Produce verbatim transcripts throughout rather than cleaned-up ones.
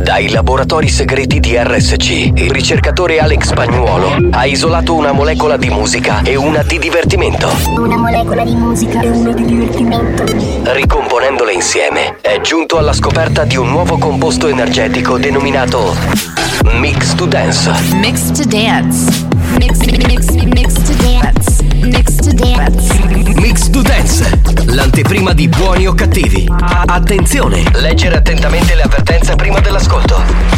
Dai laboratori segreti di R S C, il ricercatore Alex Spagnuolo ha isolato una molecola di musica e una di divertimento. Una molecola di musica e una di divertimento. Ricomponendole insieme, è giunto alla scoperta di un nuovo composto energetico denominato Mix to Dance. Mix to Dance. Mix, mix, mix to Dance. Mix to Dance. Mix to Dance, l'anteprima di Buoni o Cattivi. Attenzione, leggere attentamente le avvertenze prima dell'ascolto.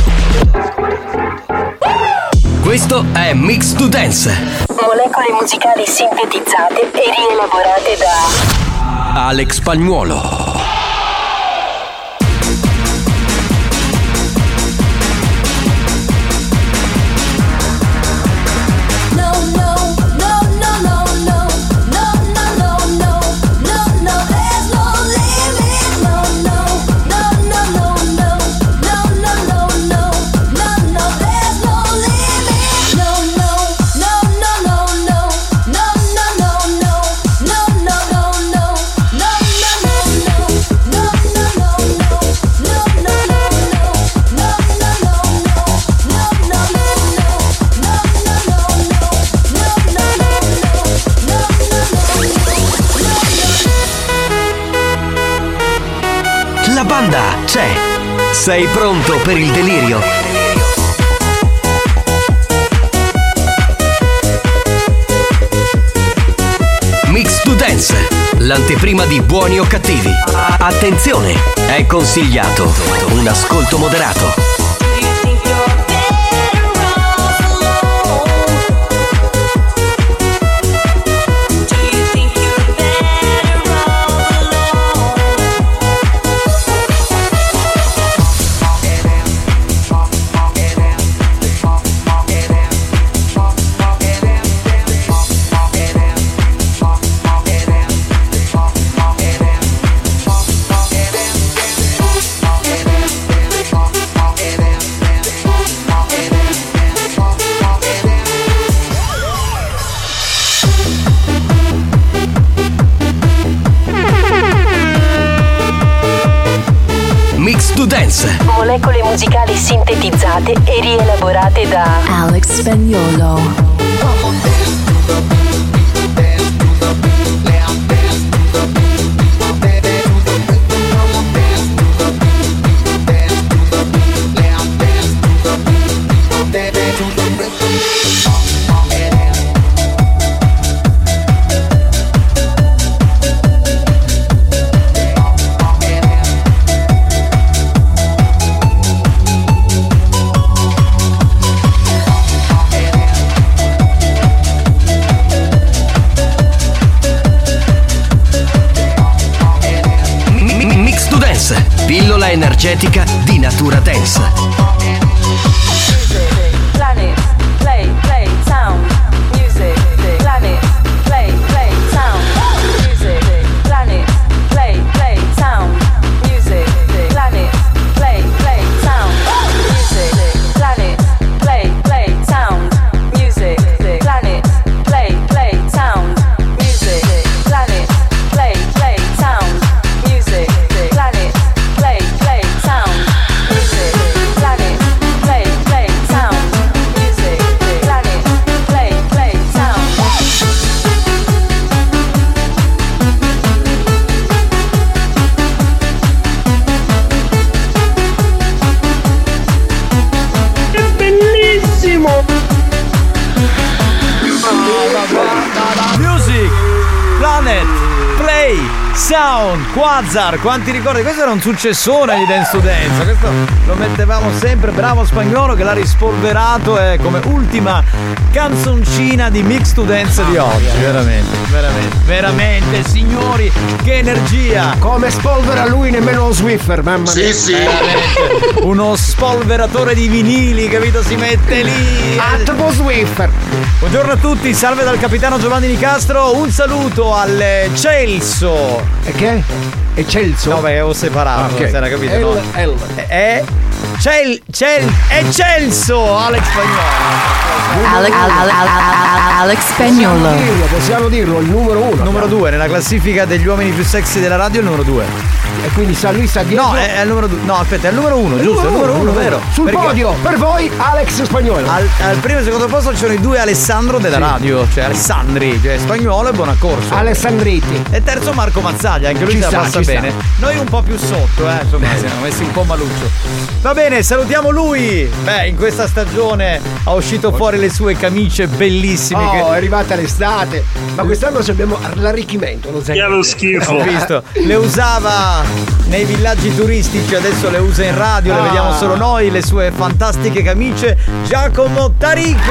Questo è Mix to Dance. Molecole musicali sintetizzate e rielaborate da Alex Spagnuolo. La banda c'è. Sei pronto per il delirio? Mix to Dance, l'anteprima di Buoni o Cattivi. Attenzione, è consigliato un ascolto moderato. Mix to Dance. Molecole musicali sintetizzate e rielaborate da Alex Spagnuolo. Pillola energetica di Natura Dance. Sound, Quasar, quanti ricordi? Questo era un successone di Dance to Dance. Questo lo mettevamo sempre. Bravo Spagnuolo che l'ha rispolverato. È come ultima canzoncina di Mix to Dance di oggi. Veramente, veramente, veramente, signori, che energia! Come spolvera lui, nemmeno lo Swiffer, mamma mia. Sì, sì. Veramente. Uno spolveratore di vinili, capito? Si mette lì. Atmo Swiffer. Buongiorno a tutti, salve dal capitano Giovanni Nicastro. Un saluto al Celso. E che? È Celso? No, beh, ho separato, ah, okay. non si era capito. L, no? L. È Cel, Cel, è Celso, Alex Spagnuolo. Alex, Alex Spagnuolo. Possiamo dirlo, possiamo dirlo, il numero uno. Numero due, nella classifica degli uomini più sexy della radio, il numero due. E quindi San Luis a Diego. No, è il numero due. No, aspetta, è il numero uno, giusto? È il numero uno, vero? Sul Perché podio, per voi, Alex Spagnuolo. Al, al primo e secondo posto ci sono i due Alessandro della Sì. radio, cioè Alessandri, cioè Spagnuolo e Buonaccorso. Alessandriti. E terzo Marco Mazzaglia, anche lui Ci se la sta, passa ci bene. sta. Noi un po' più sotto, eh, insomma, siamo messi un po' maluccio. Va bene, salutiamo lui. Beh, in questa stagione ha uscito fuori le sue camicie bellissime. Oh, che... è arrivata l'estate. Ma quest'anno abbiamo l'arricchimento, lo sai? Che è lo schifo. Ho visto, le usava nei villaggi turistici, adesso le usa in radio, le Ah. vediamo solo noi, le sue fantastiche camicie. Giacomo Tarico.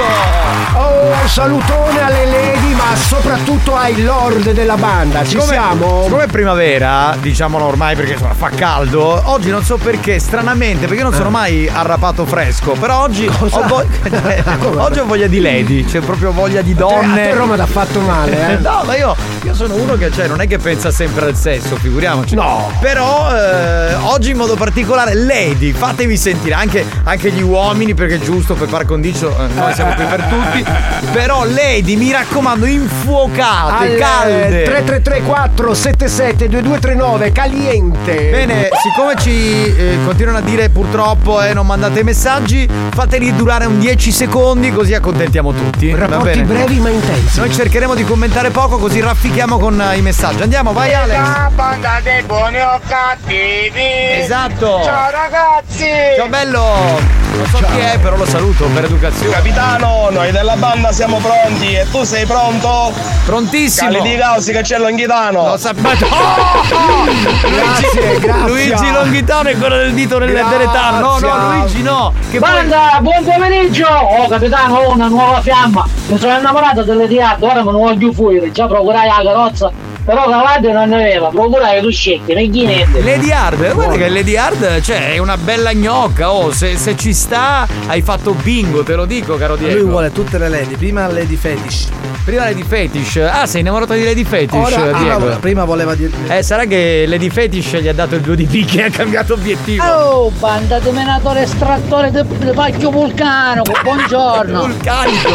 Oh, salutone alle lady, ma soprattutto ai lord della banda. Ci Siccome- siamo? Siccome è primavera, diciamolo ormai perché insomma fa caldo, oggi non so perché, stranamente, perché io non sono mai arrapato fresco, però oggi ho, vo- oggi ho voglia di lady, c'è proprio voglia di A donne. te Roma t'ha fatto male, eh? No, ma io, io sono uno che cioè non è che pensa sempre al sesso, figuriamoci. No. Però eh, oggi in modo particolare lady, fatevi sentire, anche, anche gli uomini, perché è giusto per par condicio, eh, noi siamo qui per tutti. Però lady, mi raccomando, infuocate, Al calde. tre tre tre quattro sette sette due due tre nove caliente. Bene, siccome ci eh, continuano a dire purtroppo e eh, non mandate messaggi, fateli durare un dieci secondi così accontentiamo tutti. Va Rapporti bene? brevi ma intensi. Noi cercheremo di commentare poco così raffichiamo con eh, i messaggi. Andiamo, vai Alex. La banda dei buoni o cattivi. Esatto. Ciao ragazzi. Ciao bello. Non so chi è, però lo saluto per educazione. Capitano, noi della banda siamo pronti e tu sei pronto? Prontissimo. Cali di Causi che c'è Longhitano. Lo sapete. Oh! Grazie, grazie. Luigi Longhitano è quello del dito nel Grazie. deretano. No, no, Luigi no. Che poi... Banda, buon pomeriggio! Oh capitano, ho una nuova fiamma. Mi sono innamorato delle diate, ora me ne voglio fuori. Già procurai la carrozza, però cavallo non ne aveva. Procurai tu scetti, non gli niente. Lady Hard, guarda che Lady Hard, cioè, è una bella gnocca. Oh, se, se ci sta, hai fatto bingo, te lo dico, caro Diego. Lui vuole tutte le lady, prima Lady Fetish. Prima Lady Fetish. Ah, sei innamorato di Lady Fetish, Ora, Diego? prima, prima voleva dire. Eh, sarà che Lady Fetish gli ha dato il due di picche e ha cambiato obiettivo. Oh, banda di menatore estrattore di pacchio vulcano, buongiorno. Vulcanico.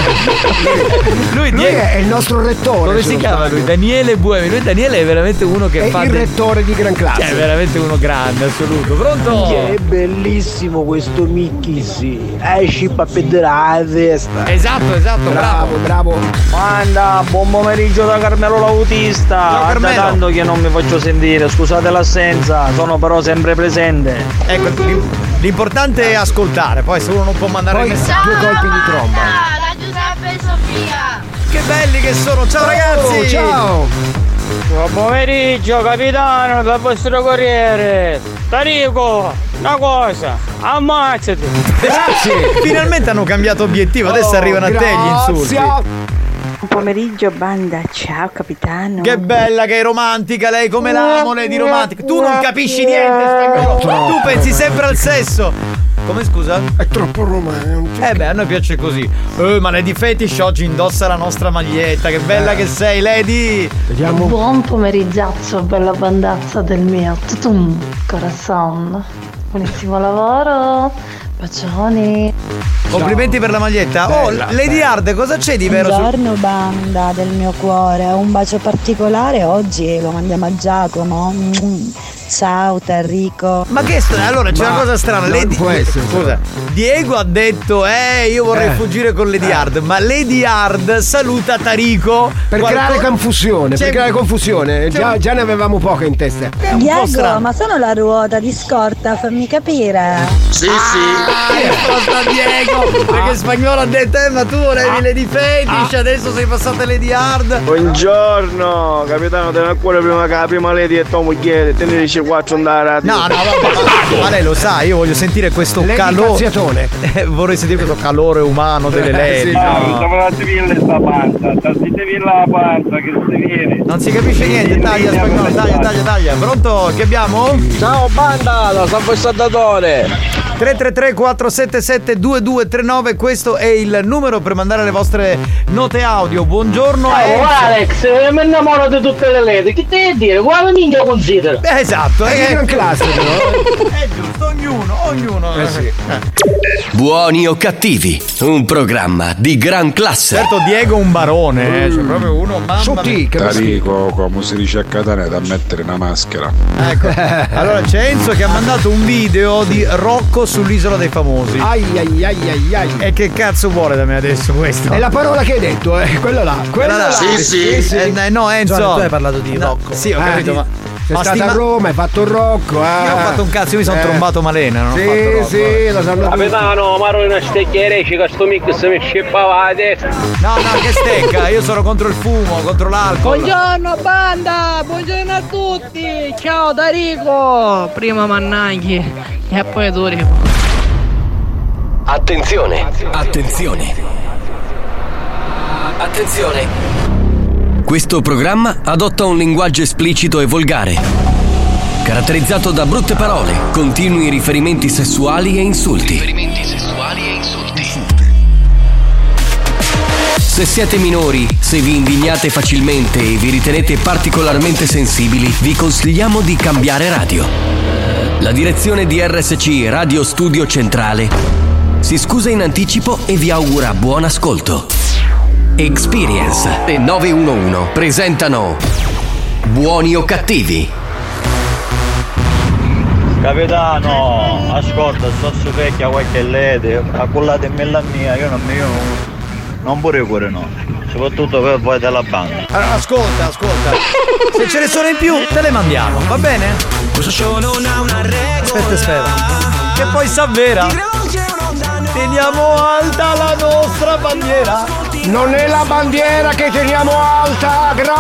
Lui, Lui Diego, è il nostro rettore. come se si non chiama sbaglio. lui? Daniele Buemi. Lui Daniele è veramente uno che È fa il de- rettore di gran classe. Cioè, è veramente uno grande, assoluto. Pronto? Che bellissimo questo Mickey, sì. Esci pa pedere la testa. Esatto, esatto, bravo. Bravo, bravo. Manda, buon pomeriggio da Carmelo l'autista. Ciao, Carmelo. Da tanto che non mi faccio sentire, scusate l'assenza, sono però sempre presente. Ecco, l'im- l'importante è ascoltare, poi se uno non può mandare Poi messaggi. due colpi di tromba. Da Giuseppe e Sofia. Che belli che sono, ciao ragazzi! Oh, ciao. Buon pomeriggio capitano dal vostro corriere. Tarico, una cosa, ammazzati. Grazie. Finalmente hanno cambiato obiettivo, adesso Oh, arrivano a te gli insulti. grazie. Buon pomeriggio banda, ciao capitano. Che bella, che è romantica lei, come l'amo lei di romantica. Tu non capisci niente spagnolo, tu pensi sempre al sesso. Come scusa? È troppo romantico. Eh beh, a noi piace così. Eh, ma Lady Fetish oggi indossa la nostra maglietta, che bella che sei, Lady! Vediamo. Buon pomeriggio, bella bandazza del mio tutum, corazon. Buonissimo lavoro, bacioni. Complimenti per la maglietta. Oh, Bella, Lady bella. Hard, cosa c'è di vero su... Buongiorno banda del mio cuore, un bacio particolare oggi lo mandiamo a Giacomo. Ciao Tarico. Ma che st- allora c'è Ma una cosa strana. non Lady... può essere, Scusa, Diego ha detto eh io vorrei Eh. fuggire con Lady Eh. Hard, ma Lady Hard saluta Tarico Per Qualco- creare confusione, C'è- per creare confusione. c'è Già, un- già ne avevamo poche in testa. È un po' Diego, strano. ma sono la ruota di scorta, fammi capire. Sì, sì. Ah, risposta Diego perché Spagnolo ha detto eh ma tu volevi Lady Fetish, adesso sei passata Lady Hard. Buongiorno, capitano, te ne cuore prima che la prima lady e tua moglie, te ne dice quattro andare a No, no, vabbè, ma lei lo sa, io voglio sentire questo Lady calore. Cazziatone. Eh, vorrei sentire questo calore umano delle lady. sì, no. Davanti villa sta panza, dite villa la panza che si viene. Non si capisce niente, taglia Spagnolo, taglia, taglia, taglia. Pronto? Che abbiamo? Ciao banda, da San Salvatore. tre tre tre quattro sette sette due due tre nove, questo è il numero per mandare le vostre note audio. Buongiorno oh, Alex, mi innamoro di tutte le ledi. Che devi dire? Quale minchia considera? Eh, esatto, è è gran classe però. È giusto, ognuno, ognuno. Eh sì. Buoni o cattivi, un programma di gran classe. Certo, Diego un barone, eh, cioè proprio uno mamma mia. Tarico, come si dice a Catania, da mettere una maschera. Ecco. Allora c'è Enzo che ha mandato un video di Rocco sull'Isola dei Famosi. Ai ai ai ai ai. E che cazzo vuole da me adesso questo? È la parola che hai detto, eh, quella là. Quella là. Sì, sì. sì, sì. Eh, no, Enzo. Giovanni, tu hai parlato di no, Rocco. Sì, ho Ah, capito, di... ma sei ma stata stima... a Roma, hai fatto Rocco, eh. Io ho fatto un cazzo, io mi sono eh. trombato Malena, non sì, ho fatto Rocco. Sì, lo sanno tutti. Capitano, Maro una stecchiere, che sto mix mi scippava la testa. No, no, che stecca, io sono contro il fumo, contro l'alcol. Buongiorno banda, buongiorno a tutti. Ciao Tarico, prima Mannaghi e poi Tarico. Attenzione, attenzione. Attenzione. Questo programma adotta un linguaggio esplicito e volgare, caratterizzato da brutte parole, continui riferimenti sessuali e insulti. Riferimenti sessuali e insulti. Se siete minori, se vi indignate facilmente e vi ritenete particolarmente sensibili, vi consigliamo di cambiare radio. La direzione di R S C Radio Studio Centrale si scusa in anticipo e vi augura buon ascolto. Experience e nove uno uno presentano Buoni o cattivi. Capitano, ascolta, sto su vecchia qualche lede, a quella di mella mia, io non mi io non pure cuore no, soprattutto per voi della banda. Allora, ascolta, ascolta. Se ce ne sono in più, te le mandiamo, va bene? Questo show non ha una regola. Aspetta, aspetta. Che poi s'avvera. Teniamo alta la nostra bandiera. Non è la bandiera che teniamo alta, grazie.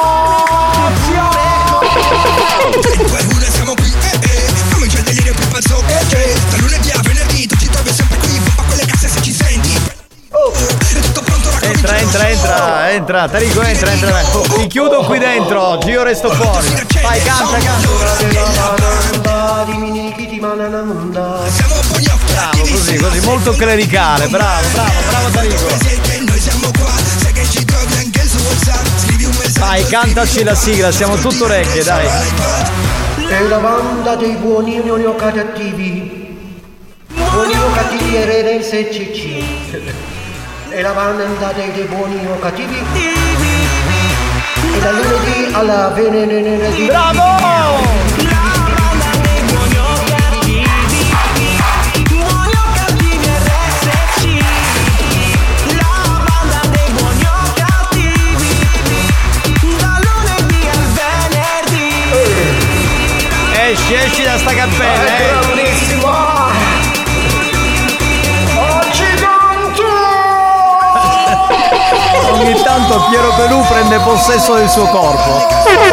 Siamo qui, eh eh, come c'è il delirio più pazzo, eh eh. Da lunedì a venerdì, tu ci trovi sempre qui, pompa quelle casse se ci senti. Oh, è tutto pronto, entra, entra, entra, entra, Tarico, entra, entra. Ti chiudo qui dentro, oggi io resto fuori. Vai, canta, canta. Bravo, così, così, molto clericale, bravo, bravo, bravo Tarico. Vai, cantaci la sigla, siamo tutto orecchie, dai. È la banda dei buoni o cattivi. Buoni o cattivi R S C C. È la banda dei buoni o cattivi. E dal lunedì alla venerdì. Bravo! Esci, esci da sta cappella, eh! Bravissimo! Oggi canto! Ogni tanto Piero Pelù prende possesso del suo corpo.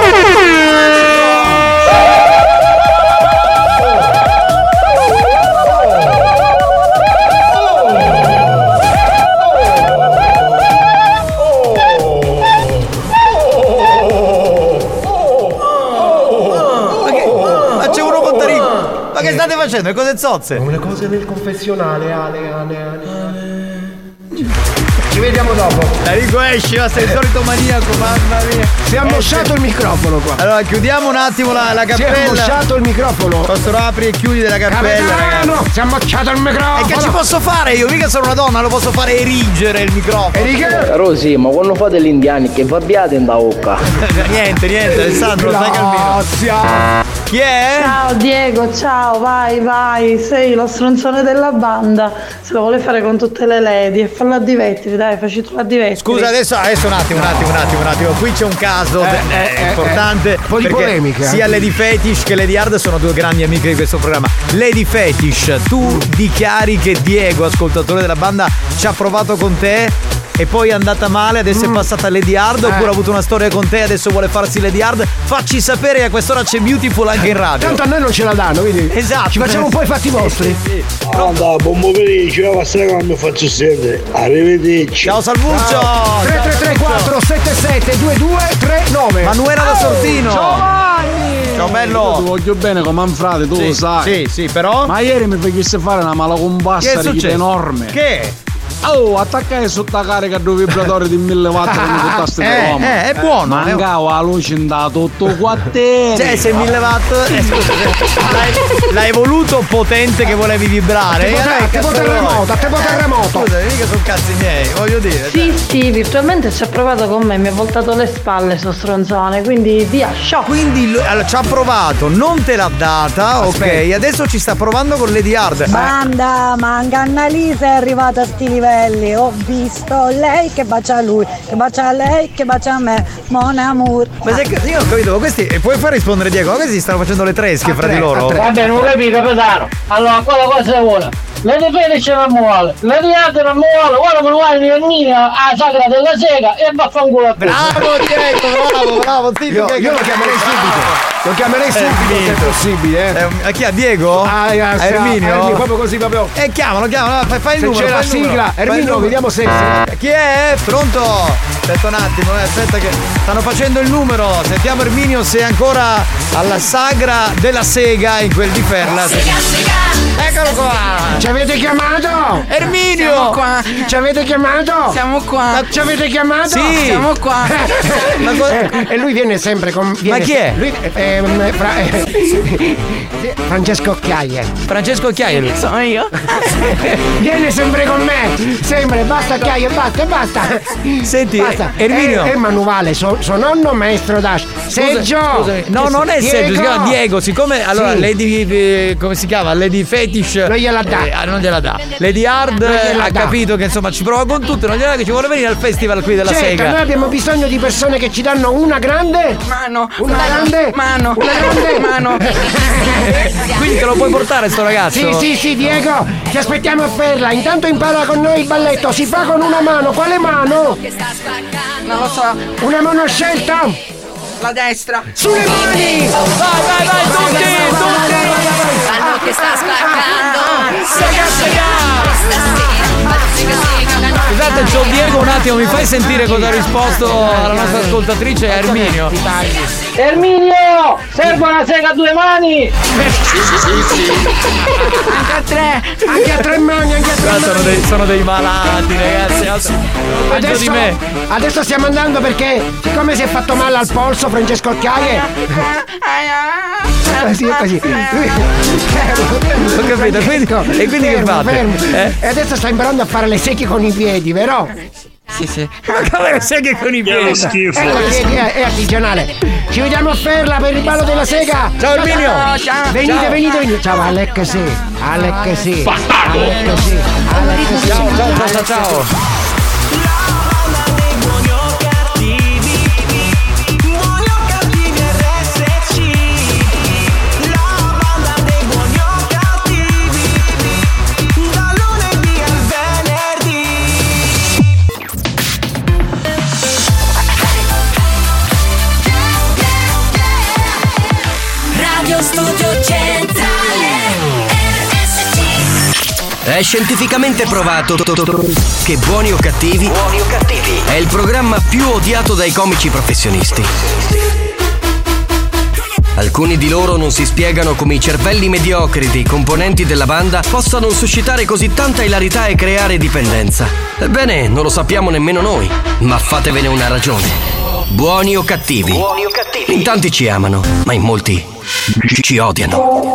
Ma che state facendo? Le cose zozze? Una cosa nel confessionale, Ale, Ale, Ale, Ale. Ci vediamo dopo. Tarico esci, ma sei il solito maniaco, mamma mia. Si è ammosciato il microfono qua. Allora chiudiamo un attimo la, la cappella. Si è ammosciato il microfono. Posso apri e chiudi della cappella, ragazzi. Si è ammosciato il microfono. E che ci posso fare io? Mica sono una donna, lo posso fare erigere il microfono. Erigere? Rosì, ma quando fate gli indiani che fabbiate in da bocca? Niente, niente, Alessandro, stai calmino. Chi è? Ciao Diego, ciao, vai, vai, sei lo stronzone della banda. Se lo vuole fare con tutte le lady e farla divertire, dai, facci tu la divertire. Scusa, adesso, adesso un attimo, un attimo, un attimo, un attimo. Qui c'è un caso eh, eh, eh, importante. Eh, un po' di polemica. Sia Lady Fetish che Lady Hard sono due grandi amiche di questo programma. Lady Fetish, tu dichiari che Diego, ascoltatore della banda, ci ha provato con te e poi è andata male, adesso mm. è passata Lady Hard, eh. oppure ha avuto una storia con te e adesso vuole farsi Lady Hard. Facci sapere, a quest'ora c'è Beautiful anche in radio. Tanto a noi non ce la danno, quindi esatto, ci facciamo un po' i fatti vostri. Sì, sì. Anda, buon pomeriggio, io passare quando faccio sentire. Arrivederci. Ciao Salvuccio. tre tre tre quattro sette sette due due tre nove. Manuela da Sortino. Giovanni. Ciao bello. Io ti voglio bene come un frate, tu sì, lo sai. Sì, sì, però. Ma ieri mi facesse fare una malacombassa enorme. Che? Oh, attaccai sotto la carica due vibratori di mille watt con i tasti di eh, Roma. Eh, è buono. Mancava la luce in da tutto quartiere. Cioè, se mille watt. Eh, scusa, l'hai, l'hai voluto potente che volevi vibrare. A te poter remoto, a te poter remoto. Scusa, mica sono cazzi miei, voglio dire. Sì, cioè. Sì, virtualmente ci ha provato con me, mi ha voltato le spalle sto stronzone, quindi via, shock. Quindi allora, ci ha provato, non te l'ha data, aspetta. Ok, adesso ci sta provando con Lady Hard. Banda, manca Annalisa è arrivata a sti livelli. Ho visto lei che bacia lui, che bacia lei, che bacia me, mon amour. Ma se, io ho capito, ma questi puoi far rispondere Diego? Ma questi stanno facendo le tresche a fra tre, di loro? Vabbè, non capito, capitano. Allora, quella cosa è buona. Le difese ce non muore, le diate non muore, guarda come vuoi il mio a sagra della sega e vaffanculo a te. Bravo Diego, bravo, bravo, sì, io, io lo chiamerei subito. Lo chiamerei subito se è possibile, eh. eh. A chi? A Diego? Ah, a, a Erminio? Erminio, proprio così, proprio. E eh, chiamalo, chiamalo, fai, fai il se numero. C'è la sigla, Erminio, vediamo se. Chi è? Pronto? Aspetta un attimo, eh, aspetta che stanno facendo il numero. Sentiamo Erminio se è ancora alla sagra della sega in quel di Ferla. Sega, sega. Eccolo qua! Ci avete chiamato? Erminio! Siamo qua! Ci avete chiamato? Siamo qua! Ci avete chiamato? Sì! Siamo qua! Ma co- eh, e lui viene sempre con. Viene Ma chi è? Lui, eh, eh, fra, eh, Francesco Occhiaie. Francesco Occhiaie lui. Sono io. Viene sempre con me! Sempre, basta Occhiaie, basta, basta! Senti, basta. Erminio! È, è Manuale, suo, suo nonno maestro Dash. Seggio! Scusami. No, non è Seggio, si chiama Diego. Siccome allora sì. Lady. Eh, come si chiama? Lady Fetish. Non gliela dà. Eh, non gliela dà. Lady Hard ha dà. capito che insomma ci prova con tutte, non gliela dà che ci vuole venire al festival qui della certo, sega. Noi abbiamo bisogno di persone che ci danno una grande mano. Una mano, grande mano. Una grande mano. Quindi te lo puoi portare sto ragazzo? Sì, sì, sì, Diego, ti aspettiamo a Ferla. Intanto impara con noi il balletto. Si fa con una mano. Quale mano? Non lo so. Una mano scelta? La destra. Sulle mani! Vai, vai, vai, tutti, tutti! Mano che sta spaccando. Sega, sega! Scusate, c'ho Diego un attimo, mi fai sentire cosa ha risposto alla nostra ascoltatrice Erminio? Erminio! Serve una sega a due mani! Sì, sì, sì, sì. Anche a tre! Anche a tre mani, anche a tre mani! Sono dei, sono dei malati, ragazzi. Adesso, di me. Adesso stiamo andando perché, siccome si è fatto male al polso, Francesco Occhiaie. Così, così. Ho capito, quindi, e quindi fermo, che fate? Fermo. Eh? E adesso sta imparando a fare le secche con i piedi, vero? Sì, sì. Ma come le seghe con i piedi? Schifo. Ecco, è, è artigianale. Ci vediamo a Ferla per il ballo della sega. Ciao Erminio. Ciao, ciao. Venite, ciao. venite, venite. Ciao Alec sì. Alec sì. Bastardo. Alec sì. Alec sì. Ciao, ciao, ciao, ciao. Studio Centrale R S C. È scientificamente provato che Buoni o Cattivi, Buoni o Cattivi è il programma più odiato dai comici professionisti. Alcuni di loro non si spiegano come i cervelli mediocri dei componenti della banda possano suscitare così tanta ilarità e creare dipendenza. Ebbene, non lo sappiamo nemmeno noi, ma fatevene una ragione. Buoni o Cattivi. Buoni o Cattivi. In tanti ci amano, ma in molti ci, ci odiano.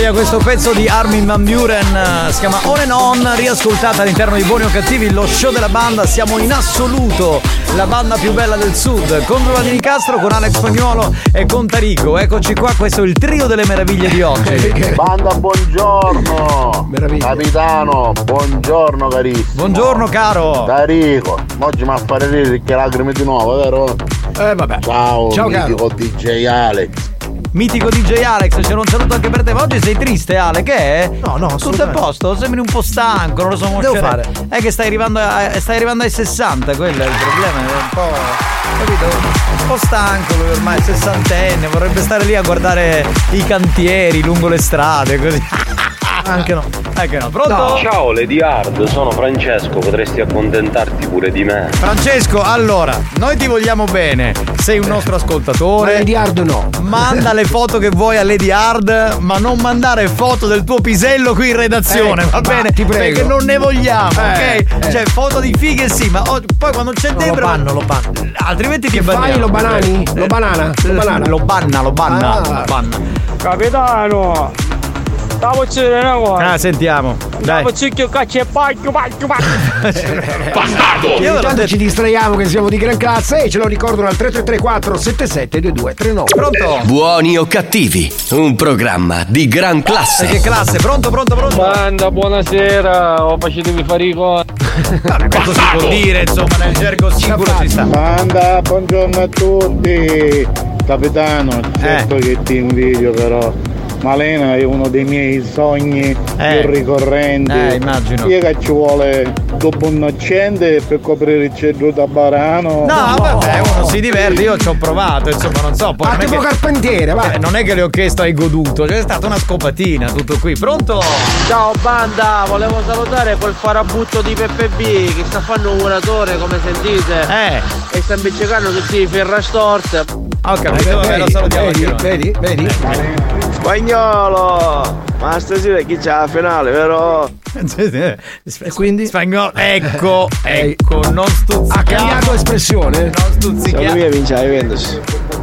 troia questo pezzo di Armin van Buuren, si chiama On and On, riascoltata all'interno di Buoni o Cattivi, lo show della banda. Siamo in assoluto la banda più bella del sud, con Giovanni Nicastro, con Alex Spagnuolo e con Tarico. Eccoci qua, questo è il trio delle meraviglie di oggi. Banda, buongiorno. Meraviglia. Capitano, buongiorno carissimo. Buongiorno caro. Tarico, oggi mi fa fare ridere che lacrime di nuovo, vero? Eh vabbè. Ciao, Ciao mitico caro. D J Alex. Mitico D J Alex, c'era un saluto anche per te. Ma oggi sei triste, Ale? Che è? No, no, tutto a posto? Sembri un po' stanco, non lo so. Devo fare? È che stai arrivando, a, stai arrivando ai sessanta, quello è il problema. È un po'. Capito? Un po' stanco lui ormai, sessantenne, vorrebbe stare lì a guardare i cantieri lungo le strade, così. Anche no. Anche no, pronto? No. Ciao Lady Hard, sono Francesco, potresti accontentarti pure di me. Francesco, allora, noi ti vogliamo bene, sei un nostro ascoltatore. Ma Lady Hard no. Manda le foto che vuoi a Lady Hard, ma non mandare foto del tuo pisello qui in redazione, Eh, va bene? ti prego. Perché non ne vogliamo, Eh, ok? eh. Cioè, foto di fighe sì, ma oh, poi quando c'è No, Debra. lo banno, lo banno. Altrimenti ti Che banniamo. fai, lo banani? Eh, Lo banana? Lo banana? Lo banna, lo banna, Ah. lo banna. Capitano, stavo facendo una cosa. Ah, sentiamo. Dai. Stavo cicchio caccia e pacchio, pacchio, Bastardo! Io intanto ci distraiamo che siamo di gran classe e ce lo ricordano al tre tre tre quattro sette sette due due tre nove. Pronto? Buoni o cattivi, un programma di gran E classe. che classe? Pronto, pronto, pronto? Banda, buonasera, ho facetevi fare i conti. Vabbè, questo si può dire, insomma, nel gergo singolo ci sta. Banda, buongiorno a tutti. Capitano, certo Eh. che ti invidio però. Malena è uno dei miei sogni Eh. più ricorrenti. Eh, immagino. Io che ci vuole dopo un accende per coprire il ceduto da Barano. No, vabbè, uno si diverte, io ci ho provato, insomma, non so. Poi Ah, non è tipo che- carpentiere, va. eh, non è che le ho chiesto hai goduto, c'è stata una scopatina, tutto qui. Pronto? Ciao banda, volevo salutare quel farabutto di Peppe B che sta facendo un muratore come sentite Eh, e sta impiccicando tutti i ferrastorte. ho capito, vabbè, lo salutiamo vedi, anche noi. vedi, vedi. Spagnolo, ma stasera chi c'è la finale, vero? E quindi? Spagnolo, ecco, ecco, non stuzzichiamo. Ha cambiato espressione? Non stuzzichiamo. vince la Juventus.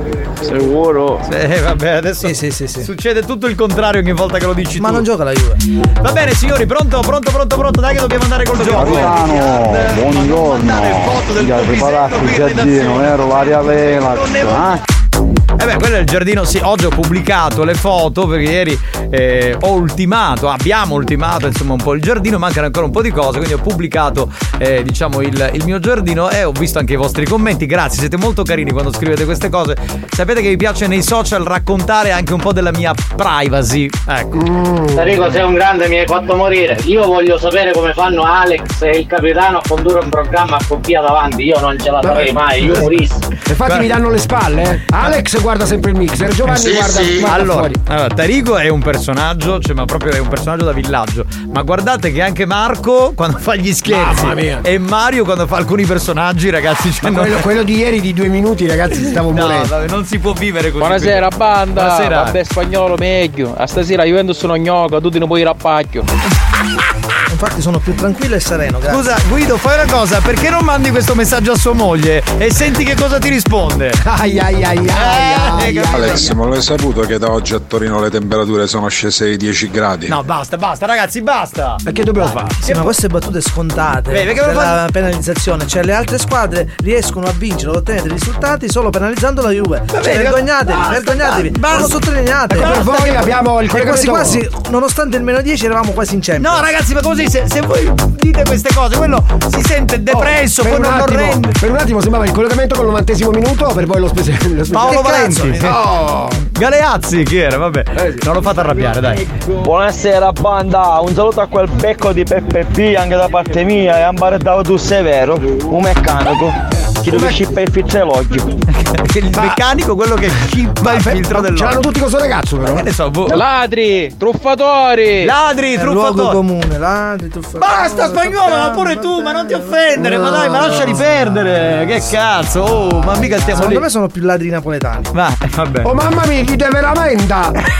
Sicuro? Eh, vabbè, adesso Sì, sì, sì, sì. succede tutto il contrario ogni volta che lo dici Ma tu. non gioca la Juve. Va bene signori, pronto, pronto, pronto, pronto, dai che dobbiamo andare col gioco. Capitano, buongiorno. Già preparati il giardino, vero? L'aria relax. Eh? Eh beh, quello è il giardino, sì, oggi ho pubblicato le foto perché ieri eh, ho ultimato, abbiamo ultimato insomma un po' il giardino, mancano ancora un po' di cose, quindi ho pubblicato eh, diciamo il, il mio giardino e ho visto anche i vostri commenti, grazie, siete molto carini quando scrivete queste cose, sapete che mi piace nei social raccontare anche un po' della mia privacy, ecco. Enrico, sei un grande, mi hai fatto morire. Io voglio sapere come fanno Alex e il capitano a condurre un programma a coppia davanti. Io non ce la farei mai, io morissi. Infatti mi danno le spalle, eh. Alex guarda sempre il mixer, Giovanni Sì, guarda, sì. guarda Allora, fuori. allora, Tarico è un personaggio, cioè ma proprio è un personaggio da villaggio. Ma guardate che anche Marco quando fa gli scherzi Mamma mia. e Mario quando fa alcuni personaggi, ragazzi, cioè Ma non- quello, quello di ieri di due minuti, ragazzi, stavo no, morendo. vabbè, non si può vivere così. Buonasera banda, Buonasera. vabbè Spagnolo meglio, a stasera Juventus non gioca, tu ti ne puoi rappacchio. Infatti sono più tranquillo e sereno, grazie. Scusa Guido, fai una cosa, perché non mandi questo messaggio a sua moglie e senti che cosa ti risponde? Ai ai ai ai, ai, Eh, ai. Alex, ma lo hai saputo che da oggi a Torino le temperature sono scese ai dieci gradi? No, basta, basta, ragazzi, basta. Ma che dobbiamo fare? Sì, ma queste battute scontate Beh, perché lo della fanno- penalizzazione, cioè le altre squadre riescono a vincere o ottenere dei risultati solo penalizzando la Juve. Cioè, bene, vergognatevi, basta, vergognatevi, basta. non lo sottolineate. Per voi abbiamo il E quasi collegamento. quasi, nonostante il meno dieci, eravamo quasi in Champions. No, ragazzi, ma così se, se voi dite queste cose, quello si sente depresso, Oh, per, poi un non lo attimo, rende. per un attimo sembrava il collegamento con il novantesimo minuto, per voi lo spese. Lo spese- Paolo Che cazzo? Valenti. No. Galeazzi, chi era? Vabbè, non lo fate arrabbiare, dai. Buonasera banda, un saluto a quel becco di Peppe P anche da parte mia e ambareddavo tu severo, un meccanico. Chi dove scippa il filtro dell'occhio. Il meccanico, quello che scippa il filtro Ce l'hanno dell'occhio. tutti questo ragazzo, però. Che ne so, boh. Ladri, truffatori. Ladri, È un luogo truffatori. comune, ladri, truffatori. Basta Spagnolo, ma pure tu, ma non ti offendere, ma dai, ma lasciali perdere. Che cazzo, oh, ma mica stiamo Secondo lì. me sono più ladri napoletani. Va, vabbè. Oh mamma mia, dite veramente!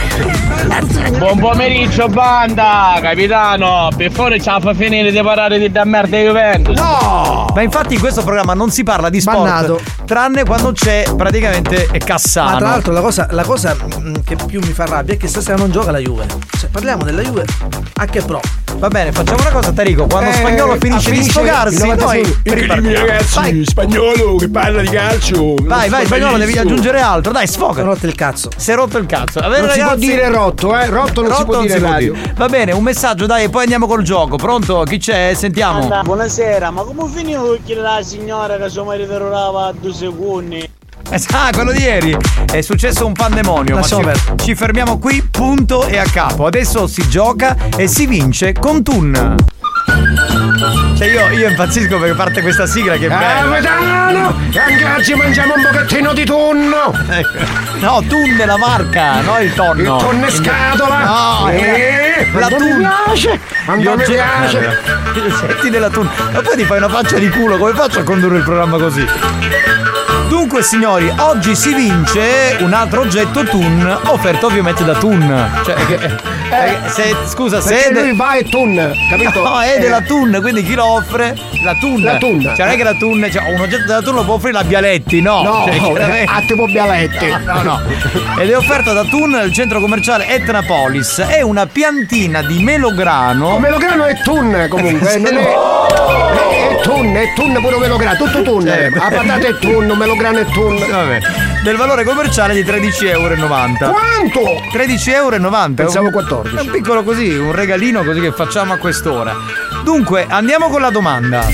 Buon pomeriggio banda, capitano. Per favore ce la fa finire di parlare di da merda di Juventus. No! Ma infatti in questo programma non si parla di sport, Bannato. tranne quando c'è praticamente Ma Cassano. tra l'altro la cosa, la cosa mm, che più mi fa rabbia è che stasera non gioca la Juve. Cioè, parliamo della Juve a che pro. Va bene, facciamo una cosa, Tarico. Quando Eh, Spagnolo finisce di finisce sfogarsi, il novantasei. noi ripartiamo. Ragazzi, Vai. Spagnolo che parla di calcio. Vai, vai, Spagnolo, devi aggiungere altro. Dai, sfoga. Ho rotto il cazzo. Si è rotto il cazzo. Va bene, Non si può ragazzi? dire rotto, eh. Rotto non si Rotto può dire in radio. Va bene, un messaggio, dai, e poi andiamo col gioco. Pronto? Chi c'è? Sentiamo. Anda, buonasera, ma come finivo con chiedere alla signora che suo marito rollava a due secondi? Eh, ah, quello di ieri. È successo un pandemonio. La Ma ci, Sober. ci fermiamo qui, punto e a capo. Adesso si gioca e si vince con Tun. Cioè io, io impazzisco perché parte questa sigla che è bella. Capitano, anche oggi mangiamo un pochettino di tonno. No, Tun è la marca, no il tonno. Il tonno in scatola. No, Eh, la quando Tun. mi piace, quando mi piace. Senti della Tun. Ma poi ti fai una faccia di culo, come faccio a condurre il programma così? Dunque signori, oggi si vince un altro oggetto Tun, offerto ovviamente da Tun. Cioè, che, eh, se, scusa, se Perché è de- lui va e Tun, capito? No, è Eh. della Tun, quindi chi lo offre? La Tun. La Tun. Cioè non è che la Tun, cioè un oggetto della Tun lo può offrire la Bialetti, no. No, cioè, chiaramente- a tipo Bialetti. No, no. Ed è offerta da Tun nel centro commerciale Etnapolis. È una piantina di melograno. Il melograno è Tun comunque, Sì. non è. È Tun, è Tun pure melograno, tutto Tun. Certo. La patata è Tun, il melograno è Tun. Vabbè. Del valore commerciale di tredici virgola novanta euro. Quanto? tredici virgola novanta euro. Pensavo quattordici. È un piccolo così, un regalino così che facciamo a quest'ora. Dunque, andiamo con la domanda.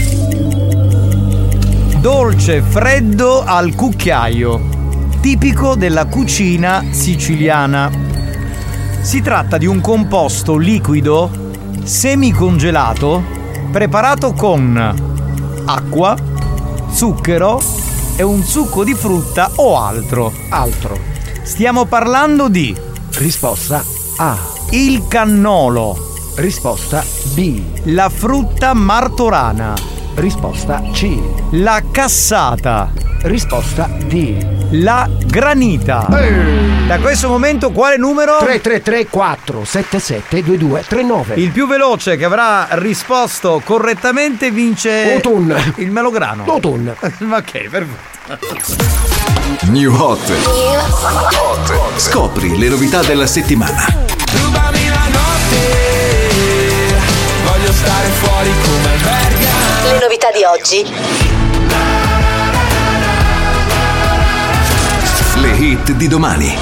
Dolce freddo al cucchiaio, tipico della cucina siciliana. Si tratta di un composto liquido semicongelato preparato con acqua, zucchero e un succo di frutta o altro. Altro. Stiamo parlando di Risposta A. il cannolo, Risposta B. la frutta martorana, Risposta C. la cassata, Risposta D. la granita. Da questo momento quale numero? tre tre tre quattro sette sette due due tre nove. Il più veloce che avrà risposto correttamente vince Otun. il melograno. Otun. Ok, perfetto. New Hot. Scopri le novità della settimana. Rubami la notte, voglio stare fuori come verga. Le novità di oggi. Le hit di domani.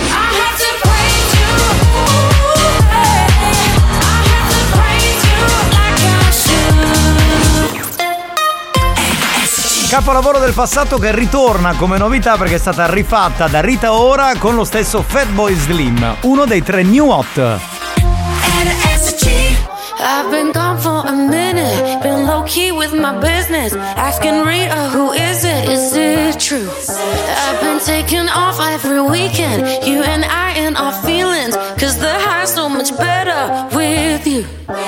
Capolavoro del passato che ritorna come novità perché è stata rifatta da Rita Ora con lo stesso Fatboy Slim, uno dei tre New Hot. I've been gone for a minute, been low key with my business. Asking Rita, who is it? Is it true? I've been taking off every weekend, you and I in our feelings. Cause the high's so much better with you.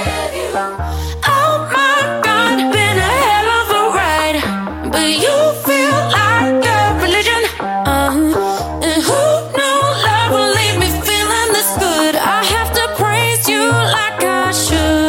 Oh my God, been a hell of a ride, but you feel like a religion. Uh-huh. And who knew love would leave me feeling this good? I have to praise you like I should.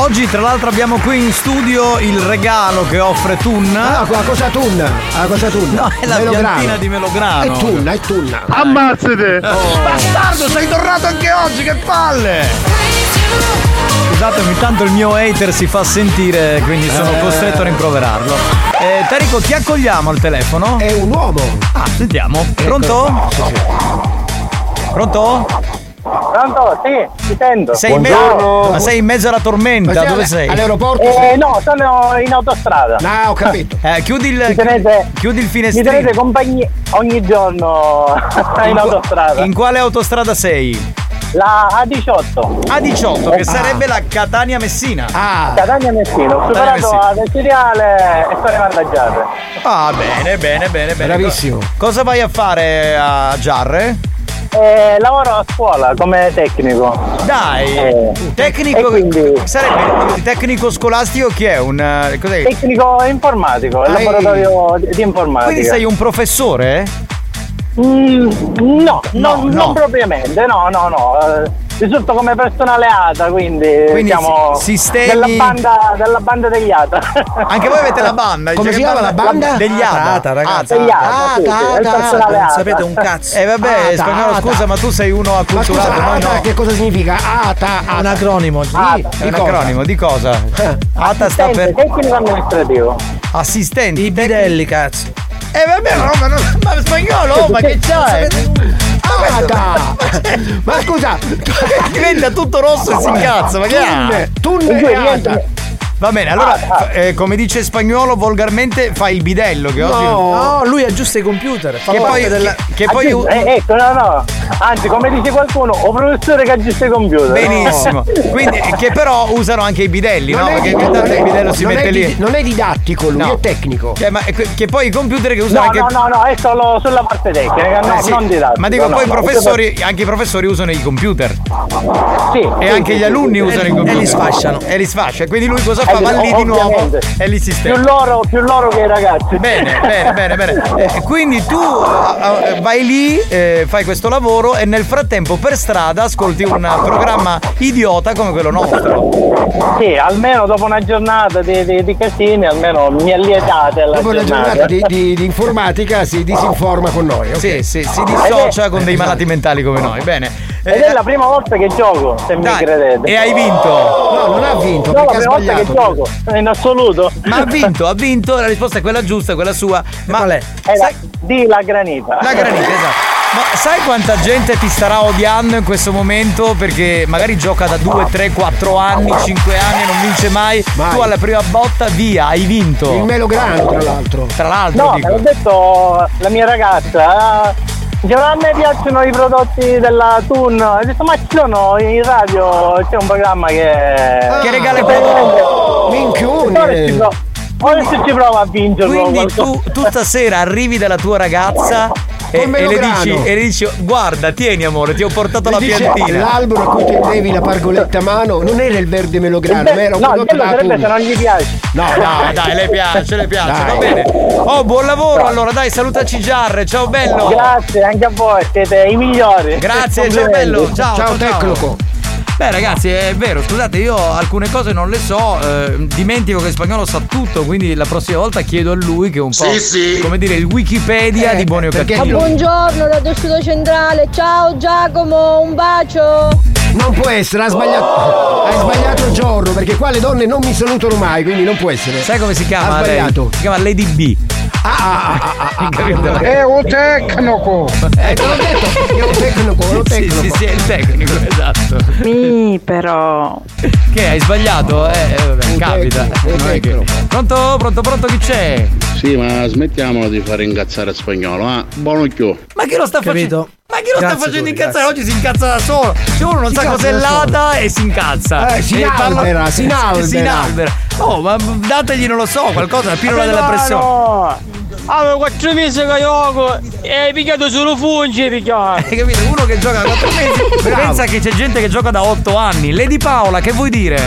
Oggi tra l'altro abbiamo qui in studio il regalo che offre Tunna. Ah, qua cosa Tunna? Ah, cosa Tunna? No, è la Melograno. piantina di melograno. È Tunna, è Tunna. Ammazzate! Oh. Bastardo, sei tornato anche oggi, che palle! Scusate, ogni tanto il mio hater si fa sentire, quindi sono Eh. costretto a rimproverarlo. Eh, Tarico, chi accogliamo al telefono? È un uomo. Ah, sentiamo. Pronto? Sì, sì. Pronto? Pronto? Sì, ti sento. Sei in mezzo, ma sei in mezzo alla tormenta, Ma sei dove all- sei? all'aeroporto? Eh, no, sono in autostrada. No, ho capito. Eh, chiudi il, Mi tenete, chiudi il mi finestrino. tenete compagnia ogni giorno in autostrada. In quale autostrada sei? La A diciotto. A diciotto, che Ah. sarebbe la Catania-Messina. Ah. Catania Messina. Ho superato Catania-Messina. la Siciliale e sono vantaggiate. Ah, bene, bene, bene, bene. Bravissimo. Co- Cosa vai a fare a Giarre? Eh, lavoro a scuola come tecnico. Dai, Eh, tecnico. e quindi- Sarebbe il tecnico scolastico chi è? Un eh, cos'è? Tecnico informatico, il Ehi. laboratorio di, di informatica. Quindi sei un professore? Mm, no, No, non, no. non propriamente, no, no, no. Eh, risulto come personale ATA, quindi, Quindi siamo si- sistemi- della banda, della banda degli ATA. Anche voi avete la banda. Come dice si che chiama la banda? Degli Ata, Ada. Ata, ragazzi. Degli ATA, sì, sì, Ata, è il Ata, personale Non ATA. sapete un cazzo. Eh vabbè, Ata, spagnolo, Ata. scusa, ma tu sei uno Ma scusa, acculturato, noi ATA no. che cosa significa? ATA, Un ATA. acronimo. ATA. È un Di cosa? acronimo, di cosa? ATA sta Assistente per tecnico amministrativo. assistenti. I bidelli, cazzo. Eh vabbè, ma, ma, ma spagnolo, oh, ma che c'hai? ATA. Ma scusa, Diventa tutto rosso e si incazza, ma che ha? Tunne, Tunne e ATA. Va bene, allora, fa- eh, come dice Spagnolo, volgarmente fai il bidello che oggi. No, lui aggiusta i computer. Fa Che parte poi, della... che, che poi Aggiungo- eh, ecco, no, no. Anzi, come dice qualcuno, o professore che aggiusta i computer. benissimo. Quindi, che però usano anche i bidelli, no? Non è Perché di- tanto non è- il bidello si non mette è lì. di- Non è didattico, lui No. è tecnico. Che, ma, che, che poi i computer che usano No, anche. no, no, no, è solo sulla parte tecnica, no, Eh sì, non didattico. ma dico no, poi i no, professori, anche i professori usano i computer. Sì, E sì, anche sì, gli sì, alunni sì. usano i computer. li sfasciano. E li sfascia. Quindi lui cosa Eh, fa? Va lì di nuovo ovviamente. e li Più sistema. loro, più loro che i ragazzi. Bene, bene, bene, bene. Eh, quindi tu eh, eh, vai lì, eh, fai questo lavoro e nel frattempo per strada ascolti un programma idiota come quello nostro. Sì, almeno dopo una giornata di, di, di casini, almeno mi allietate alla Dopo una giornata. giornata di, di- di informatica si disinforma con noi. ok? Sì, sì, si dissocia con dei malati mentali come noi. Bene. Ed è la prima volta che gioco, se mi Dai, credete. e hai vinto? No, non ha vinto No, la perché ha prima volta che sbagliato. gioco, in assoluto. Ma ha vinto, ha vinto, la risposta è quella giusta, quella sua. Ma Qual è? È la, di la granita. La granita, esatto. Ma sai quanta gente ti starà odiando in questo momento? Perché magari gioca da due, tre, quattro anni, cinque anni e non vince mai. Mai. Tu alla prima botta, via, hai vinto. Il melograno, tra l'altro. Tra l'altro, No, me dico. l'ha detto la mia ragazza. eh, Diceva, a me piacciono i prodotti della Thun. Ho detto, ma ci sono in radio, c'è un programma che. Che regala i prodotti. Minchioni. Ora ci provo- ora ci ci prova a vincerlo. Quindi qualcosa. tu, tu stasera arrivi dalla tua ragazza e, Col e le melograno. dici, e le dici, guarda, tieni amore, ti ho portato Mi la dice, piantina. l'albero a cui tendevi la pargoletta a mano non era il verde melograno, ma era un No, il prodotto bello da sarebbe Thun. se non gli piace. No, No, dai, le piace, le piace, Dai. va bene. Oh, buon lavoro allora, dai, salutaci Giarre, ciao bello. Grazie, anche a voi, siete i migliori. Grazie, ciao Complimenti. bello, ciao, Ciao, ciao, Tecloco. Beh ragazzi, è vero, scusate, io alcune cose non le so, eh, dimentico che Spagnolo sa tutto, quindi la prossima volta chiedo a lui che è un po', Sì, sì. come dire, il Wikipedia Eh, di buoni o perché cattivi. io- Buongiorno, Radio Studio Centrale. Ciao Giacomo, un bacio. Non può essere, ha sbagliato. Hai sbagliato giorno, perché qua le donne non mi salutano mai, quindi non può essere. Sai come si chiama Ha lei? sbagliato. Si chiama Lady B. Ah, ah, ah, ah, ah, Capito? ah. È un tecnico! Eh, te l'ho detto, è un tecnico, è un Sì, tecnico. sì, sì, è il tecnico, esatto. Mi però. Che hai sbagliato? Eh, eh vabbè, Un capita. tecnico, un Non è che- tecnico. Pronto, pronto, pronto, chi c'è? Sì, ma smettiamola di fare incazzare Spagnolo, ah, buono chiù. Ma chi lo sta Capito? facendo? Ma chi lo Grazie, sta facendo Turi, incazzare? grazie. Oggi si incazza da solo. Se uno non Si sa incazza cos'è da l'ata e si incazza. Eh, si E inalbera, si inalbera. Si inalbera. Oh, ma dategli, non lo so, qualcosa, la pillola della pressione. Allora, quattro mesi che gioco e hai picchiato solo fungi, hai picchiato. Hai capito? Uno che gioca da quattro mesi pensa che c'è gente che gioca da otto anni. Lady Paola, che vuoi dire?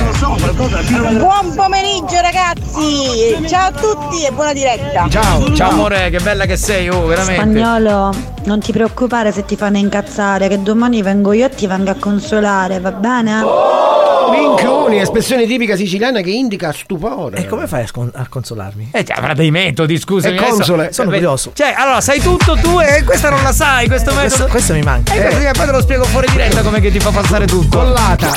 Buon pomeriggio ragazzi, ciao a tutti e buona diretta. Ciao, Ciao amore, che bella che sei, oh, veramente. Spagnolo, non ti preoccupare se ti fanno incazzare, che domani vengo io e ti vengo a consolare, va bene? Minchioni, espressione tipica siciliana che indica stupore. E come fai a, scon- a consolarmi? Eh, avrà dei metodi, scusami. E console. Adesso, Sono beh, curioso. Cioè, allora, sai tutto tu e questa non la sai, questo metodo. Questo, questo mi manca. Eh, questo che poi te lo spiego fuori diretta come che ti fa passare tutto. Collata.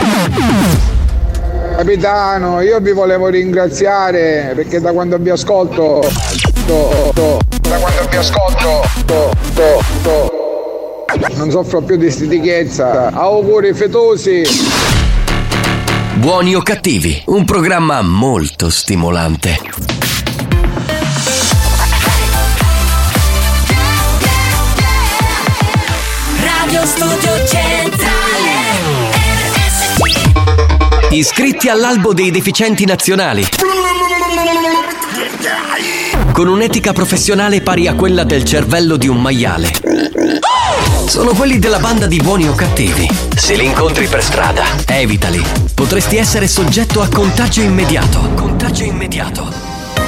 Capitano, io vi volevo ringraziare perché da quando vi ascolto to, to, da quando vi ascolto to, to, to, non soffro più di stitichezza. Auguri fetosi. Buoni o cattivi, un programma molto stimolante. Radio Studio Centrale. Iscritti all'albo dei deficienti nazionali. Con un'etica professionale pari a quella del cervello di un maiale. Sono quelli della banda di Buoni o Cattivi. Se li incontri per strada, evitali. Potresti essere soggetto a contagio immediato. Contagio immediato.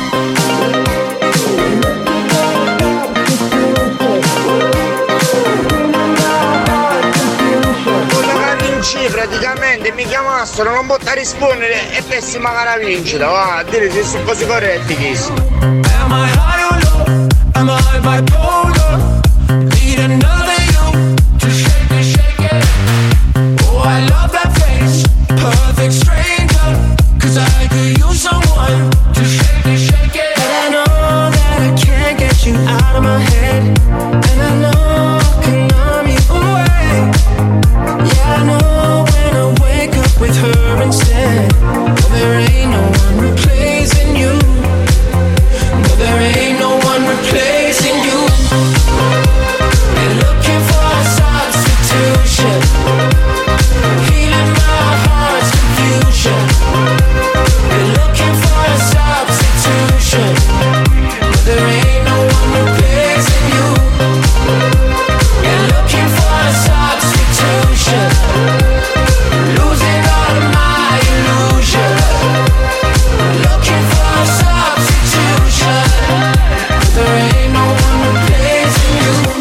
Praticamente mi chiamassero, non posso rispondere, è pessima cara vincita, va a dire se sono cose corrette che sono. Am I high or low? Am I bipolar? Need another you to shake it, shake it. Oh, I love that face, perfect stranger. Cause I could use someone to shake it, shake it. But I know that I can't get you out of my head. And I know I can numb you away. Yeah, I know when I wake up with her instead. No, there ain't no one replacing you. No, there ain't no one replacing you. They're looking for a substitution, healing my heart's confusion. They're looking for a substitution. No, there ain't no one replacing you. They're looking for a substitution, losing all of my illusion. Looking for a substitution. There ain't no one replacing you.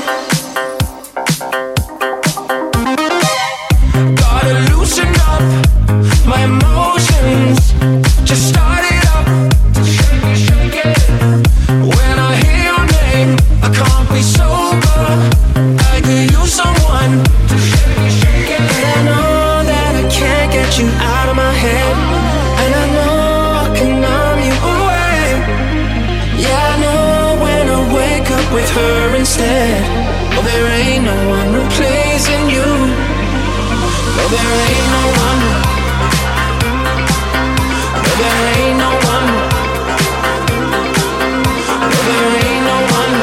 Gotta loosen up my emotions. Just start it up, shake it, shake it. When I hear your name, I can't be sober. I could use someone to shake it, shake it. But I know that I can't get you out of my head. And I know I can numb you away. Yeah, I know when I wake up with her instead. Oh, there ain't no one replacing you. No, there ain't no one. No, there ain't no one. No, there ain't no one.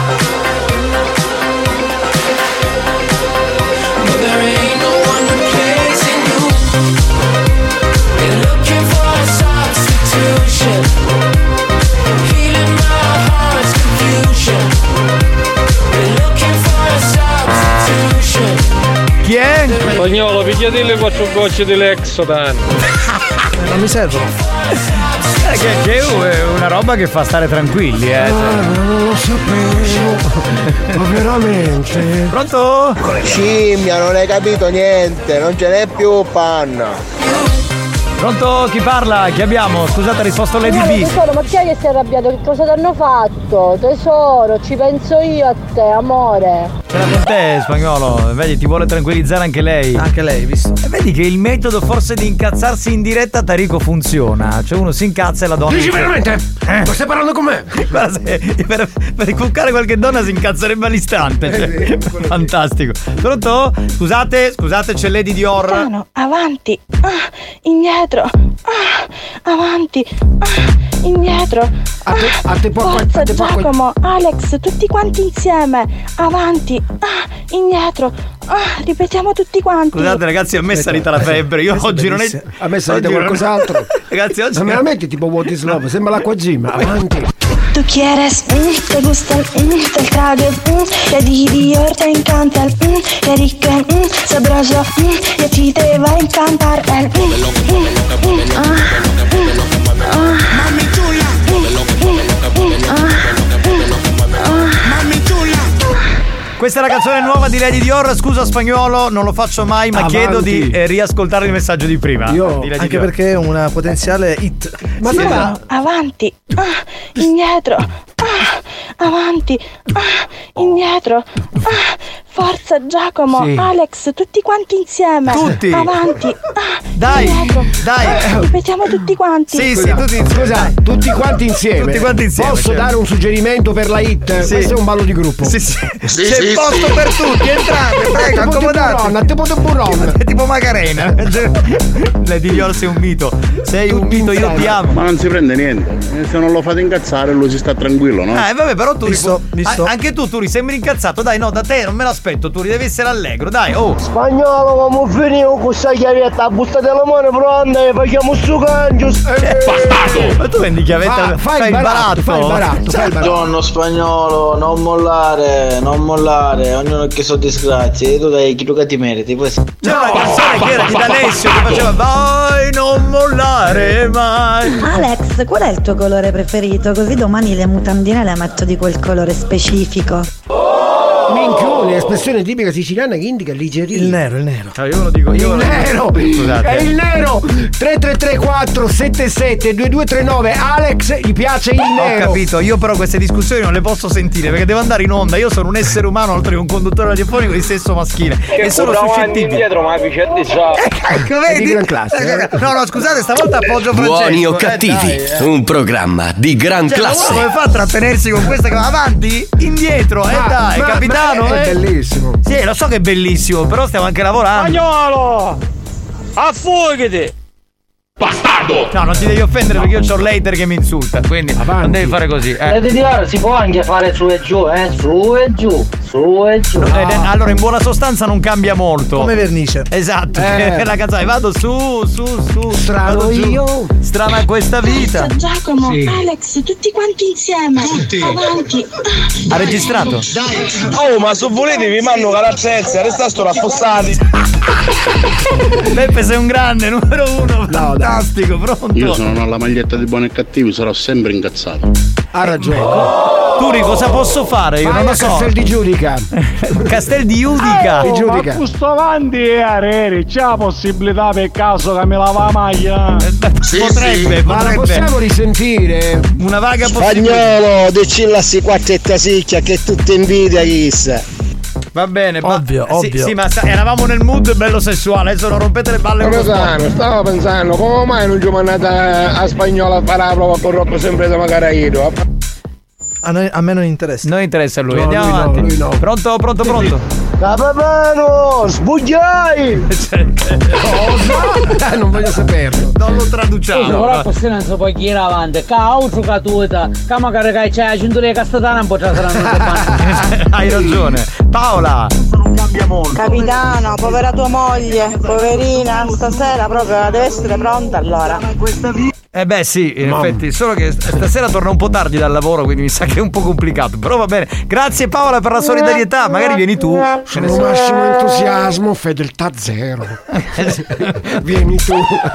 No, there ain't no one replacing you. They're looking for a substitution, healing my heart's confusion. They're looking for a substitution. Chi è? Spagnolo, pigliate le quattro gocce dell'Exodan. Non mi servono. Eh, che, che è una roba che fa stare tranquilli, eh. Non lo sapevo. Ma veramente? Pronto? Scimmia, non hai capito niente, non ce n'è più panna. Pronto? Chi parla? Chi abbiamo? Scusate, ha risposto Lady Amore, B. tesoro, ma chi è che si è arrabbiato? Che cosa ti hanno fatto? Tesoro, ci penso io a te, amore. Ce l'ha con te, Spagnolo. Vedi, ti vuole tranquillizzare anche lei. Anche lei, visto. E vedi che il metodo forse di incazzarsi in diretta a Tarico funziona. Cioè uno si incazza e la donna... Dici veramente? Eh? Ma stai parlando con me? Guarda, se per, per cuccare qualche donna si incazzerebbe all'istante. Cioè, fantastico. Pronto? Scusate, scusate, c'è Lady Dior. Capitano, avanti, ah, indietro, ah, avanti, ah, indietro. A te, a te può, Forza, a te può, Giacomo, Alex, tutti quanti insieme. Avanti, ah, indietro, ah, ripetiamo tutti quanti. Scusate ragazzi, a me è salita la febbre. Io oggi non è... A me salita oggi non- qualcos'altro. Ragazzi, oggi... Ma me la metti tipo What is Love? Sembra l'acqua Gym. Avanti. Tú quieres, mm, te gusta el, mm, del traje, mm, le di Dior te encanta el, mm, le riche, mm, sabroso, mm, y a ti te va a encantar el, mm, mm, mm, ah, mm, ah, Mami chula, mm, mm, ah, mm, ah. mami chula. Questa è la canzone nuova di Lady Dior. Scusa Spagnolo, non lo faccio mai, ma Avanti. chiedo di eh, riascoltare il messaggio di prima. Io, di Lady anche Dior. perché è una potenziale hit. Ma Sì, dove- esatto. Avanti, ah, indietro, ah, avanti, ah, indietro, ah, forza Giacomo, Sì. Alex, tutti quanti insieme. Tutti. Avanti, ah, Dai, indietro. dai. Ah, ripetiamo tutti quanti. Sì, sì, tutti insieme. Scusa, tutti quanti insieme. Tutti quanti insieme, Posso certo. dare un suggerimento per la hit? Sì. Questo è un ballo di gruppo. Sì, sì. Sì, C'è sì, posto sì. per tutti, entrate, prego, Tipo di burrone, accomodate. tipo di burrone. È tipo Macarena. Lady Dior sei un mito. Sei un mito, io ti amo. Ma non si prende niente. Se non lo fate incazzare lui si sta tranquillo, no? Eh vabbè, però tu Visto, ri- visto. a- anche tu tu ri sembri incazzato. Dai, no, da te non me l'aspetto, tu ri devi essere allegro, dai. Oh. Spagnolo, come finivo con questa chiavetta, a busta della mano pronta e facciamo sto cancio. Ma tu vendi chiavetta, Fa- fai il baratto, fai il baratto, fai il baratto. Buongiorno Spagnolo, non mollare, non mollare, ognuno che so disgrazie, e tu dai chi che ti meriti, poi sì. C'è una canzone che era di D'Alessio che faceva vai non mollare mai. Alex, qual è il tuo colore preferito? Così domani le mutandine le metto di quel colore specifico. Minchione, espressione tipica siciliana che indica liggerino. Il nero, il nero. Cioè, io lo dico, io Il lo nero! Scusate. È il nero! tre tre tre quattro sette sette due due tre nove. Alex, gli piace il Ho nero. capito, io però queste discussioni non le posso sentire perché devo andare in onda. Io sono un essere umano oltre che un conduttore radiofonico di sesso maschile e sono suscettibile. indietro, ma vicette già. Ecco, È di vedi? gran classe, eh? No, no, scusate, stavolta appoggio Francesco. Buoni o Eh, cattivi, dai, eh. un programma di gran Cioè, ma uno classe. come fa a trattenersi con questa che va avanti, indietro, eh Ma- dai, ma- capitano, ma è eh. bellissimo. Sì, lo so che è bellissimo, però stiamo anche lavorando. Spagnolo! Affugati! Bastardo! No, non ti devi offendere perché io ho l'hater che mi insulta, quindi non devi fare così. Eh. Lady Dior si può anche fare su e giù, eh? Su e giù, su e giù. Eh, eh, Allora, in buona sostanza non cambia molto. Come vernice. Esatto, Eh. la canzone, vado su, su, su. Strano vado giù. io. Strana questa vita. Forza Giacomo, Sì. Alex, tutti quanti insieme. Tutti. Avanti. Ah, Ha registrato? Oh, ma se volete vi mando caratterezze, resta sto raffossati. Beppe sei un grande, numero uno. No, dai. Fantastico, pronto. Io sono alla maglietta di buoni e cattivi, sarò sempre incazzato. Ha ragione. Turi, cosa posso fare? Io Vai non lo a so. Castel di Giudica. Castel di Udica. Di Giudica. questo avanti è Areri, c'è la possibilità per caso che mi lava la maglia? Sì, potrebbe, sì. Ma la potrebbe. possiamo risentire? Una vaga possibilità. Spagnolo, decilla si quattetta sicchia che tutte invidia chissà. Va bene, ma- Ovvio, sì, ovvio. Sì, ma sta- eravamo nel mood bello sessuale, adesso non rompete le balle con lo sport. Capitano, stavo pensando, come mai non ci mandate a, a spagnolo a fare la prova con Rocco sempre da Macaraito? A, noi- a me non interessa. Non interessa a lui, No, andiamo lui no, avanti. lui no. Pronto, pronto, pronto. Capitano, sbugliai! Eh, non voglio saperlo. Non lo traduciamo. Però così non si può chiedere avanti, caucio catuta, che magari che c'è la cintura di castatana un po' ce la saranno. Hai ragione. Paola. Non cambia molto. Capitano, povera tua moglie, poverina, stasera proprio deve essere pronta allora. Eh beh sì, in effetti, solo che stasera torna un po' tardi dal lavoro, quindi mi sa che è un po' complicato. Però va bene. Grazie Paola per la solidarietà, magari vieni tu. Ce ne Sono so. massimo entusiasmo, fedeltà zero. Vieni tu.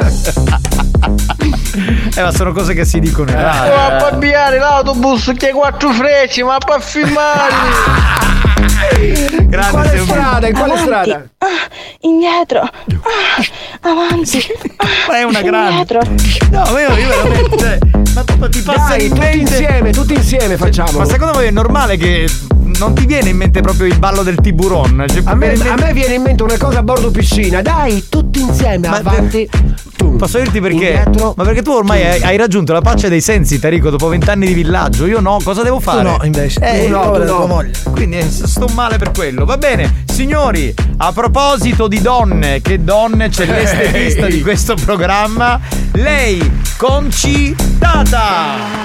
Eh ma sono cose che si dicono in Ma radio. a avviare l'autobus che quattro frecce, ma per filmare! Grande, Quale sei un- strada? In quale avanti. strada? Ah, indietro. Ah, avanti. Ma è una grande. Indietro. No, ma io, io veramente. cioè, ma, ma ti passa Dai, in tutti mente. insieme, tutti insieme facciamo. Ma secondo me è normale che non ti viene in mente proprio il ballo del tiburon? Cioè, A me, viene in a mente- me viene in mente una cosa a bordo piscina. Dai, tutti insieme, Ma- avanti. Tu. Posso dirti perché? Indietro. Ma perché tu ormai hai, hai raggiunto la pace dei sensi, Tarico, dopo vent'anni di villaggio. Io no, cosa devo fare? no, invece. Eh, Tu no, povera tu no. tua moglie. Quindi eh, sto male per quello. Va bene, signori, a proposito di donne, che donne c'è l'estetista di questo programma, lei, concitata.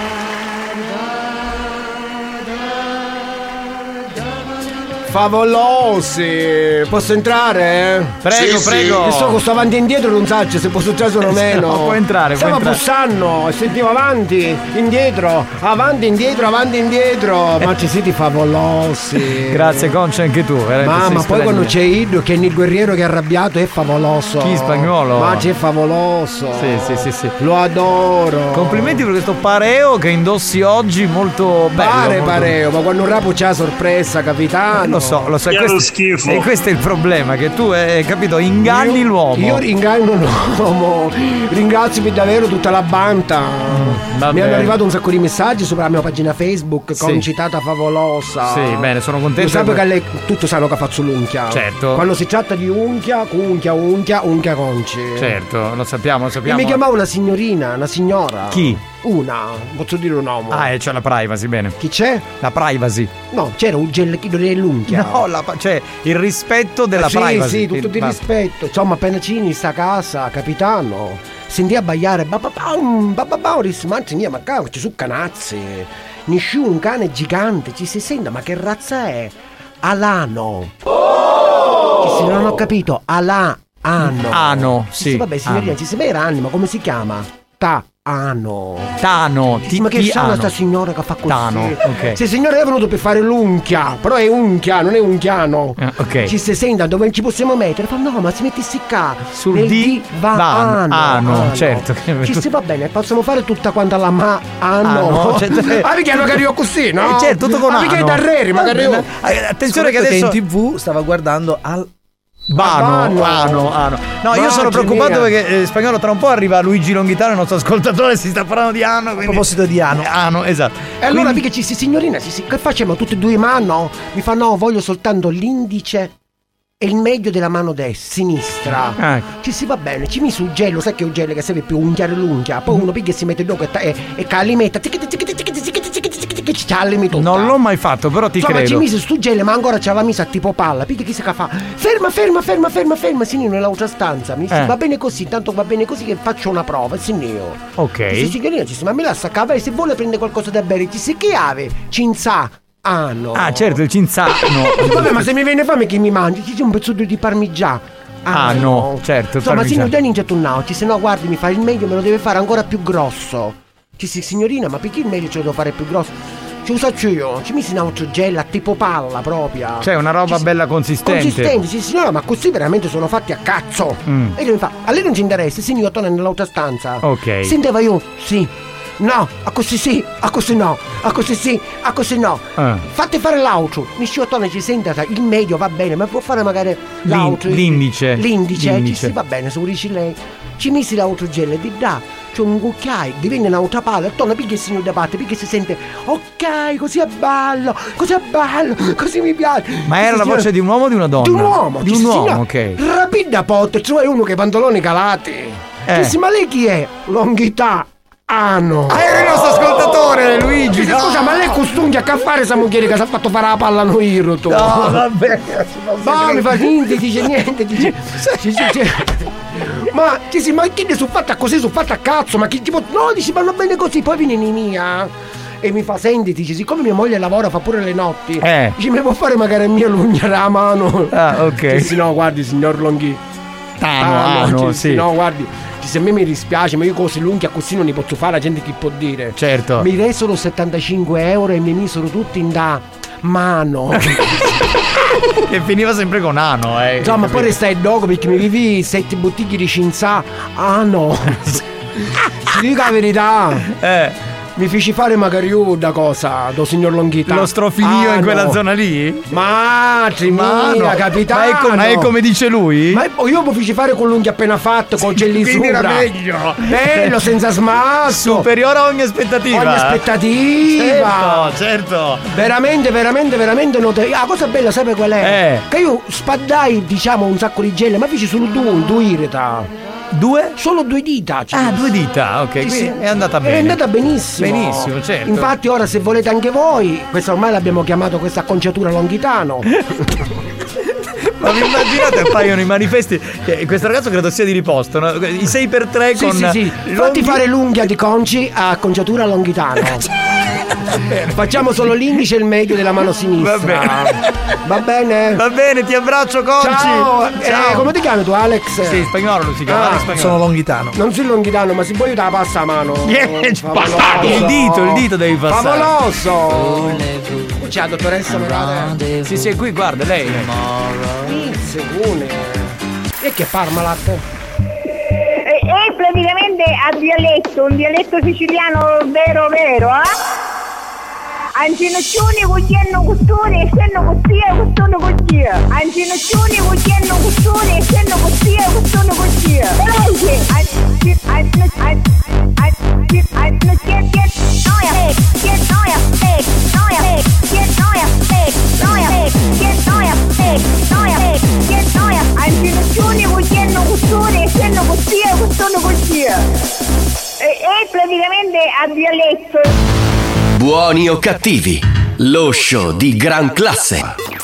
Favolosi. Posso entrare? Prego, Sì, sì. prego. Che so, questo avanti e indietro non so se posso entrare o meno. No, puoi entrare, puoi Stavo entrare. bussando e sentivo avanti, indietro, avanti, indietro, avanti, indietro. Ma ci siete favolosi. Grazie, Conce, anche tu. veramente Ma, sei ma poi splendida. quando c'è Ido che è il guerriero che è arrabbiato è favoloso. Chi, Spagnolo? Ma c'è favoloso. Sì, sì, sì, sì. Lo adoro. Complimenti per questo pareo che indossi oggi molto bello. Pare molto- pareo, ma quando un rapo c'ha la sorpresa, capitano. lo so, lo so. Che Questo, lo schifo. E questo è il problema, che tu, hai capito, inganni io, l'uomo. Io inganno l'uomo. Ringrazio davvero tutta la banda. Mm, Mi hanno arrivato un sacco di messaggi sopra la mia pagina Facebook Sì. con citata favolosa. Sì, bene, sono contento. Lo sapevo per- che lei tutto sanno che faccio l'unchia. Certo. Quando si tratta di unchia, unchia, unchia, unchia conci. Certo, lo sappiamo, lo E sappiamo. mi chiamava una signorina, una signora. Chi? Una, posso dire un uomo. Ah, e c'è la privacy, bene. Chi c'è? La privacy. No, c'era un gel dell'unchia. No, la, cioè il rispetto della sì, privacy. Sì, tutto di Ma- rispetto. Insomma, appena cini sta casa, capitano, sentì abbaiare bababam, bababam, disse, ma mia, ma cavolo, ci sono canazzi. Nessuno, un cane gigante, ci si sente, ma che razza è? Alano. Oh! Ci si, non ho capito, Alà, ano. Ano, sì. Vabbè, signorina, ano. ci si vede anni, ma come si chiama? Ta. Ano. Tano, Sì, ma che ti sana ano. sta signora che fa così? Tano, ok. Se signora è venuto per fare l'unchia, però è unchia, non è unchiano. Eh, ok. Ci si senta dove ci possiamo mettere? Fa no, ma si mette qua Sul nel di- divano. van- ano, certo. Ci si va bene, possiamo fare tutta quanta la ma ano. Ano, cioè- ah, perché hanno che arrivo così, no? Eh, certo, tutto con ah, perché ano. da Reri, ma che arrivo. Eh, Attenzione che Scusate adesso in tv stava guardando al Bano, ano, ano. No, io sono Madre preoccupato mia. perché eh, spagnolo tra un po' arriva Luigi Longhitano, il nostro ascoltatore, si sta parlando di ano. Quindi... A proposito di ano. Eh, ano, esatto. E allora Quindi- perché ci si signorina, ci si, che facciamo tutti e due in mano? Mi fa no, voglio soltanto l'indice e il medio della mano destra, sinistra. Ah. Ci si va bene, ci mi su gelo, sai che è un gelo che serve più unchiare l'unchia. Poi uno piglia e si mette dopo e, ta- e, e calimetta. Ci calimi tutta. Non l'ho mai fatto, però ti Insomma, ci credo. mise stu gelo, ma ancora c'aveva misa tipo palla. Piglia chi si che fa? Ferma, ferma, ferma, ferma, ferma, signor, nell'altra stanza. Mi dice, Eh. va bene così, tanto va bene così che faccio una prova, signor. Ok. Sì, signorina, ci si, ma mi lascia cavare, se vuole prende qualcosa da bere, ci si che ave, cinza. Ah no. Ah, certo, il cinzano. Vabbè, ma se mi viene fame che mi mangi? Ci c'è un pezzo di parmigiano. Ah, no, certo, il Insomma, parmigiano. signor Dani, tu no, ci se no, guardi, mi fa il meglio, me lo deve fare ancora più grosso. Ci si, signorina, ma perché il meglio ce lo devo fare più grosso? Ci lo faccio io, ci misi una altro gella tipo palla propria. Cioè, una roba Ci si- bella consistente. Consistente, sì signora, ma così veramente sono fatti a cazzo. Mm. E lui mi fa, a lei non ci interessa, sì, io torno nell'altra stanza. Ok. Senteva io, sì. No, a così sì, a così no, a così sì, a così no. Ah. Fate fare l'altro. Nisciotone ci senta, il medio va bene, ma può fare magari l'altro. l'indice. L'indice, L'indice. Ci sì, va bene, se lo dici lei. Ci misi l'altro gel e di là c'è un cucchiaio, divenne un'altra palla, e torna piglia il signor da parte, perché si sente, ok, così è bello, così è bello, così mi piace. Ma era la Signora- voce di un uomo o di una donna? Di un uomo, Di ci un si- uomo, signora, ok. Rapida pot, cioè uno che ha i pantaloni calati. Eh. Ci si, ma lei chi è? Longhità. Ah no. Ah, era il nostro ascoltatore, Luigi. Sì, no. Scusa, ma lei costunghi a che fare sta moglie che si è fatto fare la palla a noi irroto? No, vabbè. Ma mi fa niente, dice niente, dice. Ci- ci- ci- Ma ci si, ma chi ne sono fatta così, sono fatta a cazzo, ma chi tipo. No, dici vanno bene così, poi viene mia. E mi fa, senti, dice, siccome mia moglie lavora, fa pure le notti. Eh. Dice, mi può fare magari mia l'ugna la mano. Ah, ok. Dici, no, guardi, signor Longhi. Tano, ano, dici, sì. No, guardi. Se a me mi dispiace, ma io cose l'unghia così non li posso fare, la gente chi può dire. Certo. Mi resero settantacinque euro e mi misero tutti in da mano. Che finiva sempre con ano, eh. Insomma, poi restai dopo perché mi vivi sette bottiglie di cinzà. Ah no. Ti dico la verità. Eh. Mi feci fare magari io da cosa, do signor Longhità. Lo strofilio Ah, in quella no. zona lì? Madre Ma mia, no. capitano. Ma è, com- ma è come dice lui? Ma io mi feci fare con l'unghia appena fatto, con gelli Quindi sopra. era meglio. Bello, senza smalto. Superiore a ogni aspettativa. Ogni aspettativa. Certo, certo. Veramente, veramente, veramente notevole. Ah, cosa bella, sai qual è? Eh. Che io spaddai, diciamo, un sacco di gelle, ma feci solo due, due ireta. Due? Solo due dita. Cioè. Ah, due dita, ok. Sì, Quindi sì. è andata bene. È andata benissimo. Benissimo, certo. Infatti ora se volete anche voi, questa ormai l'abbiamo chiamato questa acconciatura longhitano. Ma vi immaginate appaiono i manifesti? Che questo ragazzo credo sia di riposto, no? I sei per tre Sì, con sì, sì. longhi- Fatti fare l'unghia di conci a acconciatura longhitano. Facciamo solo l'indice e il medio della mano sinistra. Va bene. Va bene? Va bene, ti abbraccio, Conci. Ciao. Ciao. Eh, come ti chiami tu, Alex? Sì, spagnolo lo si chiama. Ah, Alex spagnolo. Sono longhitano. Non sei longhitano, ma se vuoi io te la passa a mano. Yeah, Favoloso. il dito, il dito devi passare. Favoloso. C'è la dottoressa Morale? Sì, sì, qui guarda, lei. Secondo. E che Parmalat? È, è praticamente a dialetto, un dialetto siciliano vero vero, eh? Ancinoccioni cucchiano costone e stenno così e costone così. Ancinoccioni cucchiano costone e stenno così e costone così. Veloce. Anci anci anci anci anci che che noia che noia che noia che noia che noia che noia che noia che noia. Ancinoccioni cucchiano costone e stenno così e costone così. E praticamente a violetto. Buoni o cattivi, lo show di gran classe.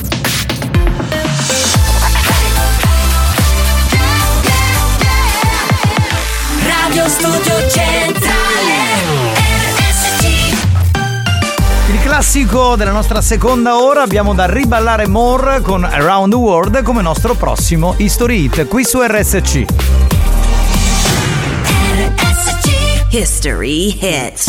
Radio Studio Centrale R S C. Il classico della nostra seconda ora, abbiamo da riballare more con Around the World come nostro prossimo History Hit qui su R S C. R S C History Hit.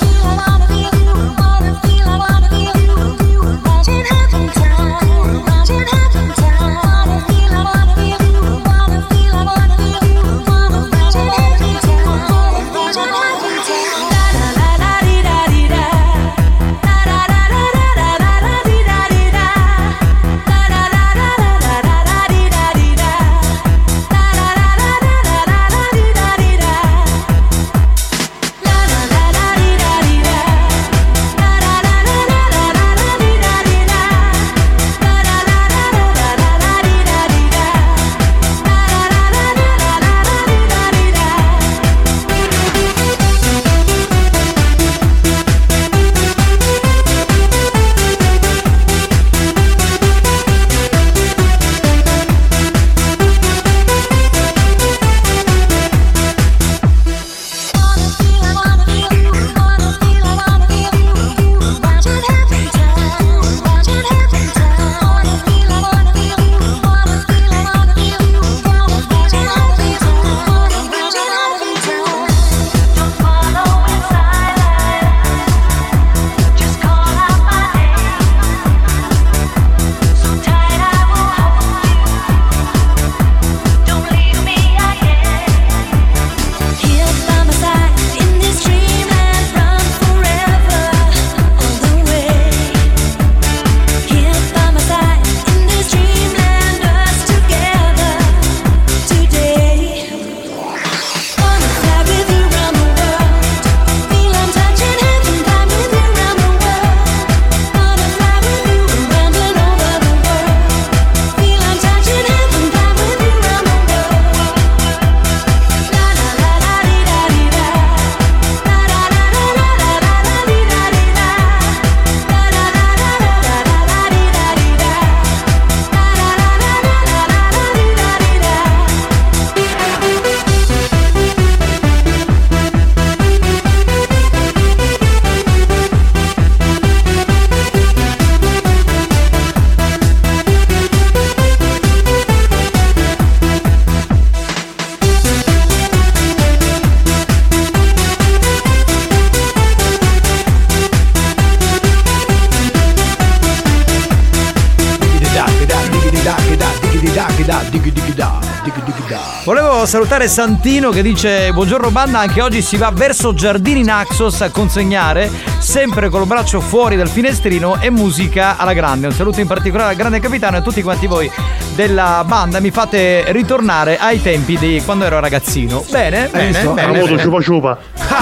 Volevo salutare Santino che dice: buongiorno banda, anche oggi si va verso Giardini Naxos a consegnare, sempre col braccio fuori dal finestrino, e musica alla grande. Un saluto in particolare al grande capitano e a tutti quanti voi della banda. Mi fate ritornare ai tempi di quando ero ragazzino. Bene, bene, visto? bene, bene. Ciupa ciupa.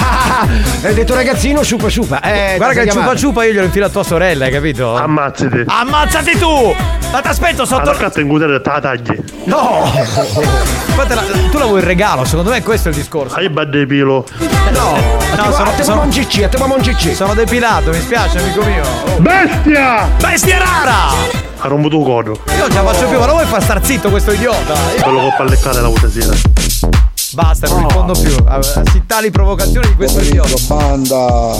Hai detto ragazzino, ciupa ciupa. Eh, guarda che il ciupa ciupa io glielo infilo a tua sorella, hai capito? Ammazzati. Ammazzati tu! Ma ti aspetto sotto. Allora cazzo in cutele te la tagli. No! La, tu la vuoi in regalo, secondo me questo è il discorso. Hai badde pilo. No, no, sono te sono un cicci, te un cicci. Sono depilato, mi spiace amico mio. Oh. Bestia! Bestia rara! Ha romputo un codo. Io non ce la faccio più, ma lo vuoi far star zitto questo idiota? Io... Quello con palleccare la vuotesera. Basta, non rispondo più. Si tali provocazioni di questo idiota. Banda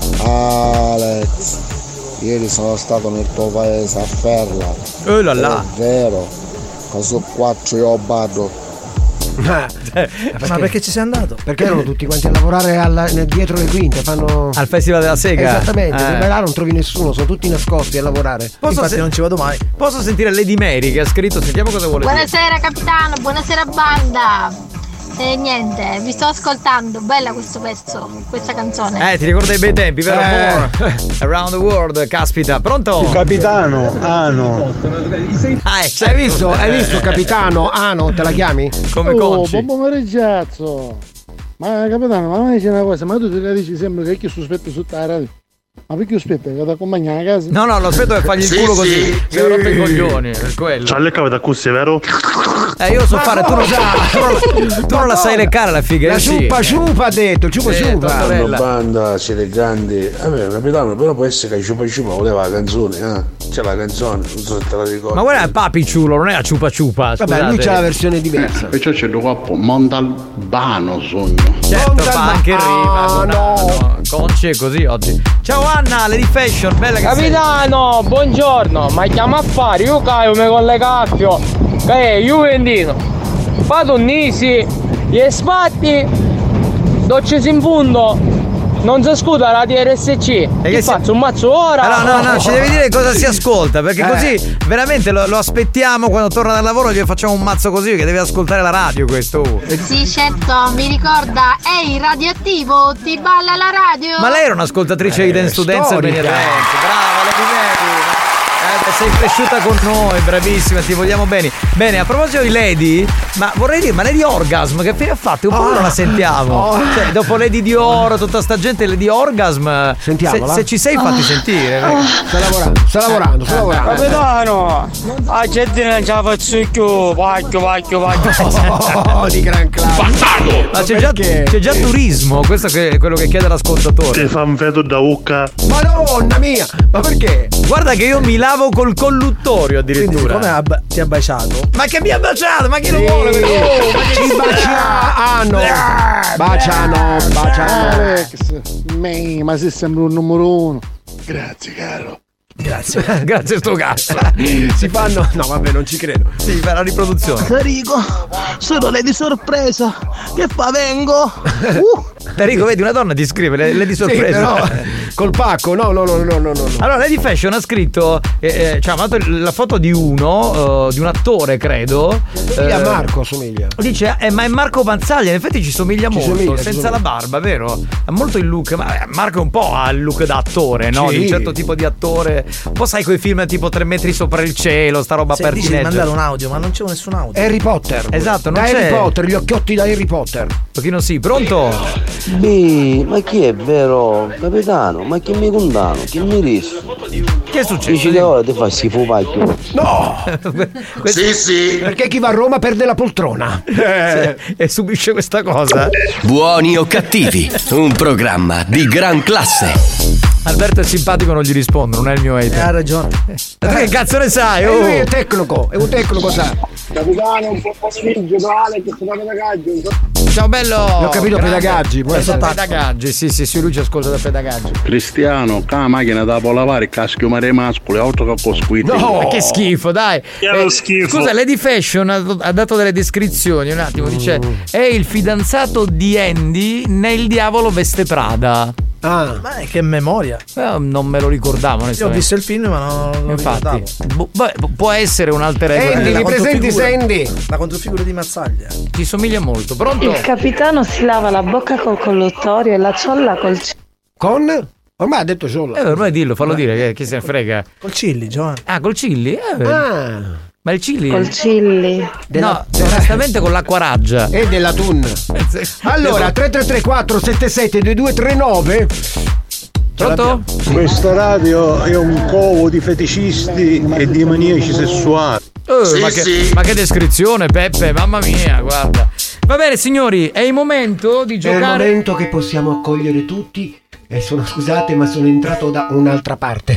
Alex, ieri sono stato nel tuo paese a Ferla. Oh là là. È vero, ma su quattro io bardo. Ma perché? ma perché ci sei andato? Perché erano tutti quanti a lavorare alla, dietro le quinte, fanno al Festival della Sega. Esattamente, eh. là non trovi nessuno, sono tutti nascosti a lavorare. Posso Infatti se... non ci vado mai. Posso sentire Lady Mary che ha scritto, sentiamo cosa vuole buonasera, dire. Buonasera capitano, buonasera banda. E niente, vi sto ascoltando, bella questo pezzo, questa canzone. Eh, ti ricordi i bei tempi, vero? Eh. Around the world, caspita, pronto? Capitano, Ano. Ah, ecco. Hai visto? Hai visto capitano Ano? Te la chiami? Come Oh, Conci. buon pomeriggio. Ma capitano, ma mi dici una cosa, ma tu te la dici sempre che io sospetto sotto la radio. Ma perché aspetta che ti accompagna a casa? No, no, lo aspetto che fagli il Sì, culo sì, così. sì. Si è rotto i coglioni, per quello. C'ha le cave così, vero? Eh, io so Ma fare, tu non, cosa? tu non, tu non la sai leccare la figa. La eh, sì. ciupa ciupa ha detto, ciupa Sì, ciupa. Tortorella. Banda, siete grandi. Vabbè, capitano, però può essere che ciupa ciupa voleva la canzone, eh? C'è la canzone, non so se te la ricordi. Ma guarda il papi ciulo, non è la ciupa ciupa. Vabbè, lui c'ha la versione diversa. Perciò c'è il corpo Montalbano sogno. Certo, fa anche rima. con Anno. Conci è così oggi. Ciao Anna, Lady Fashion, bella che Capitano, buongiorno, ma chiama a fare, io caio me con le caffio, che è Juventino, Patonnisi, gli spatti, docce in fondo, non si scuda la T R S C, e che si... faccio un mazzo ora? Allora, no, no, ci devi dire cosa si ascolta, perché Eh. così veramente lo, lo aspettiamo quando torna dal lavoro, gli facciamo un mazzo così, che deve ascoltare la radio questo. Sì, certo, mi ricorda, ehi, radioattivo, ti balla la radio? Ma lei era un'ascoltatrice di Dance to Dance storica. e brava, Lady Mary. Eh, sei cresciuta con noi, bravissima, ti vogliamo bene. Bene, a proposito di Lady, ma vorrei dire, ma Lady Orgasm, che fine ha fatto? Un po' Oh. non la sentiamo. Oh. Cioè, dopo Lady Dior, tutta sta gente, Lady Orgasm. Sentiamola. Se, se ci sei, fatti sentire. vai. Sta lavorando, sta lavorando, sta lavorando. Capitano, a gente non ce la faccio più, vacchio, vacchio, vacchio. Oh, di gran classe. Ma c'è già, c'è già turismo, questo che è quello che chiede l'ascoltatore. Ti fa un vedo da ucca. Madonna mia, ma perché? Guarda che io mi lavo col colluttorio addirittura. Come ha- ti ha baciato? Ma che mi ha baciato? Ma chi Sì. lo vuole? Oh, ma che Ci baciano, baciano, baciano. Alex, me, ma sei sempre un numero uno. Grazie, caro. Grazie, grazie sto cazzo. Si fanno. No, vabbè, non ci credo. Sì, fa la riproduzione. Enrico, sono lei di sorpresa. Che fa, vengo? Uh. Enrico, vedi, una donna ti scrive, le, le di sorpresa. Sì, però, col pacco, no, no, no, no, no, no. Allora, Lady Fashion ha scritto, eh, eh, cioè ha mandato la foto di uno, uh, di un attore, credo. Somiglia eh, a Marco, somiglia. Dice, eh, ma è Marco Panzaglia, in effetti ci somiglia Ci molto, somiglia, ci senza somiglia. la barba, vero? Ha molto il look, ma eh, Marco un po' ha il look da attore, no? Sì. Di un certo tipo di attore. Un po' sai quei film tipo Tre metri sopra il cielo, sta roba Se per dici di teenager. mandare un audio, ma non c'è nessun audio. Harry Potter. Esatto, non da c'è. Harry Potter, gli occhiotti da Harry Potter. Un pochino sì, pronto? Beh, ma chi è vero? Capitano, ma chi mi condanno? Chi mi rischia? Che è successo? Dici che ora ti fa schifo pacchio. No! Sì, sì. Perché chi va a Roma perde la poltrona. Eh, e subisce questa cosa. Buoni o cattivi, un programma di gran classe. Alberto è simpatico, non gli rispondo, non è il mio hater. Ha ragione. Ma tu che cazzo ne sai? E Oh. lui è tecnico, è un tecnico, sa. Capitano, un po' pomeriggio, Ale, che sono pedagaggio. Ciao bello. L'ho capito, Grande. pedagaggi, può essere. Pedagaggi, sì, sì, sì, lui ci ascolta da pedagaggi. Cristiano, con la macchina da lavare, caschio mare mascoli, auto che cosquito. No, ma che schifo, dai. Che è lo schifo. Scusa, Lady Fashion ha, ha dato delle descrizioni, un attimo, dice è il fidanzato di Andy nel Diavolo veste Prada. Ah, Ma è che memoria. Eh, non me lo ricordavo, Io ho onestamente. visto il film, ma non lo Infatti, ricordavo. bu- beh, può essere un alter ego. Andy, Eh, mi presenti controfigura. Sandy? La controfigura di Mazzaglia. Ti somiglia molto. Pronto? Il capitano si lava la bocca col colluttorio e la ciolla col c- Con? Ormai ha detto solo. Eh, ormai dillo, fallo dire, che, che se ne frega. Col Chilli, Giovanni. Ah, col chilli? Eh, Ah, Ma il chilli? col chilli. della- No, onestamente con l'acqua raggia. e della Tun. Allora, tre tre tre quattro sette sette due due tre nove. Pronto? Questa radio è un covo di feticisti e di maniaci sessuali. Eh, ma, che, ma che descrizione, Peppe, mamma mia, guarda. Va bene, signori, è il momento di È il giocare. momento che possiamo accogliere tutti. E sono, scusate, ma sono entrato da un'altra parte.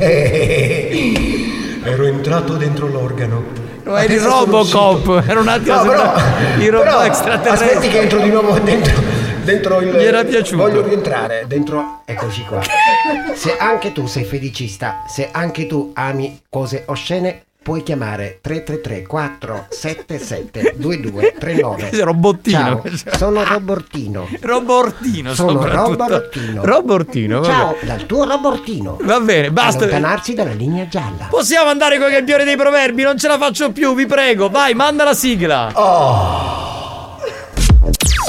Ero entrato dentro l'organo. No, eri Adesso sono Robocop, uscito. era un attimo No, sembrava però, il robot però, extraterrestre. aspetti che entro di nuovo dentro. Dentro il. Gli era piaciuto. Voglio rientrare dentro. Eccoci qua. Se anche tu sei feticista, se anche tu ami cose oscene, puoi chiamare tre tre tre quattro sette sette due due tre nove. Sei Robottino. Ciao, sono Robortino. Robortino, Sono soprattutto. Robortino. Robortino, vabbè. Ciao, dal tuo Robortino. Va bene, basta. Allontanarsi dalla linea gialla. Possiamo andare con i campioni dei proverbi, non ce la faccio più, vi prego. Vai, manda la sigla. Oh.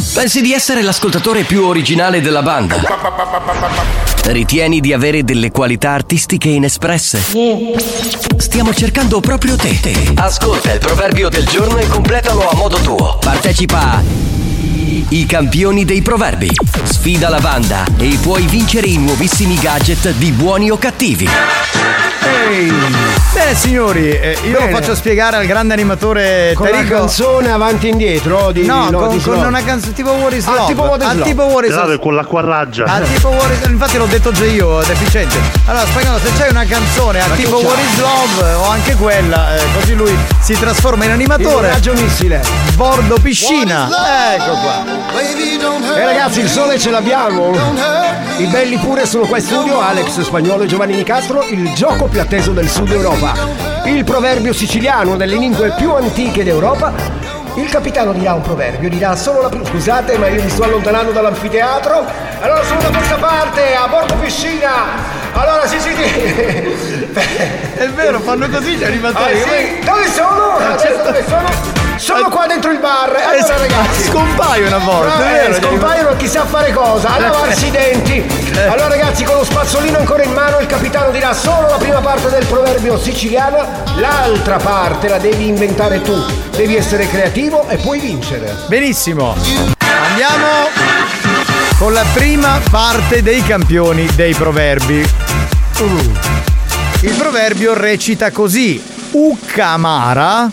Pensi di essere l'ascoltatore più originale della banda? Ritieni di avere delle qualità artistiche inespresse? Stiamo cercando proprio te. Ascolta il proverbio del giorno e completalo a modo tuo. Partecipa a I campioni dei proverbi. Sfida la banda e puoi vincere i nuovissimi gadget di Buoni o Cattivi. Ehi. Bene signori, eh, io Bene. lo faccio spiegare al grande animatore Con Tarico. la canzone avanti e indietro di, No, no, con, di con Slow. una canzone tipo What is Ah, Love. tipo What is Ah, Love. tipo What is Esatto, Love. con l'acquarraggia. Ah, tipo What is- infatti l'ho detto già io, deficiente. Allora, spagnolo, se c'hai una canzone a Ma che tipo c'ha? What is Love o anche quella, eh, così lui si trasforma in animatore. Il raggio missile. Bordo piscina. Ecco qua. E ragazzi, il sole ce l'abbiamo. I belli pure sono qua in studio, Alex Spagnolo e Giovanni Nicastro, il gioco più atteso del Sud Europa. Il proverbio siciliano, delle lingue più antiche d'Europa. Il capitano dirà un proverbio, dirà solo la prima. Scusate, ma io mi sto allontanando dall'anfiteatro. Allora sono da questa parte, a bordo piscina. Allora sì sì sì. È vero, fanno così gli animatori. Ah, sì. Dove sono? Adesso dove sono? Sono qua dentro il bar. Allora ragazzi, scompaiono a volte, eh, è vero, scompaiono chissà fare cosa, a lavarsi i denti. Allora ragazzi, con lo spazzolino ancora in mano, il capitano dirà solo la prima parte del proverbio siciliano, l'altra parte la devi inventare tu. Devi essere creativo e puoi vincere. Benissimo. Andiamo con la prima parte dei campioni dei proverbi. Mm. Il proverbio recita così: Uccamara.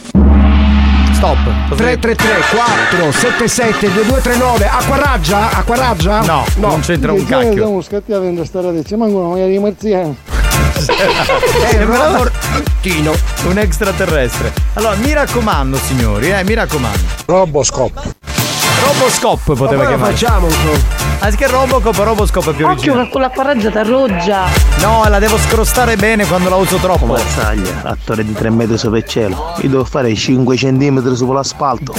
Stop. tre tre tre quattro sette sette due due tre nove. Acquaraggia? Acquaraggia? No, non c'entra un cacchio. Siamo scattiati in restaurante, ci mancano magari i marziani. Sembrava Tino, un extraterrestre. Allora, mi raccomando, signori, eh, mi raccomando. Roboscop. Roboscop poteva Ma poi lo chiamare. facciamo un po'. Anziché Robocop, Roboscop è più Occhio originale. che quella paraggiata roggia. No, la devo scrostare bene quando la uso troppo. Mazzaglia, attore di tre metri sopra il cielo. Io devo fare cinque centimetri sopra l'asfalto.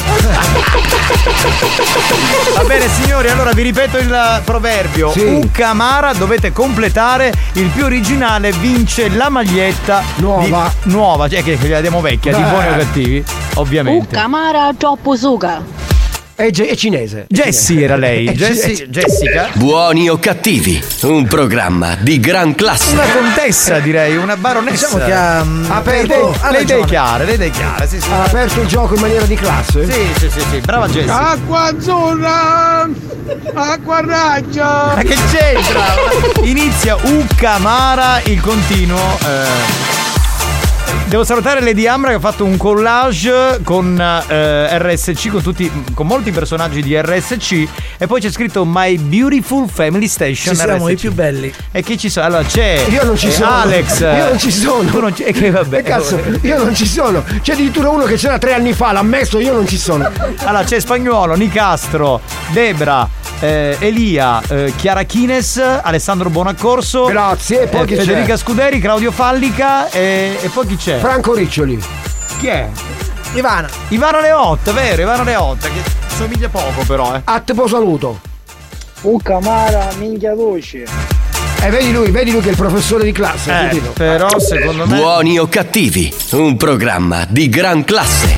Va bene signori, allora vi ripeto il proverbio. Sì. Uccamara, dovete completare. Il più originale vince la maglietta Nuova. di- nuova, cioè che gliela diamo vecchia, di Beh. Buoni o Cattivi, ovviamente. Camara troppo suga. È, ge- è cinese. È Jessie era lei, È Jessie- cinese. Jessica. Buoni o Cattivi, un programma di gran classe. Una contessa direi, una baronessa. Diciamo che ha mm, Ha Le aperto, idee, ha le idee ragione. chiare, le idee chiare, sì, sì. Ha aperto il gioco in maniera di classe. Sì, sì, sì, sì, brava Jessie. Acqua azzurra! Acqua raggio! Ma che c'entra? Inizia Uccamara, il continuo. eh. Devo salutare Lady Ambra che ha fatto un collage con eh, R S C, con tutti, con molti personaggi di R S C, e poi c'è scritto My Beautiful Family Station. Ci siamo R S C. i più belli. E chi ci sono? Allora c'è Io non ci eh, sono. Alex. Io non ci sono. Tu non ci, e che vabbè. Eh, cazzo, io non ci sono. C'è addirittura uno che c'era tre anni fa, l'ha messo, io non ci sono. Allora c'è Spagnuolo, Nicastro, Debra, eh, Elia, eh, Chiara Chines, Alessandro Bonaccorso. Grazie, e poi eh, chi c'è? Federica Scuderi, Claudio Fallica e, e poi chi c'è? Franco Riccioli. Chi è? Ivana. Ivano Leotta, vero? Ivano Leotta, che somiglia poco però, eh. A te po' saluto. Uccamara, minchia voce. E vedi lui, vedi lui che è il professore di classe. Eh, sentito? però secondo me Buoni o Cattivi, un programma di gran classe.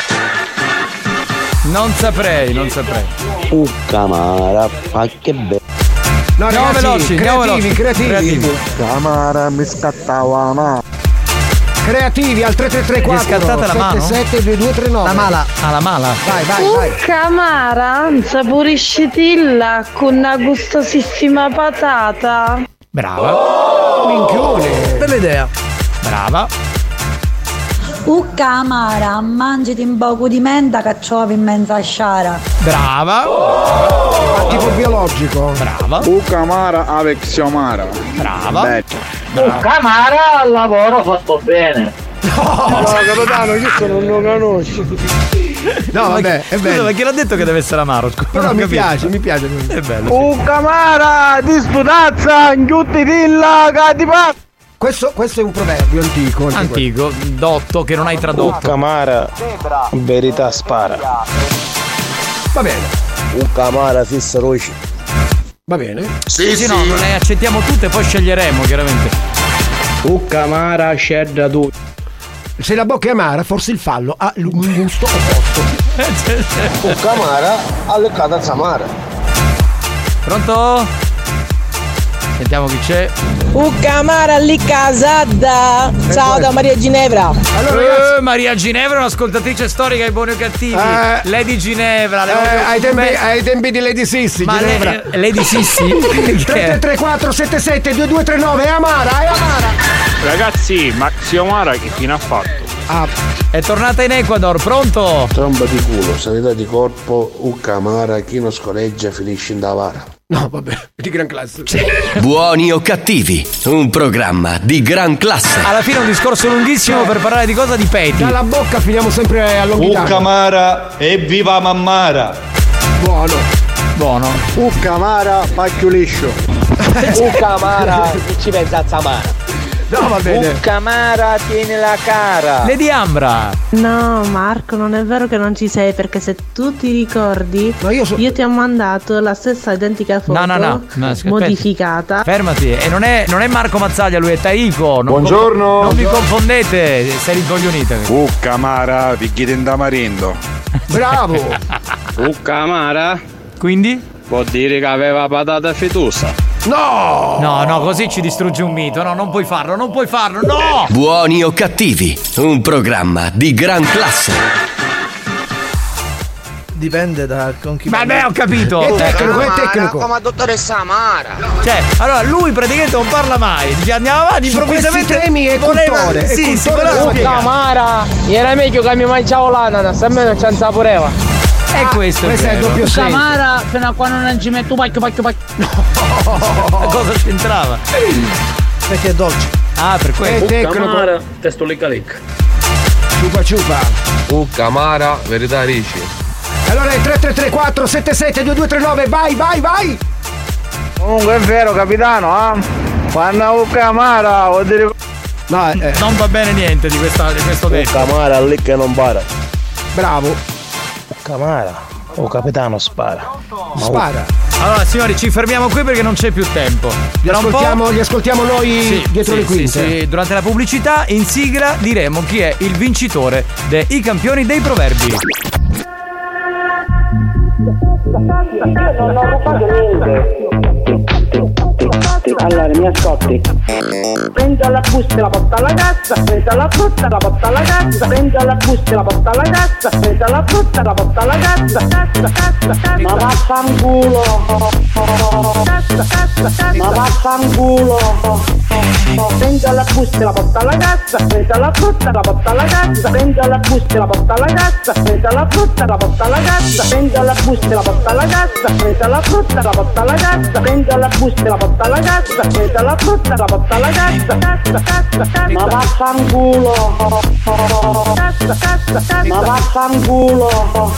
non saprei, non saprei. Uccamara, ma che bello. No, Andiamo ragazzi, veloci, andiamo creativi, veloci. creativi, Camara mi scattava una. creativi al tre tre tre Gli è scattata la quattro mano? sette sette due due tre nove. La mala, alla mala. Vai, vai, vai. Camara, saporiscitilla con una gustosissima patata. Brava, Minchione. Bella idea. brava. Ucca amara, mangiati un poco di menta che c'ho in mezzo a sciara. Brava. Ah, tipo biologico. Brava. Uccamara avexiomara. Brava. Oh, Camara al lavoro fatto bene. No, capitano, io sono un non conosci. No, vabbè, è Scusa, bello. ma chi l'ha detto che deve essere amaro? Scusa, Però non mi capisco. piace, mi piace. È bello. sì. Uccamara, disputazza, ingiutti dilla, catipa. Questo, questo è un proverbio antico. anche Antico, dotto, che non hai tradotto. Uccamara, verità spara. questo. Va bene, Uccamara fissa roci. va bene. Sì, sì, no, non le accettiamo tutte, poi sceglieremo, chiaramente. Uccamara, scerda tu. Se la bocca è amara, forse il fallo ha un gusto opposto. Bocca amara, alleccata zamara. Pronto? Sentiamo chi c'è. Uccamara lì casada. Ciao da Maria Ginevra. Allora, eh, Maria Ginevra è un'ascoltatrice storica di Buoni o Cattivi. Eh, Lady Ginevra. Eh, ai, tempi, ai tempi di Lady Sissi. Ma Ginevra. le, Lady Sissi? tre tre tre quattro sette sette due due tre nove. È amara, è amara. Ragazzi, Maxi Omara che fine ha fatto? Ah, è tornata in Ecuador, pronto? Tromba di culo, sanità di corpo, Uccamara, chi non scorreggia finisce in davara. No, vabbè, di gran classe. Buoni o Cattivi, un programma di gran classe. Alla fine un discorso lunghissimo per parlare di cosa? Di peti. Dalla bocca finiamo sempre a Longhitano. Uccamara e viva Mammara. Buono. Buono. Uccamara, pacchio liscio. Uccamara, ci pensa a Zamara. No, va bene. Uccamara, tieni la cara. Lady Ambra. No, Marco, non è vero che non ci sei, perché se tu ti ricordi, Ma io, so... io ti ho mandato la stessa identica foto No, no, no, no aspetta. modificata. Fermati, e non è, non è Marco Mazzaglia, lui è Taiko. Non Buongiorno. Co- non vi confondete, sei rincoglionita. Uccamara, picchiete in tamarindo. Bravo. Uccamara? Quindi? Vuol dire che aveva patata fetosa. No! No, no, così ci distrugge un mito. No, non puoi farlo, non puoi farlo, no! Buoni o Cattivi, un programma di gran classe. Dipende da con chi. Vabbè, ho capito. È tecnico, è tecnico. Come dottoressa Amara. Cioè, allora lui praticamente non parla mai. Dice andiamo avanti, Su improvvisamente questi temi è voleva- cultore, è Sì, cultore si voleva della spiegare. Uccamara, era meglio che mi mangiavo l'ananas, a me non c'è sapureva. E questo, questo è il doppio senso. Uccamara, fino a quando non ci metto pacchio, pacchio, pacchio. Cosa c'entrava? Perché è dolce. Ah, per questo. È tecnico. testo licca licca. Ciupa ciupa. Uccamara, verità Ricci. Allora è tre tre tre quattro sette sette due due tre nove. Vai, vai, vai. Comunque è vero, capitano, eh? Quando Uccamara vuol dire. No, eh, Non va bene niente di, questa, di questo detto. Uccamara lì che non para. bravo. Uccamara, oh capitano spara. Spara. Allora signori, ci fermiamo qui perché non c'è più tempo. Li Tra un po'- ascoltiamo, li ascoltiamo noi Sì, dietro sì, le quinte. sì, sì. Durante la pubblicità, in sigla, diremo chi è il vincitore dei campioni dei proverbi. Non ho rubato niente. Allora, mi ascolti. Prendo la busta e la porta alla cassa, prendo la frutta e la porta alla cassa, prendo la busta e la porta alla cassa, prendo la frutta e la porta alla cassa, cassa, cassa, cassa. Ma vaffanculo. Cassa, cassa, cassa. Ma vaffanculo. Prendo la busta e la porta alla cassa, prendo la frutta e la porta alla cassa, prendo la busta e la porta alla cassa, prendo la frutta e la porta alla cassa, prendo la busta e la porta alla cassa, prendo la frutta e la porta alla cassa, prendo la busta e la porta alla cassa, prendo la frutta e la porta alla cassa, cassa, cassa, cassa. Ma vaffanculo. Cassa, cassa, cassa. Ma vaffanculo.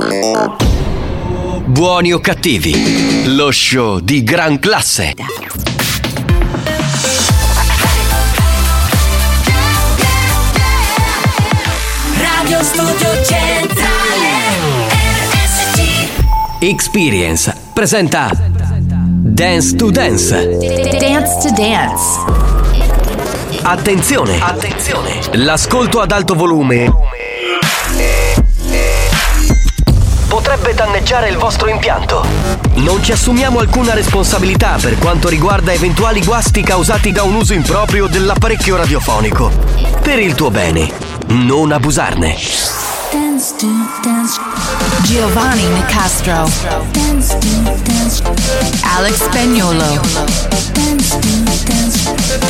Buoni o Cattivi, lo show di gran classe. Radio Studio Centrale R S C. Experience presenta Dance to Dance. Dance to Dance. Attenzione, attenzione. L'ascolto ad alto volume potrebbe danneggiare il vostro impianto. Non ci assumiamo alcuna responsabilità per quanto riguarda eventuali guasti causati da un uso improprio dell'apparecchio radiofonico. Per il tuo bene, non abusarne. Dance to Dance. Giovanni Nicastro. Dance to Dance. Alex Spagnolo. Dance to Dance.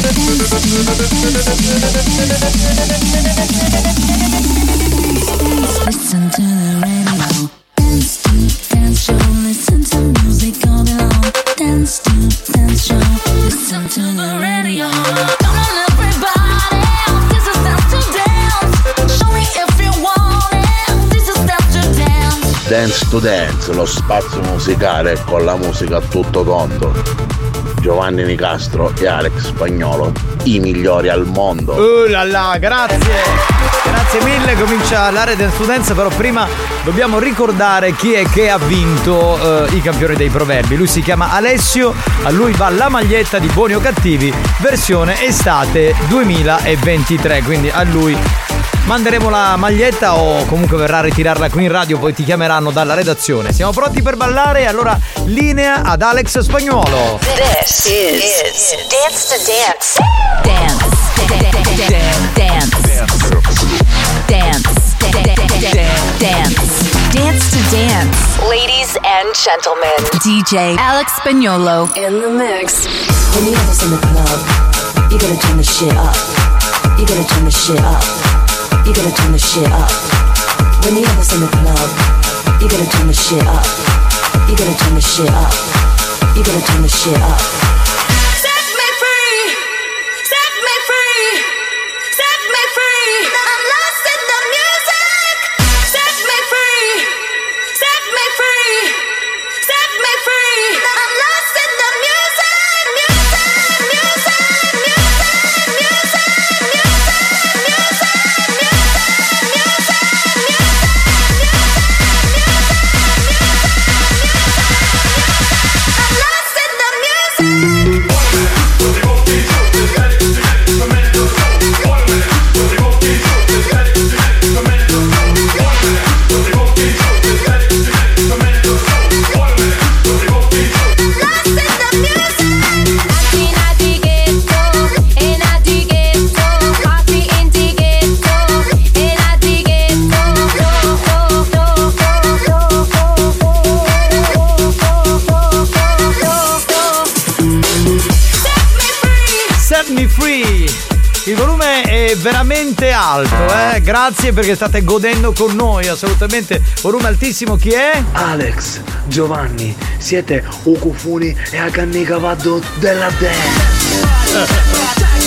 Listen to the radio. Dance to Dance Show. Listen to music all day long. Dance to Dance Show. Listen to the radio. Come on everybody, this is Dance to Dance. Show me if you want it. This is Dance to Dance. Dance to Dance, lo spazio musicale con la musica a tutto tondo. Giovanni Nicastro e Alex Spagnolo, i migliori al mondo. Uh là là, grazie! Grazie mille, comincia l'area del studenza, però prima dobbiamo ricordare chi è che ha vinto eh, i campioni dei proverbi. Lui si chiama Alessio, a lui va la maglietta di Buoni o Cattivi, versione estate duemilaventitré, quindi a lui manderemo la maglietta o comunque verrà a ritirarla qui in radio, poi ti chiameranno dalla redazione. Siamo pronti per ballare? Allora linea ad Alex Spagnuolo. This is, is Dance to Dance. Dance. Dance. Dance. Dance. Dance to Dance. Ladies and gentlemen, D J Alex Spagnuolo in the mix. When you have us in the club, you gotta turn the shit up. You gotta turn the shit up. You gotta turn the shit up. When you have us in the club, you gotta turn the shit up. You gotta turn the shit up. You gotta turn the shit up. Set me free. Set me free. Set me free. I'm lost in the music. Set me free. Set me free. Set me free. I'm lost in the music. Music. Music. Music. Music. Il volume è veramente alto, eh? Grazie perché state godendo con noi, assolutamente. Volume altissimo, chi è? Alex, Giovanni, siete Ukufuni e a Cannicavaddo della dance.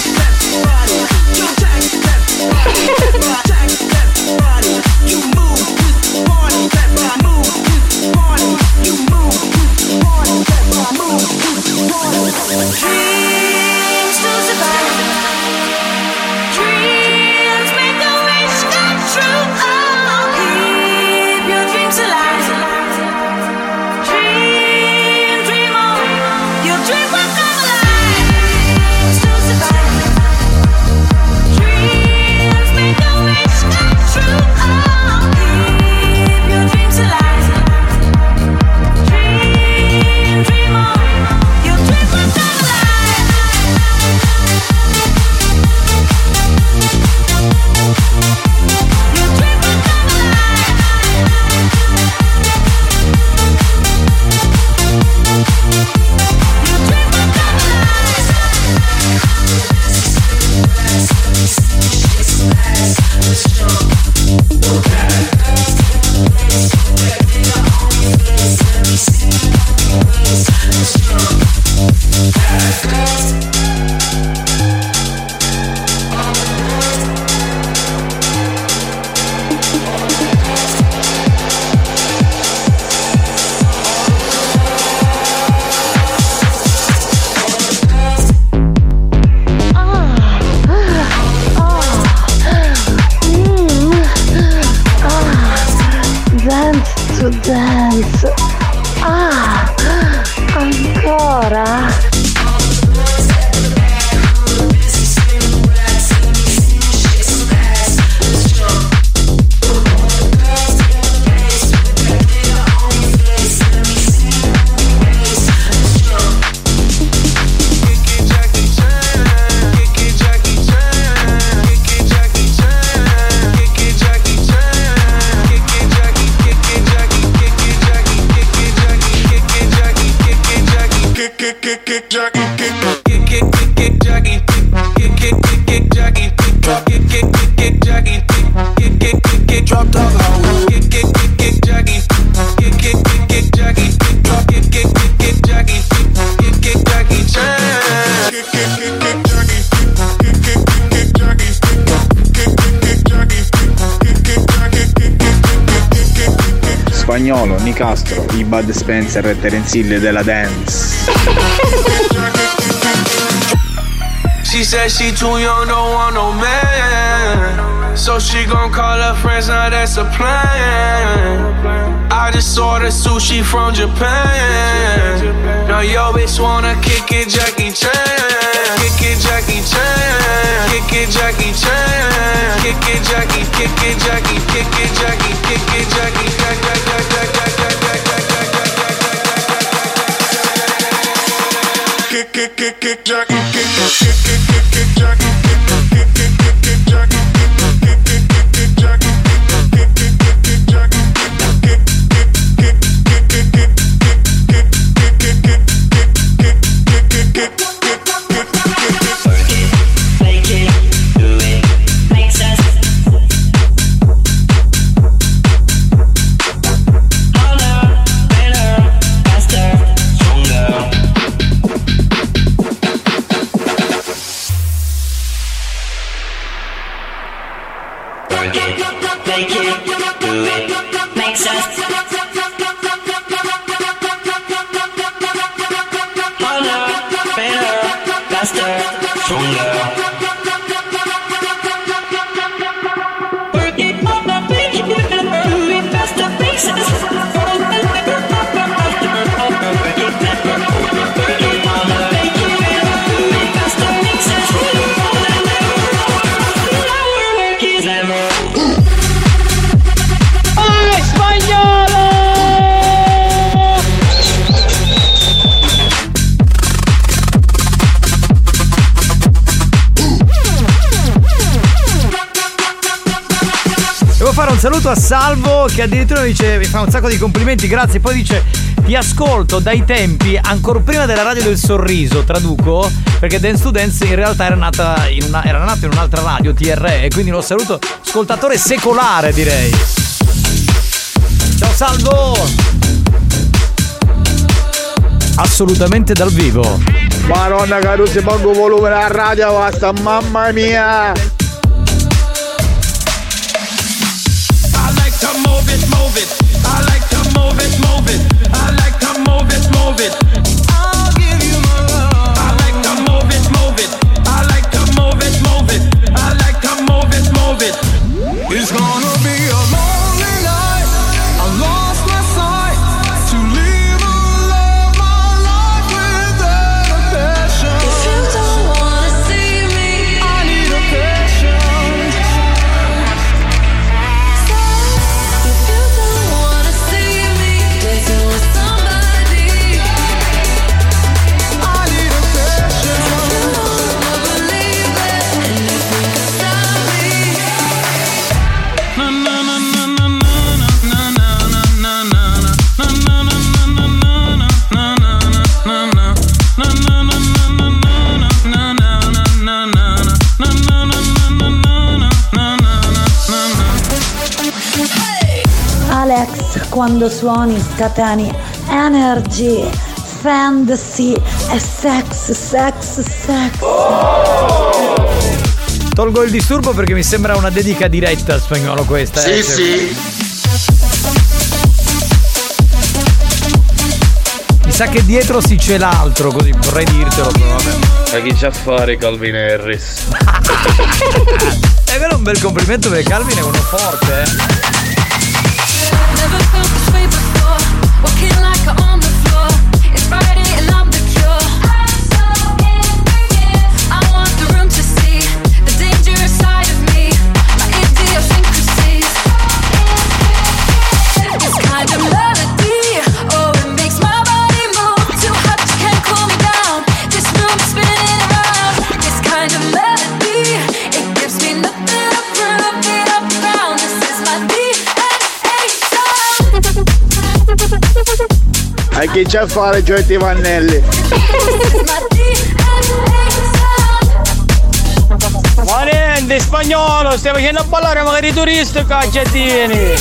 Dance. Ah, ancora. Spagnuolo, Nicastro, i Bud Spencer e Terence Hill della dance. She said she too young, don't want no man. So she gon' call her friends, now that's a plan. I just ordered sushi from Japan. Now yo bitch wanna kick it, Jackie Chan. Kick it, Jackie Chan. kick it Jackie Chan. Kick it Jackie, kick it Jackie, kick it Jackie, kick it Jackie, Jack, Jack, Jack, Jack, Jack, Jack, Jack, Jack, kick, kick, kick, kick Jackie, kick, kick, kick, kick, kick Jackie, kick, kick, kick, kick, kick Jackie, kick, kick, kick, kick Jackie, kick, kick, kick, kick Jackie, kick, kick, kick, kick, kick, Un saluto a Salvo che addirittura mi dice, mi fa un sacco di complimenti, grazie. Poi dice: ti ascolto dai tempi ancora prima della radio del sorriso, traduco, perché Dance to Dance in realtà era nata in una, era nata in un'altra radio, T R E, quindi lo saluto, ascoltatore secolare direi. Ciao Salvo. Assolutamente dal vivo. Madonna Carusi, pongo volume alla radio, basta, mamma mia. Move it, move it. I like to move it, move it. I like to move it, move it. I'll give you my love. I like to move it, move it. I like to move it, move it. I like to move it, move it. It's gonna be a lonely night. I lost my sight to live a love my life without a passion. If you don't wanna see me, I need a passion. Alex, quando suoni scateni energy, fantasy e sex, sex, sex. Tolgo il disturbo perché mi sembra una dedica diretta a Spagnolo questa. Sì, eh, sì. Mi sa che dietro si c'è l'altro, così vorrei dirtelo, però vabbè. Ma chi c'ha a fare Calvin Harris? È vero, un bel complimento perché Calvin è uno forte, eh. Never felt this way before. Walking like I'm on the floor. It's Friday and I'm the cure. I want the room to see the dangerous side of me, my idiosyncrasies. This kind of melody, oh, it makes my body move. Too hot, you can't cool me down. This room is spinning around. This kind of melody, it gives me nothing to prove it up around. This is my D N A. A chi c'è a fare Gioetti Vannelli? Ma niente, Spagnolo, stai facendo a ballare magari i turisti, cacciatini.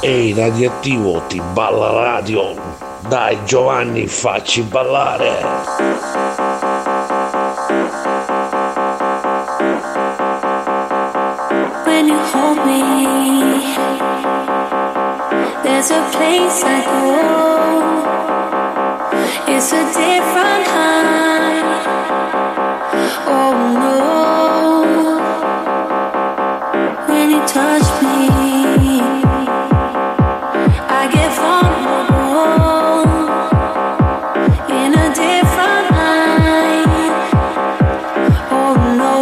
Ehi radioattivo, ti balla la radio. Dai Giovanni, facci ballare. When you hold me, there's a place I go. It's a different high. Oh no. When you touch me, I get vulnerable in a different light. Oh no.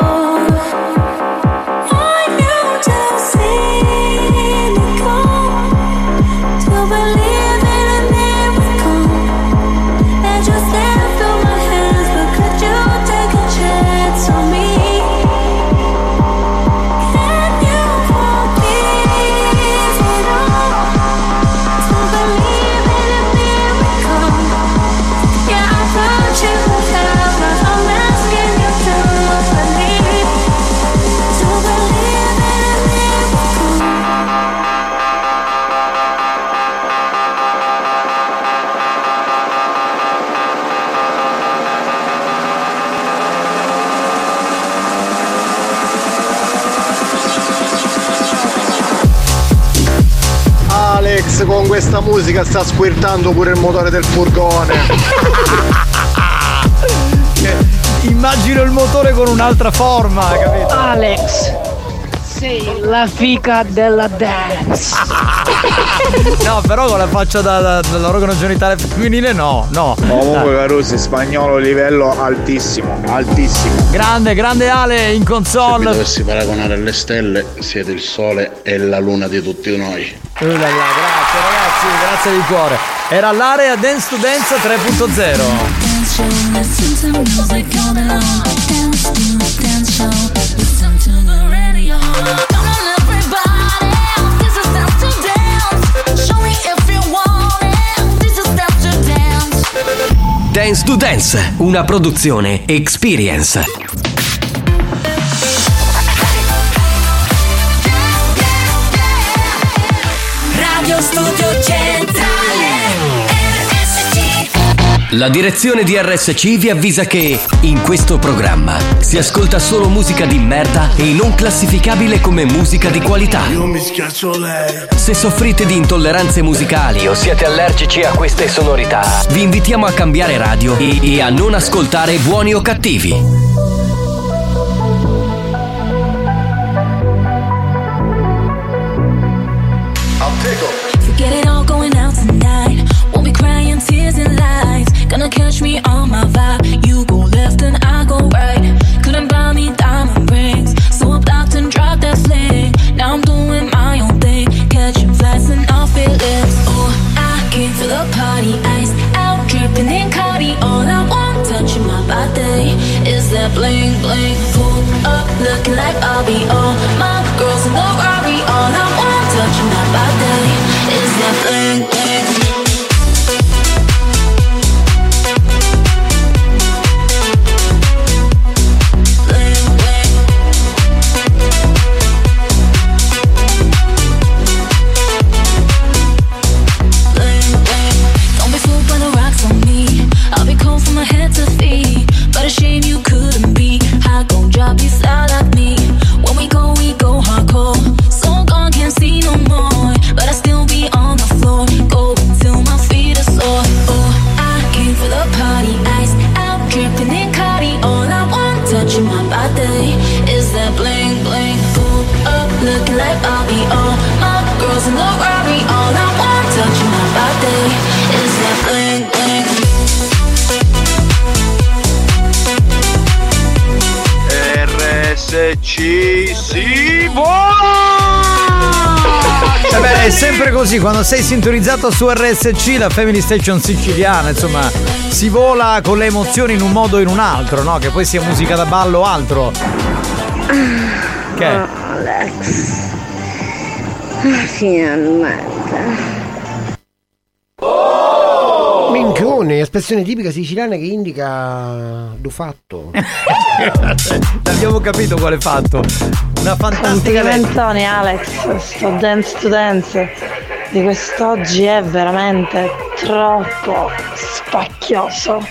Want you to see me go, to believe in a miracle that just slipped through my hands. But could you take a chance on me? Can you forgive it all? To believe in a miracle. Yeah, I thought you would have, but I'm asking you to believe. To believe in a miracle. Alex con questa musica sta squirtando pure il motore del furgone. Immagino il motore con un'altra forma, capito? Alex, sei la fica della dance. No, però con la faccia da, da, dall'organo genitale femminile no, no. Comunque Carusi, spagnolo livello altissimo, altissimo. Grande, grande Ale in Se console. mi dovessi paragonare alle stelle, siete il sole e la luna di tutti noi. Uh, là, là, grazie ragazzi, grazie di cuore. Era l'area Dance to Dance tre punto zero. Dance to Dance, una produzione Experience. Radio Studio Centrale R S C. La direzione di R S C vi avvisa che in questo programma si ascolta solo musica di merda e non classificabile come musica di qualità. Io mi schiaccio lei. Se soffrite di intolleranze musicali o siete allergici a queste sonorità, vi invitiamo a cambiare radio e, e a non ascoltare Buoni o Cattivi. Forget it all, going out tonight. Won't be crying tears and lies. Gonna catch me on my vibe. You go left and I go right. Couldn't buy me diamond rings, so I blocked and dropped that fling. Now I'm doing my own thing, catching flights and off feelings. Oh, I came for the party, iced out, dripping in Cardi. All I want, touching my body, is that bling bling. Pull up, looking like I'll be all my girls in the Rari. All I want, touching my body, is that bling bling. Shame you couldn't be hot, gon' drop you style like me. When we go, we go hardcore. So gone, can't see no more. But I still be on the floor, go till my feet are sore. Oh, I came for the party, iced out, dripping in Cardi. All I want, touching my body, is that bling bling. Pull up, looking like I'll be all my girls in the Rari. All I want, touching my body, is that bling bling. R S C si vola! Eh beh, è sempre così, quando sei sintonizzato su R S C, la Family Station siciliana, insomma, si vola con le emozioni in un modo o in un altro, no? Che poi sia musica da ballo o altro. Che? Oh, Alex. Finalmente. Minchia, Piccioni, espressione tipica siciliana che indica du fatto. Abbiamo capito quale fatto. Una fantastica Mentone, Alex, sto dance to dance di quest'oggi è veramente troppo spacchioso.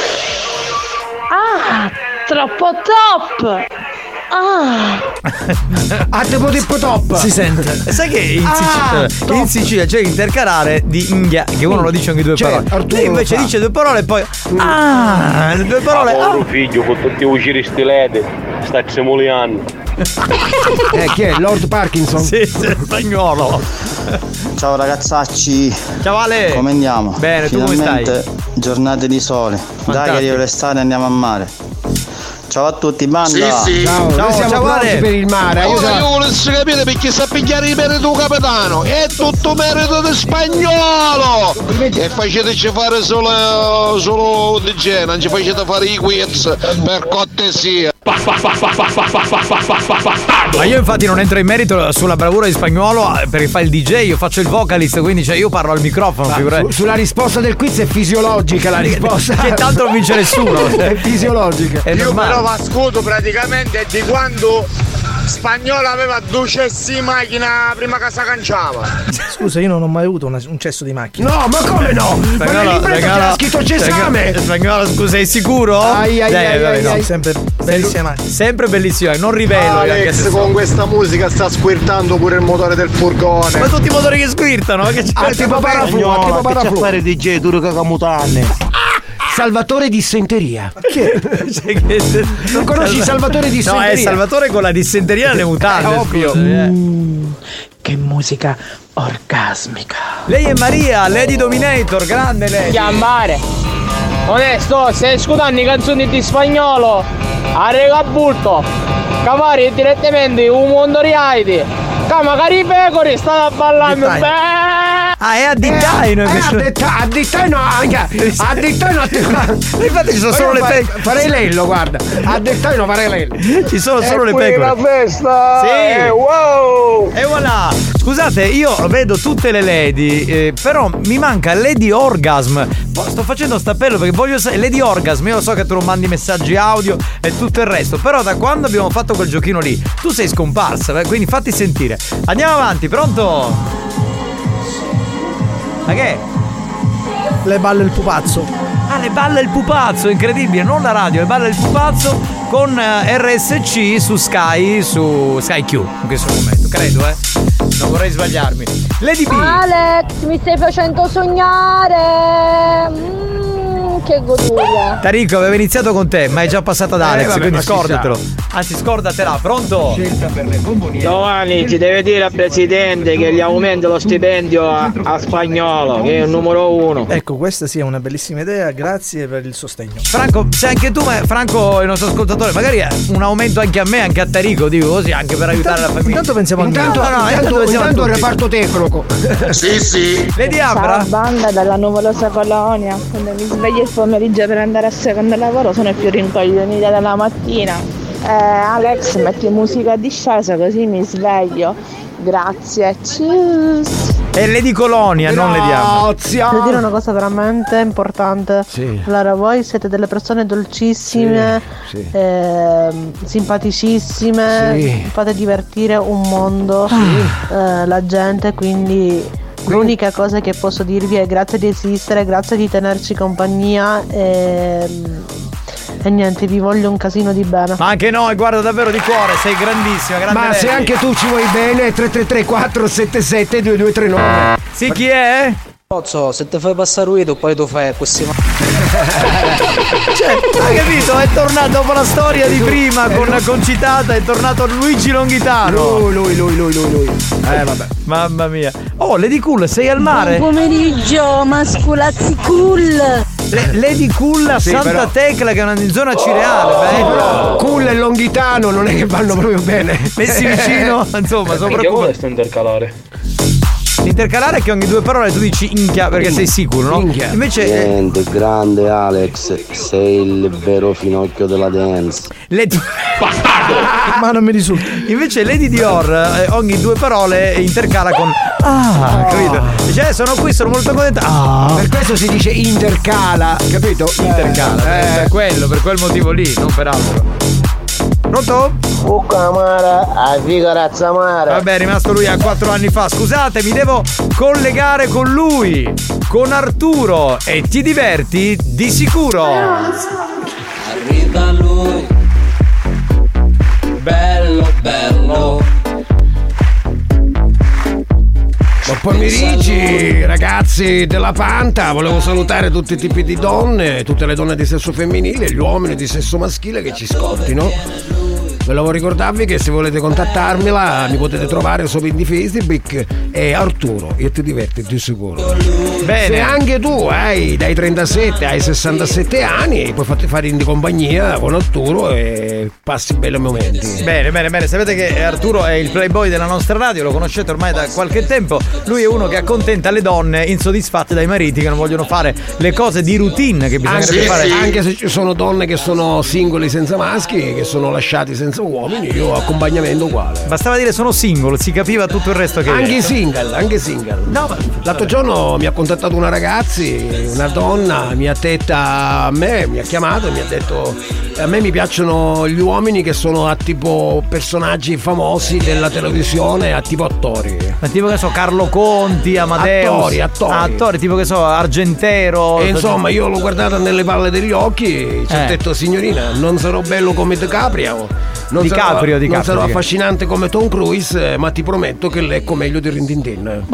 Ah, troppo top! Ah, a tipo tipo top si sente. E sai che in, Ah, Sicilia, in Sicilia c'è intercalare di inghia, che uno lo dice anche due C'è, parole. Arturo Lei invece lo fa. dice due parole e poi ah, le due parole. Povero Ah. figlio con tutti i usciri stileti, sta simuliando. Eh, chi è? Lord Parkinson? Sì, sì, spagnolo. Ciao ragazzacci. Ciao Ale. Come andiamo? Bene, tu come Finalmente stai? giornate di sole. Dai che arriva l'estate e andiamo a mare. Ciao a tutti, banda. Sì, sì. Ciao, noi siamo ciao, pronti Ale. per il mare. Ora Aiuta. io volessi capire perché sa pigliare i merito capitano. È tutto merito di Spagnolo. E faceteci fare solo solo di genere, non ci facete fare i quiz per cortesia. Ma io infatti non entro in merito sulla bravura di Spagnolo perché fa il D J, io faccio il vocalist, quindi cioè io parlo al microfono. Su- sulla risposta del quiz è fisiologica la risposta. Che tanto non vince nessuno. È fisiologica. È Io normale. però ascolto praticamente di quando Spagnolo aveva due cessi in macchina prima che si canciava. Scusa, io non ho mai avuto una- un cesso di macchina. No, ma come no? Ma nel libretto c'era scritto cesame. Spagnolo, Spagnolo, scusa, sei sicuro? Ai, ai, Dai, ai, dai, ai, no. ai. Sempre bellissima macchina. Sempre bellissima, non rivelo. anche Alex se so- con questa musica sta squirtando pure il motore del furgone. Ma tutti i motori che squirtano, ma che c'è? Ah, tipo paraflu, ah, tipo paraflu. fare D J duro cacamutanne. Salvatore dissenteria. Che? Cioè, che se- Non conosci Salvatore dissenteria? No, è Salvatore con la dissenteria nelle mutande. Eh, ovvio. scusa, eh. Che musica orgasmica. Lei è Maria, Lady Dominator, grande lei. Chiamare. Onesto, stai ascoltando le canzoni di Spagnolo. A regabulto. Cavari direttamente un mondo reality. Che magari i pecore stanno ballando. Dettagli. Beh. Ah, è a Dittaino. Eh, a detta- a Dittaino anche. A Dittaino Infatti ci sono solo le pecore. Farei lello, guarda. A Dittaino farei lello. Ci sono solo E le qui pecore. la festa! Sì. Eh, wow! E voilà! Scusate, io vedo tutte le Lady, eh, però mi manca Lady Orgasm. Poi sto facendo stappello perché voglio sapere. Lady Orgasm, io lo so che tu non mandi messaggi audio e tutto il resto, però da quando abbiamo fatto quel giochino lì, tu sei scomparsa, eh, quindi fatti sentire. Andiamo avanti, pronto? Ma che è? Le balle il pupazzo. Ah, le balle il pupazzo, incredibile, non la radio, le balle il pupazzo con eh, R S C su Sky, su Sky Q in questo momento, credo, eh. Non vorrei sbagliarmi. Lady B. Alex, mi stai facendo sognare. Mm, che goduria. Tarico, aveva iniziato con te, ma è già passata da Eh, Alex, vabbè, quindi ma si scordatelo. Anzi, scordatela, pronto? Giovanni, ci deve dire al presidente che gli aumenta lo stipendio a, a Spagnolo, che è il numero uno. Ecco, questa sì è una bellissima idea, grazie per il sostegno. Franco, se anche tu, ma Franco, il nostro ascoltatore, magari è un aumento anche a me, anche a Tarico, dico così, anche per aiutare la famiglia. Intanto pensiamo a Intanto, No, no, intanto, intanto pensiamo a intanto il tutti. reparto tecnico. Sì, sì. Lady Ciao Ambra? banda dalla nuvolosa colonia. Quando mi sveglio il pomeriggio per andare a secondo lavoro sono più rincoglionita della mattina. Eh, Alex, metti musica discesa così mi sveglio. Grazie, ciao. È Lady Colonia, non Lady Ambra. Devo dire una cosa veramente importante. Sì. Allora, voi siete delle persone dolcissime, Sì, sì. ehm, simpaticissime, Sì. fate divertire un mondo eh, la gente, quindi l'unica cosa che posso dirvi è grazie di esistere, grazie di tenerci compagnia e, e niente, vi voglio un casino di bene. Ma anche noi, guarda, davvero di cuore, sei grandissima, grande Ma se Lady. anche tu ci vuoi bene, tre tre tre quattro sette sette due due tre nove. Sì, chi è? Pozzo, se ti fai passare ruido poi tu fai così. Cioè, hai capito? È tornato dopo la storia di prima con Concitata, è tornato Luigi Longhitano. Lui, lui, lui, lui, lui, lui. Eh, vabbè. Mamma mia. Oh, Lady Cool, sei al mare? Buon pomeriggio, masculazzi cool. Le- Lady Cool a Sì, Santa però- Tecla, che è una zona cireale, bello. Però Cool e Longhitano non è che vanno proprio bene. Messi vicino, insomma, sono Minchia, come preoccupato. sto intercalare? intercalare è che ogni due parole tu dici inchia perché sei sicuro, no? Inchia. Invece Niente, grande Alex, sei il vero finocchio della dance. Lady... Ma non mi risulta. Invece Lady Dior eh, ogni due parole intercala con ah, capito? Cioè sono qui, sono molto contenta. Ah. Per questo si dice intercala, capito? Intercala, Eh. per quello, per quel motivo lì, non per altro. Pronto? Bucca amara, a figa razza amara. Vabbè, è rimasto lui a quattro anni fa. Scusate, mi devo collegare con lui, con Arturo. E ti diverti? Di sicuro. Arriva lui, bello bello. Buon pomeriggio ragazzi della Panta, volevo salutare tutti i tipi di donne, tutte le donne di sesso femminile, gli uomini di sesso maschile che ci ascoltino. Volevo ricordarvi che se volete contattarmela mi potete trovare sopra in Facebook e Arturo, io ti diverti di sicuro. Bene. Se anche tu hai dai trentasette ai sessantasette anni puoi farti fare in compagnia con Arturo e passi belli momenti. Bene, bene, bene. Sapete che Arturo è il playboy della nostra radio, lo conoscete ormai da qualche tempo. Lui è uno che accontenta le donne insoddisfatte dai mariti che non vogliono fare le cose di routine che bisognerebbe Anche, fare. anche se ci sono donne che sono singoli senza maschi, che sono lasciati senza uomini, io ho accompagnamento uguale. Bastava dire sono single, si capiva tutto il resto che Anche single, anche single. No, ma l'altro giorno mi ha contattato una ragazzi, una donna, mi ha detta a me, mi ha chiamato e mi ha detto a me mi piacciono gli uomini che sono a tipo personaggi famosi della televisione, a tipo attori. Ma tipo che so, Carlo Conti, Amadeus. Attori, attori. Ah, attori, tipo che so, Argentero. E insomma io l'ho guardata nelle palle degli occhi, ci Eh. ho detto signorina, non sarò bello come DiCaprio, non Di sarò, Caprio, di non Caprio, sarò di- affascinante come Tom Cruise, ma ti prometto che lecco meglio di Rintintin.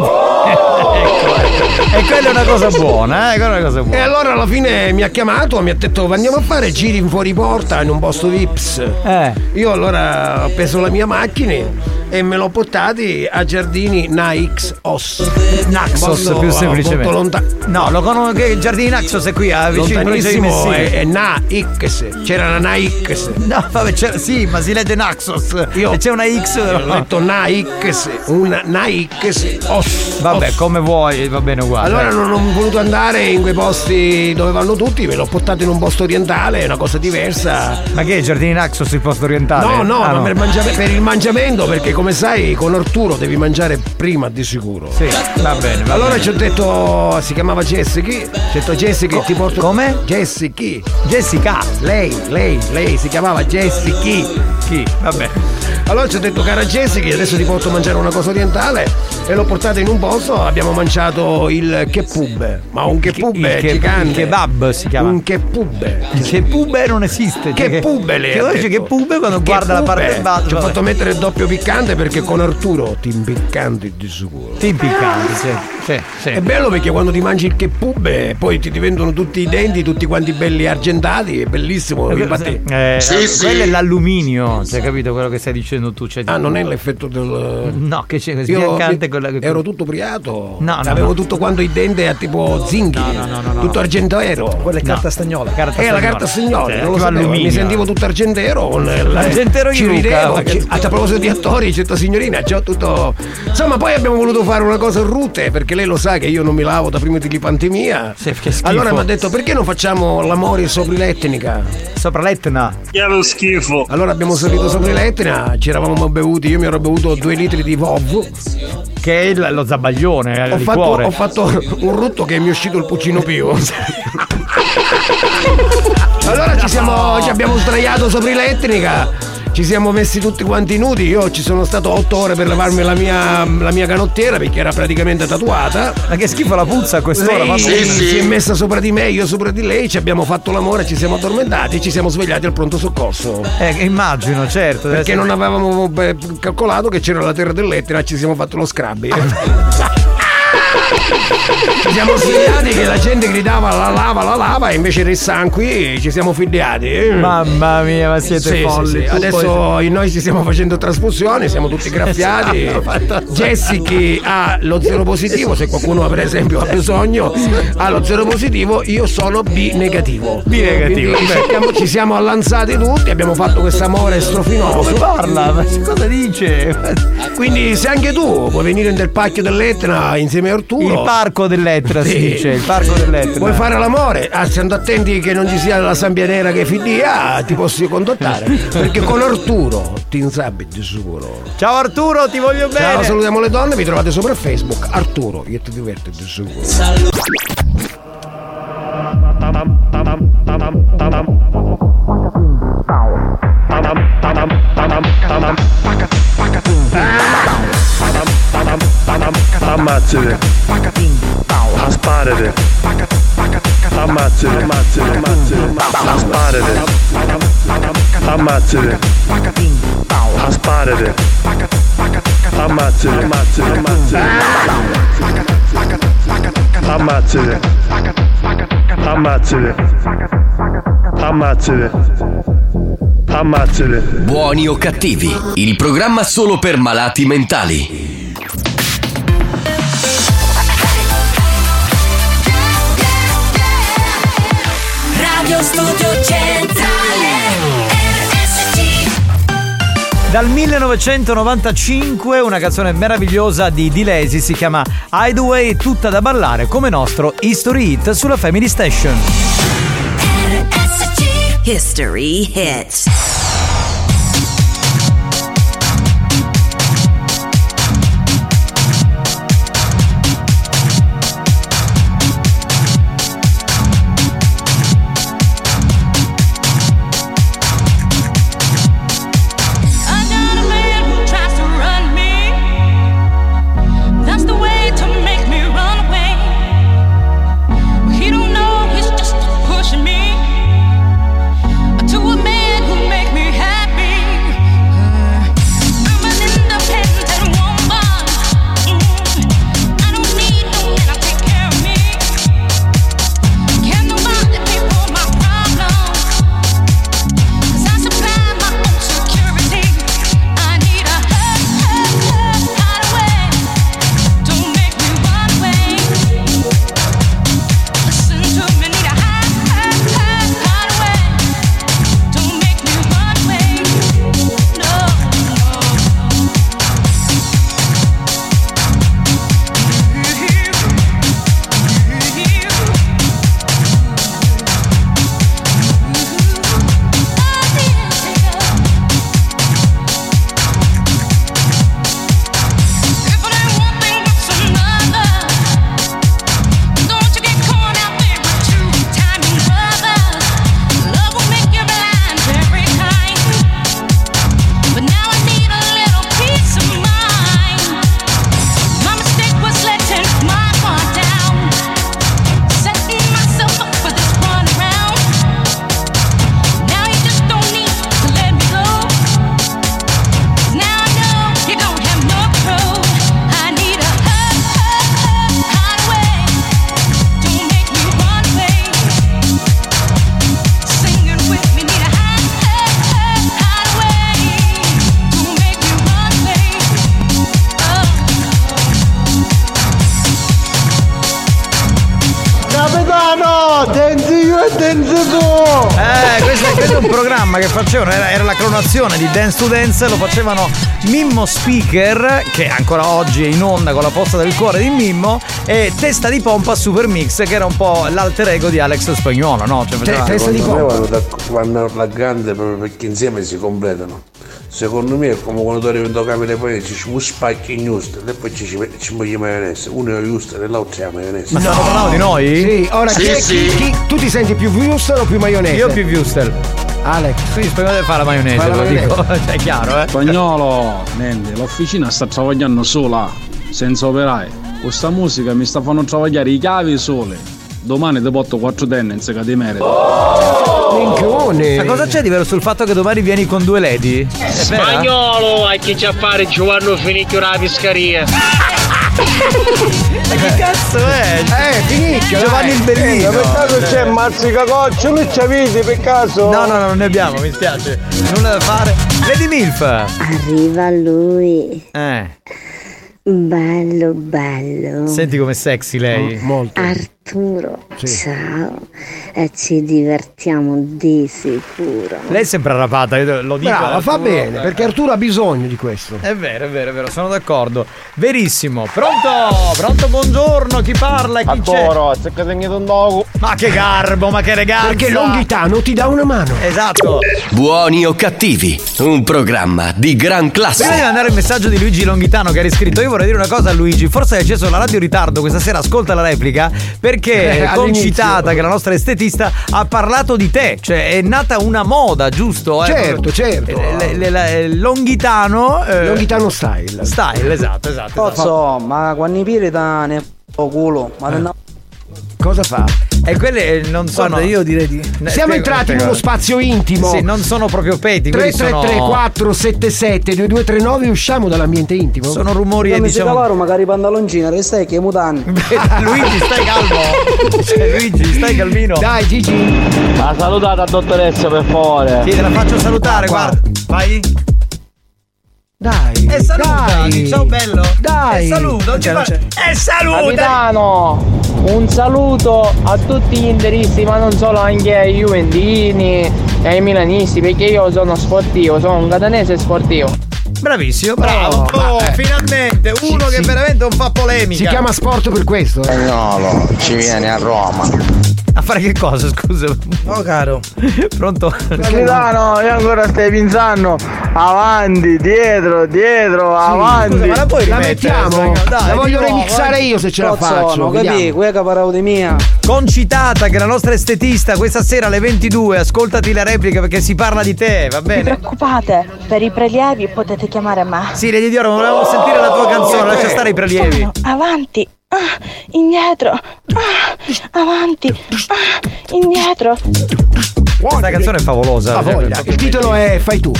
E quella è una cosa buona, eh? Quella è una cosa E buona. allora alla fine mi ha chiamato, mi ha detto andiamo a fare giri in fuori porta in un posto Vips. Eh. Io allora ho preso la mia macchina e me l'ho portati a Giardini Naix Os. Naxos Molto- più semplicemente. molto lontan- No, lo conosco che il Giardini Naxos è qui a vicino in provincia di lontanissimo, Messina. è, è Naix. C'era la Naix. No, vabbè, c'è, sì, ma si legge Naxos. Io e c'è una X. Ho no? detto Naix, una Naix Os. Vabbè, Os. come vuoi, va bene uguale. Allora non ho voluto andare in quei posti dove vanno tutti, me l'ho portato in un posto orientale, una cosa diversa. Ma che è Giardini Naxos il posto orientale? No, no, Ah, ma Per, mangia- per il mangiamento, perché come sai con Arturo devi mangiare prima di sicuro. Sì, va bene, va Allora bene. ci ho detto, si chiamava Jessica, ci ho detto Jessica ti porto. Come? Jessica. Jessica. Lei, lei, lei si chiamava Jessica. Chi? Vabbè. Allora ci ho detto cara Jessica, adesso ti porto a mangiare una cosa orientale e l'ho portata in un posto, abbiamo mangiato il kebab, ma un kebab Il che- gigante. il kebab si chiama. Un kebab. Il kebab non esiste. Che cioè pube lei Che ha ora dice detto. che pube quando Che guarda la parte pube. del basso. Ci ho fatto mettere il doppio piccante perché con Arturo ti impiccanti di sicuro. Ti impiccanti, sì. Sì, sì. È bello perché quando ti mangi il kebab e poi ti diventano tutti i denti, tutti quanti belli argentati, è bellissimo. Infatti, Eh, Sì, sì. quello è l'alluminio, cioè capito quello che stai dicendo tu? Cioè, ah, non è l'effetto del. No, che c'è Io sbiancante quella che. ero tutto priato. No, no, avevo no. tutto quanto i denti a tipo zinghi. No, no, no, no, no. Tutto argentero. Quella è No. carta stagnola. Carta Eh, la stagnola. carta signora, Cioè, non lo più sapevo, alluminio. mi sentivo tutto argentero con il- Argentero ci Luca, ridevo, perché- ci- a proposito di attori, c'è sta signorina, c'ho tutto. Insomma, poi abbiamo voluto fare una cosa rute, perché lei lo sa che io non mi lavo da prima di pandemia. Sì, che schifo. Allora mi ha detto perché non facciamo l'amore sopra l'Etnica? Sopra l'Etna. Che lo schifo. Allora abbiamo salito sopra l'Etna, ci eravamo bevuti, io mi ero bevuto due litri di Vov. Che è il- lo zabaglione, Ho il fatto, cuore. ho fatto un rutto che mi è uscito il puccino pio. Allora ci siamo, ci abbiamo sdraiato sopra l'Etnica. Ci siamo messi tutti quanti nudi, io ci sono stato otto ore per lavarmi la mia, la mia canottiera perché era praticamente tatuata. Ma che schifo la puzza a quest'ora. Lei ma- si è messa sopra di me, io sopra di lei, ci abbiamo fatto l'amore, ci siamo addormentati e ci siamo svegliati al pronto soccorso. Eh, immagino, certo. deve Perché essere- non avevamo beh, calcolato che c'era la terra dell'Etna e ci siamo fatto lo scrubby. Ci siamo figliati che la gente gridava la lava, la lava, e invece restano qui, ci siamo figliati. Mamma mia, ma siete sì, folli. Sì, sì. Adesso noi ci stiamo facendo trasfusioni, siamo tutti graffiati. Jessica ha lo zero positivo, se qualcuno per esempio ha bisogno, ha lo zero positivo, io sono B negativo. B negativo. Quindi, ci, siamo, ci siamo allanzati tutti, abbiamo fatto questo amore strofinoso. Parla, ma cosa dice? Quindi se anche tu puoi venire nel parco dell'Etna insieme a Arturo. Il parco dell'Etna, sì. si dice, il parco dell'Etna. Vuoi fare l'amore? Ah, stando attenti che non ci sia la sabbia nera che fidia, ti posso contattare. Perché con Arturo ti insabbi di sicuro. Ciao Arturo, ti voglio bene. Ciao, salutiamo le donne, vi trovate sopra Facebook. Arturo, io ti diverto di sicuro. Ammazzate, sparate, ammazzate, ammazzate, ammazzate, sparate, ammazzate, sparate, ammazzate, ammazzate, ammazzate, ammazzate, ammazzate. Buoni o cattivi, il programma solo per malati mentali. Radio Studio Centrale R S C. Dal millenovecentonovantacinque una canzone meravigliosa di Dilesi, si chiama Hideaway, tutta da ballare come nostro History Hit sulla Family Station. R S C History Hits. To a man who make me Eh, questo, questo è un programma che facevano, era, era la clonazione di Dance to Dance, lo facevano Mimmo Speaker, che ancora oggi è in onda con la posta del cuore di Mimmo, e Testa di Pompa Super Mix, che era un po' l'alter ego di Alex Spagnuolo, no? Cioè, faceva... Testa di Pompa vanno alla grande proprio perché insieme si completano. Secondo me è come quando tu arrivi in camera poi ci spacchi in Houston e poi ci, ci, ci metti maionese. Uno è Houston e l'altro è maionese. Ma no, stiamo parlando di noi? Sì, ora sì, chi, sì. Chi, chi, tu ti senti più Houston o più maionese? Io più Houston. Alex. Quindi Spagnolo fa la maionese, Fa la lo maionese. dico, cioè, è chiaro, eh? Spagnolo, niente, l'officina sta travagliando sola, senza operai. Questa musica mi sta facendo travagliare i cavi sole. Domani ti porto quattro tendenze che ti meriti. Minchione. Ma cosa c'è di vero sul fatto che domani vieni con due lady? È vera? Spagnolo, hai che già fare Giovanni Finicchio la pescaria. Ma che cazzo è? Eh, finicchio, Giovanni il dai. Bellino. Eh, per caso Eh. c'è Mazzicacoccio, non ci avete per caso? No, no, no, non ne abbiamo, mi spiace. Nulla da fare. Lady Milf. Arriva lui. Eh. Bello, bello. Senti com'è sexy lei. Molto. Arturo, Sì. ciao. E ci divertiamo di sicuro. Lei è sempre arrapata, io lo dico. Brava, fa Arturo. bene, perché Arturo ha bisogno di questo. È vero, è vero, è vero, sono d'accordo. Verissimo. Pronto? Pronto, buongiorno, chi parla? Chi c'è? Attoro, se che segnato un dogo. Ma che garbo, ma che ragazza. Perché Longhitano ti dà una mano. Esatto. Buoni o cattivi, un programma di gran classe. Prima di mandare il messaggio di Luigi Longhitano che ha riscritto, io vorrei dire una cosa a Luigi. Forse hai acceso la radio in ritardo questa sera, ascolta la replica. Perché Eh, Concitata, che è la nostra estetista, ha parlato di te. Cioè è nata una moda, giusto? Certo, eh, certo. Le, le, le, Longhitano eh, Longhitano style. Style, esatto, esatto. Pozzo, ma quando i pirita ne ho culo, ma non Cosa fa? E quelle non sono. Guarda, io direi di. Siamo Spiego- entrati in spiego. uno spazio intimo. Sì, non sono proprio peti. tre quelli tre tre sono- quattro sette sette due due tre nove, usciamo dall'ambiente intimo. Sono rumori e mi si diciamo. cavaro magari i pantaloncini, restai che i mutani. Luigi, stai calmo. Cioè, Luigi, stai calmino. Dai, Gigi. Ma salutate a dottoressa per favore. Sì, te la faccio salutare, guarda. Vai. Dai. E saluta. Dai. Ciao bello. Dai. E saluta. c'è, non c'è. E saluta. Capitano, un saluto a tutti gli interisti, ma non solo, anche ai juventini e ai milanisti, perché io sono sportivo, sono un catanese sportivo. Bravissimo, bravo. Oh, Oh, ma, eh. finalmente uno Sì, che sì. veramente non fa polemica. Si chiama sport per questo. eh. Spagnolo, ci vieni a Roma. A fare che cosa, scusa? No, caro. Pronto? Capitano, io ancora stai pensando avanti, dietro, dietro, avanti. Scusa, ma la puoi La rimettere? mettiamo? Dai, la voglio di nuovo, remixare eh. io se ce la Pozzo, faccio. non vediamo. capi, quella che parlavo di mia. Concitata, che è la nostra estetista, questa sera alle ventidue, ascoltati la replica perché si parla di te, va Non vi bene? preoccupate, per i prelievi potete chiamare me. Sì, Lady Dior, volevamo sentire la tua canzone, lascia stare i prelievi. Sono avanti, ah, indietro, ah, avanti, ah, indietro. Questa canzone è favolosa. Ha voglia. Il titolo è Fai tu.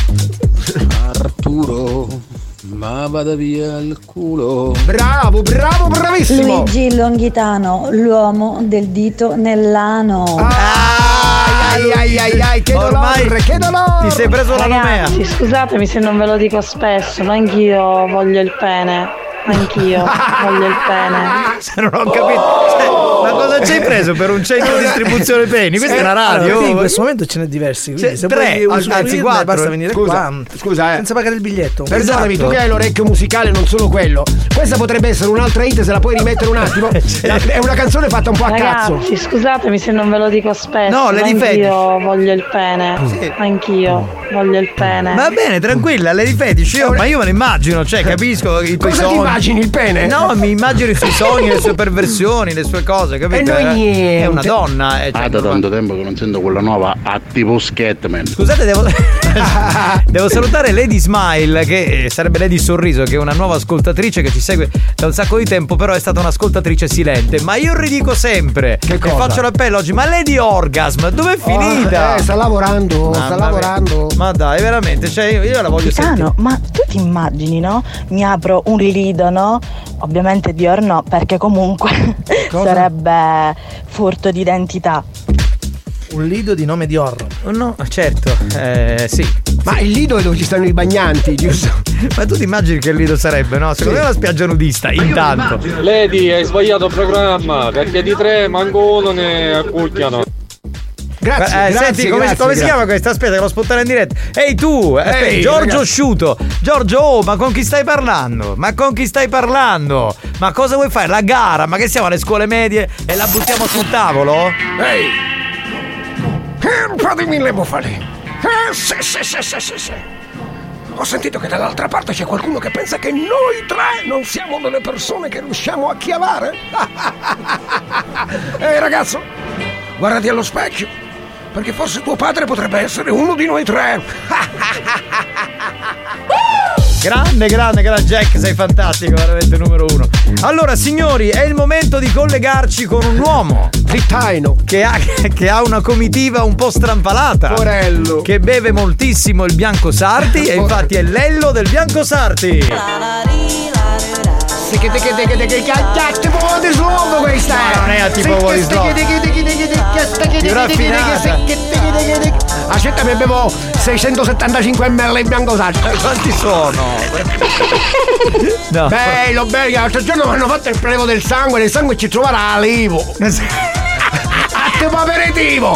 Arturo, ma vada via il culo. Bravo, bravo, bravissimo. Luigi Longhitano, l'uomo del dito nell'ano. Ai ai ai ai, che Ormai dolore, che dolore. Ti sei preso la nomea. Ragazzi, scusatemi se non ve lo dico spesso, ma anch'io voglio il pene. Anch'io voglio il pene. Se non ho capito. Cioè, ma cosa ci hai preso per un centro di distribuzione peni? Questa è una radio. Allora, qui in questo momento ce n'è diversi. Quindi C'è se tre, vuoi anzi, usufruirne, quattro. basta venire Scusa, qua scusa, eh. senza pagare il biglietto. Perdonami, Esatto. tu che hai l'orecchio musicale, non solo quello. Questa potrebbe essere un'altra hit, se la puoi rimettere un attimo. È una canzone fatta un po' a cazzo. Ragazzi, scusatemi se non ve lo dico spesso. No, le ma difendi. anch'io voglio il pene. Sì. Anch'io voglio il pene. Va bene, tranquilla, Lady Fetish, io, ma io me lo immagino, cioè capisco i tuoi Cosa ti sogni. immagini, il pene? No, mi immagino i suoi sogni, le sue perversioni, le sue cose, capito? E noi niente. È una donna. eh, cioè, Ah, da tanto tempo che non sento quella nuova a tipo Scatman. Scusate, devo, devo salutare Lady Smile, che eh, sarebbe Lady Sorriso, che è una nuova ascoltatrice che ci segue da un sacco di tempo, però è stata un'ascoltatrice silente. Ma io ridico sempre, Che e cosa? faccio l'appello oggi, ma Lady Orgasm, dov'è finita? Oh, eh, sta lavorando, Mamma sta mia. lavorando. Ma dai, veramente, cioè io, io la voglio sentire. Capitano, ma tu ti immagini, no? Mi apro un lido, no? Ovviamente Dior no, perché comunque Cosa? sarebbe furto di identità. Un lido di nome Dior. No, certo, eh, sì. Ma il lido è dove ci stanno i bagnanti, giusto? Ma tu ti immagini che lido sarebbe, no? Secondo me è una spiaggia nudista, intanto. Lady, hai sbagliato programma, perché di tre manco uno ne accucchiano. Grazie, Eh, grazie, senti, come, grazie, come si grazie. chiama questa? Aspetta, che lo spottare in diretta. Ehi tu, aspetta, Ehi, Giorgio ragazzi. Osciuto. Giorgio, oh, ma con chi stai parlando? Ma con chi stai parlando? Ma cosa vuoi fare? La gara? Ma che siamo alle scuole medie e la buttiamo sul tavolo? Ehi! Eh, un po' di mille bufali. Eh, sì, sì, sì, sì, sì, sì. Ho sentito che dall'altra parte c'è qualcuno che pensa che noi tre non siamo delle persone che riusciamo a chiavare. Ehi ragazzo, guardati allo specchio, perché forse tuo padre potrebbe essere uno di noi tre. Grande, grande, grande Jack, sei fantastico, veramente numero uno. Allora, signori, è il momento di collegarci con un uomo Frittaino che ha, che ha una comitiva un po' strampalata. Porello. Che beve moltissimo il Bianco Sarti e infatti è Lello del Bianco Sarti. che che che che che che che tipo di slow questa è. Non è a tipo di slow. Più raffinata. Aspetta, mi bevo seicentosettantacinque millilitri di bianco saggio. Quanti sono? No. Bello, bello, l'altro giorno mi hanno fatto il prelevo del sangue, nel sangue ci troverà l'alivo. A tipo aperitivo.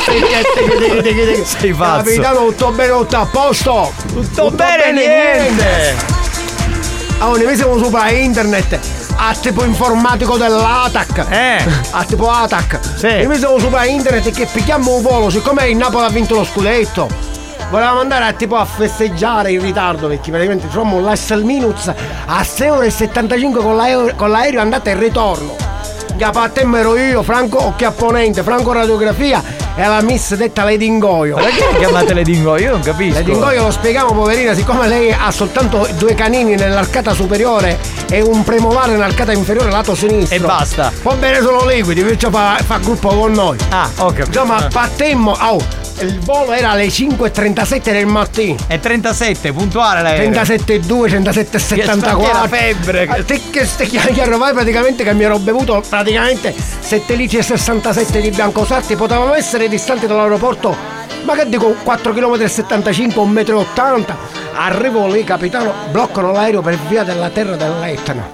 Sei pazzo. Capitano, tutto bene, tutto a posto. Tutto, tutto bene, bene, niente. Allora, noi siamo sopra internet. A tipo informatico dell'Atac. Eh. A tipo Atac. Sì. Noi siamo sopra internet che picchiamo un volo, siccome il Napoli ha vinto lo scudetto. Volevamo andare a tipo a festeggiare in ritardo perché praticamente trovammo l'Assel Minuz a sei ore e settantacinque con l'aereo, con l'aereo andata e ritorno. Capattemmo ero io, Franco Occhiapponente, Franco Radiografia e la miss detta Lady Ingoio. Perché chiamate Lady Ingoio? Io non capisco. Lady Ingoio lo spieghiamo, poverina, siccome lei ha soltanto due canini nell'arcata superiore e un premovale nell'arcata inferiore lato sinistro. E basta. Va bene solo liquidi, perciò fa, fa gruppo con noi. Ah, ok. Insomma, pattemmo, oh, il volo era alle cinque e trentasette del mattino. E trentasette, puntuale lei. trentasette e due, trentasette e settantaquattro. Che febbre. Che, te, che ste chiaro, vai praticamente che mi ero bevuto praticamente sette litri e sessantasette di biancosarti. Potevamo essere distanti dall'aeroporto, ma che dico quattro virgola settantacinque, un metro e ottanta. Arrivo lì, capitano, bloccano l'aereo per via della terra dell'Etna.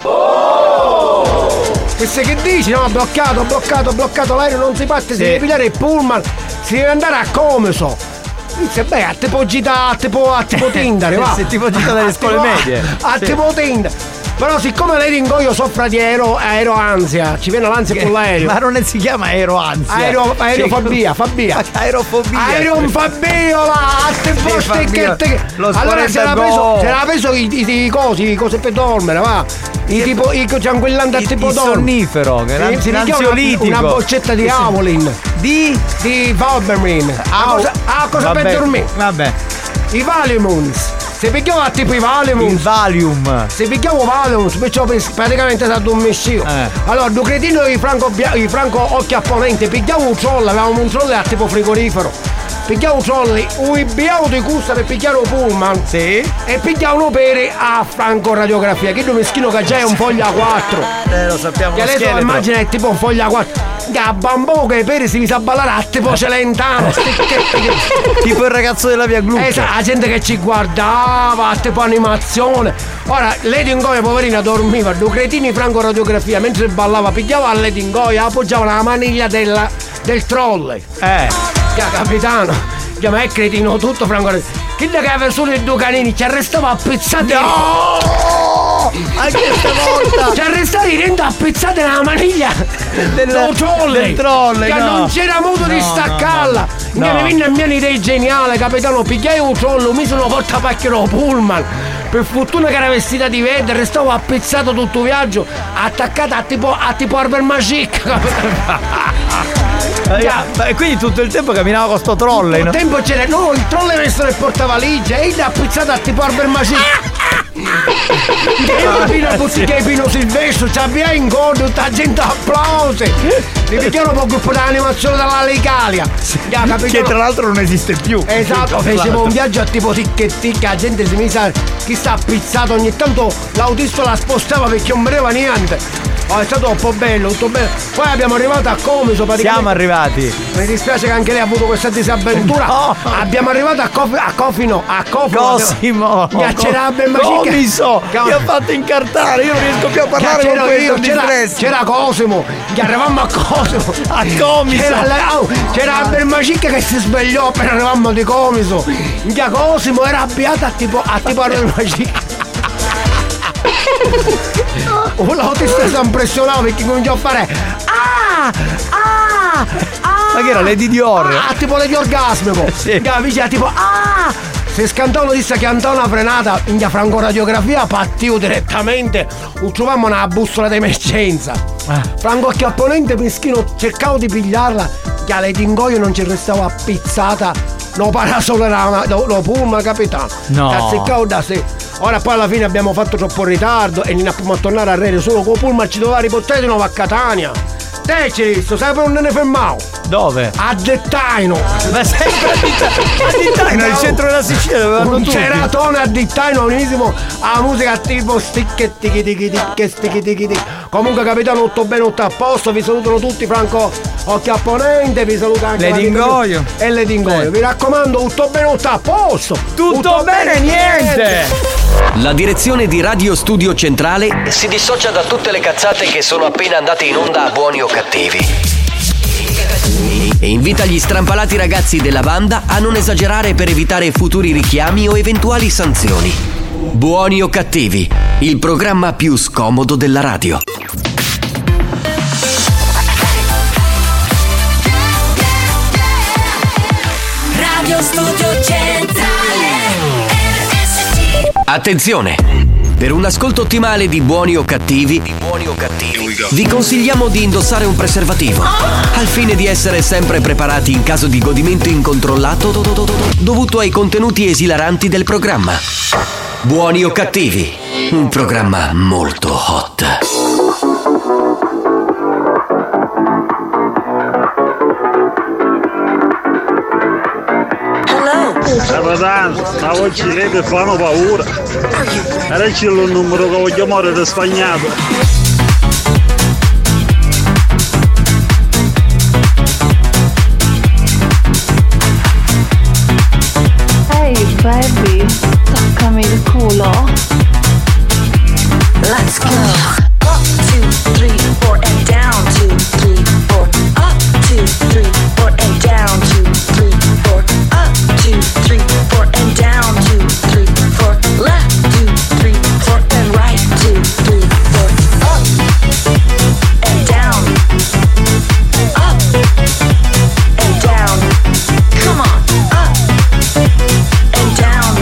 Oh! E se che dici? No, bloccato, bloccato, bloccato, l'aereo non si parte, sì. Si deve pigliare il pullman, si deve andare a Comeso. Dice, beh, a tipo gita, a tipo, a tipo Tinder, va. Se tipo gita delle scuole medie. A sì. Tipo Tinder. Però siccome Lady Ingoio soffre di aero, aeroansia, ci viene l'ansia con l'aereo. Ma non si chiama aeroansia. Aero, aerofobia, fobia. Aerofobia. Aerofobiola, a te poste che te. Allora si era preso, si era preso i, i, i cosi, i cose per dormire, va. I tipo, i tranquillanti a tipo dormire. Il sonnifero, che è l'ansiolitico. Una, una boccetta di Avolin. Di? Di Valbermin. Ah, cosa, ah, cosa per dormire? Vabbè. I Valiums. Se picchiamo tipo i Valium. Il Valium. Se picchiamo Valium, perciò praticamente si addormesciva. Eh. Allora, due cretino di Franco, di Franco Occhiapponente, picchiamo un troll, avevamo un troll a tipo frigorifero. Picchiamo un troll, un biao di custa per picchiare un pullman. Sì. E picchiamo un pere a Franco Radiografia, che è meschino che già è un foglia a quattro. Eh, lo sappiamo. Che adesso l'immagine è tipo un foglia a quattro. Che a bambù che pere si mi sa ballare a tipo Celentano. Tipo il ragazzo della via Glucca. Esatto, la gente che ci guardava, a tipo animazione. Ora, Lady Ingoia, poverina, dormiva, due cretini Franco Radiografia, mentre ballava, pigliava a Lady Ingoia, appoggiava la maniglia della, del trolley. Eh. Che capitano, che ma è cretino tutto Franco Radiografia. Chi che aveva solo i due canini, ci arrestava a pizzate. No! Anche stavolta! Ci arrestava i denti a pizzate nella maniglia del, del trolley. Del trolley, che no. Non c'era modo no, di staccarla. No, no. Che mi venne a mia un'idea geniale, capitano, pigliai un trolley, mi sono portato pacchero pullman. Per fortuna che era vestita di verde, restavo appezzato tutto il viaggio, attaccata a tipo a tipo Arbor Magic. E quindi tutto il tempo camminava con sto trolley, tutto no? Il tempo c'era, no, il trolley messo nel portavaligia e io appezzato a tipo Arbor Magic. Che fino a bottiglia di Pino Silvestro, ci abbiamo in conto, tutta gente applausi. Mi picchiano un po' gruppo d'animazione dalla Legalia. Che tra l'altro non esiste più. Esatto, fecimo un viaggio a tipo ticcheticca, la gente si mise chi sta appizzato, ogni tanto l'autista la spostava perché non vedeva niente. Oh, è stato un po' bello, tutto bello. Poi abbiamo arrivato a Comiso praticamente. Siamo arrivati. Mi dispiace che anche lei ha avuto questa disavventura. No. Abbiamo arrivato a, Cof- a Cofino, a Cofino. Cosimo. Ghiaccerebbe Comiso. Che ho fatto incartare, io non riesco più a parlare con questo di stress. C'era Cosimo, che arrivavamo a Cosimo. A Comiso. C'era, oh, c'era Bermacicca che si svegliò appena arrivavamo di Comiso. Che Cosimo era abbiato a tipo a tipo a Bermacicca. Oh, l'autista si impressionava perché cominciò a fare ah ah ah. Ma che era Lady Dior? Ah, tipo Lady Orgasmico. Sì. Capisci? Tipo ah. Se scantavano disse che andò una frenata in Franco Radiografia, pattiu direttamente, trovammo una bussola d'emergenza. Ah. Franco Acchiapponente meschino cercavo di pigliarla, che a Lady Ingoio non ci restava appizzata. No, parasolo era lo, lo pullman, capitano. No. Cazziccavo da sé. Ora poi alla fine abbiamo fatto troppo ritardo e non abbiamo a tornare a Rete solo con pullman ci doveva riportare di nuovo a Catania. Te ci hai visto, sai per non ne fermavo? Dove? A Dettaino. Ma sempre a Dettaino, a Dettaino, il centro della Sicilia dove vanno un tutti. ceratone a Dettaino, benissimo. La musica tipo sticche ticchi ticchi ticchi sticchi ticchi ticchi. Comunque capitano, tutto bene, tutto a posto. Vi salutano tutti, Franco Occhio a Ponente. Vi saluta anche Le Dingoio e le Dingoio. Vi raccomando, tutto bene, tutto a posto. Tutto, tutto bene, bene niente. La direzione di Radio Studio Centrale si dissocia da tutte le cazzate che sono appena andate in onda a Buoni o Cattivi e invita gli strampalati ragazzi della banda a non esagerare per evitare futuri richiami o eventuali sanzioni. Buoni o Cattivi, il programma più scomodo della radio. Radio Studio Centrale R S C. Attenzione! Per un ascolto ottimale di Buoni o Cattivi, di Buoni o Cattivi, vi consigliamo di indossare un preservativo, al fine di essere sempre preparati in caso di godimento incontrollato dovuto ai contenuti esilaranti del programma. Buoni o Cattivi, un programma molto hot. Capitano, ma oggi lei che fanno paura. Era c'è il numero che voglio chiamare da spagnato. Hey baby, toccami il culo. Let's go. Up, two, three, four, and down, two, three, four. Up, two, three, four, and down, two, three, four. Up, two, three, four, and down, two, three, four. Left, two, three, four, and right, two, three, four. Up and down. Up and down. Come on. Up and down.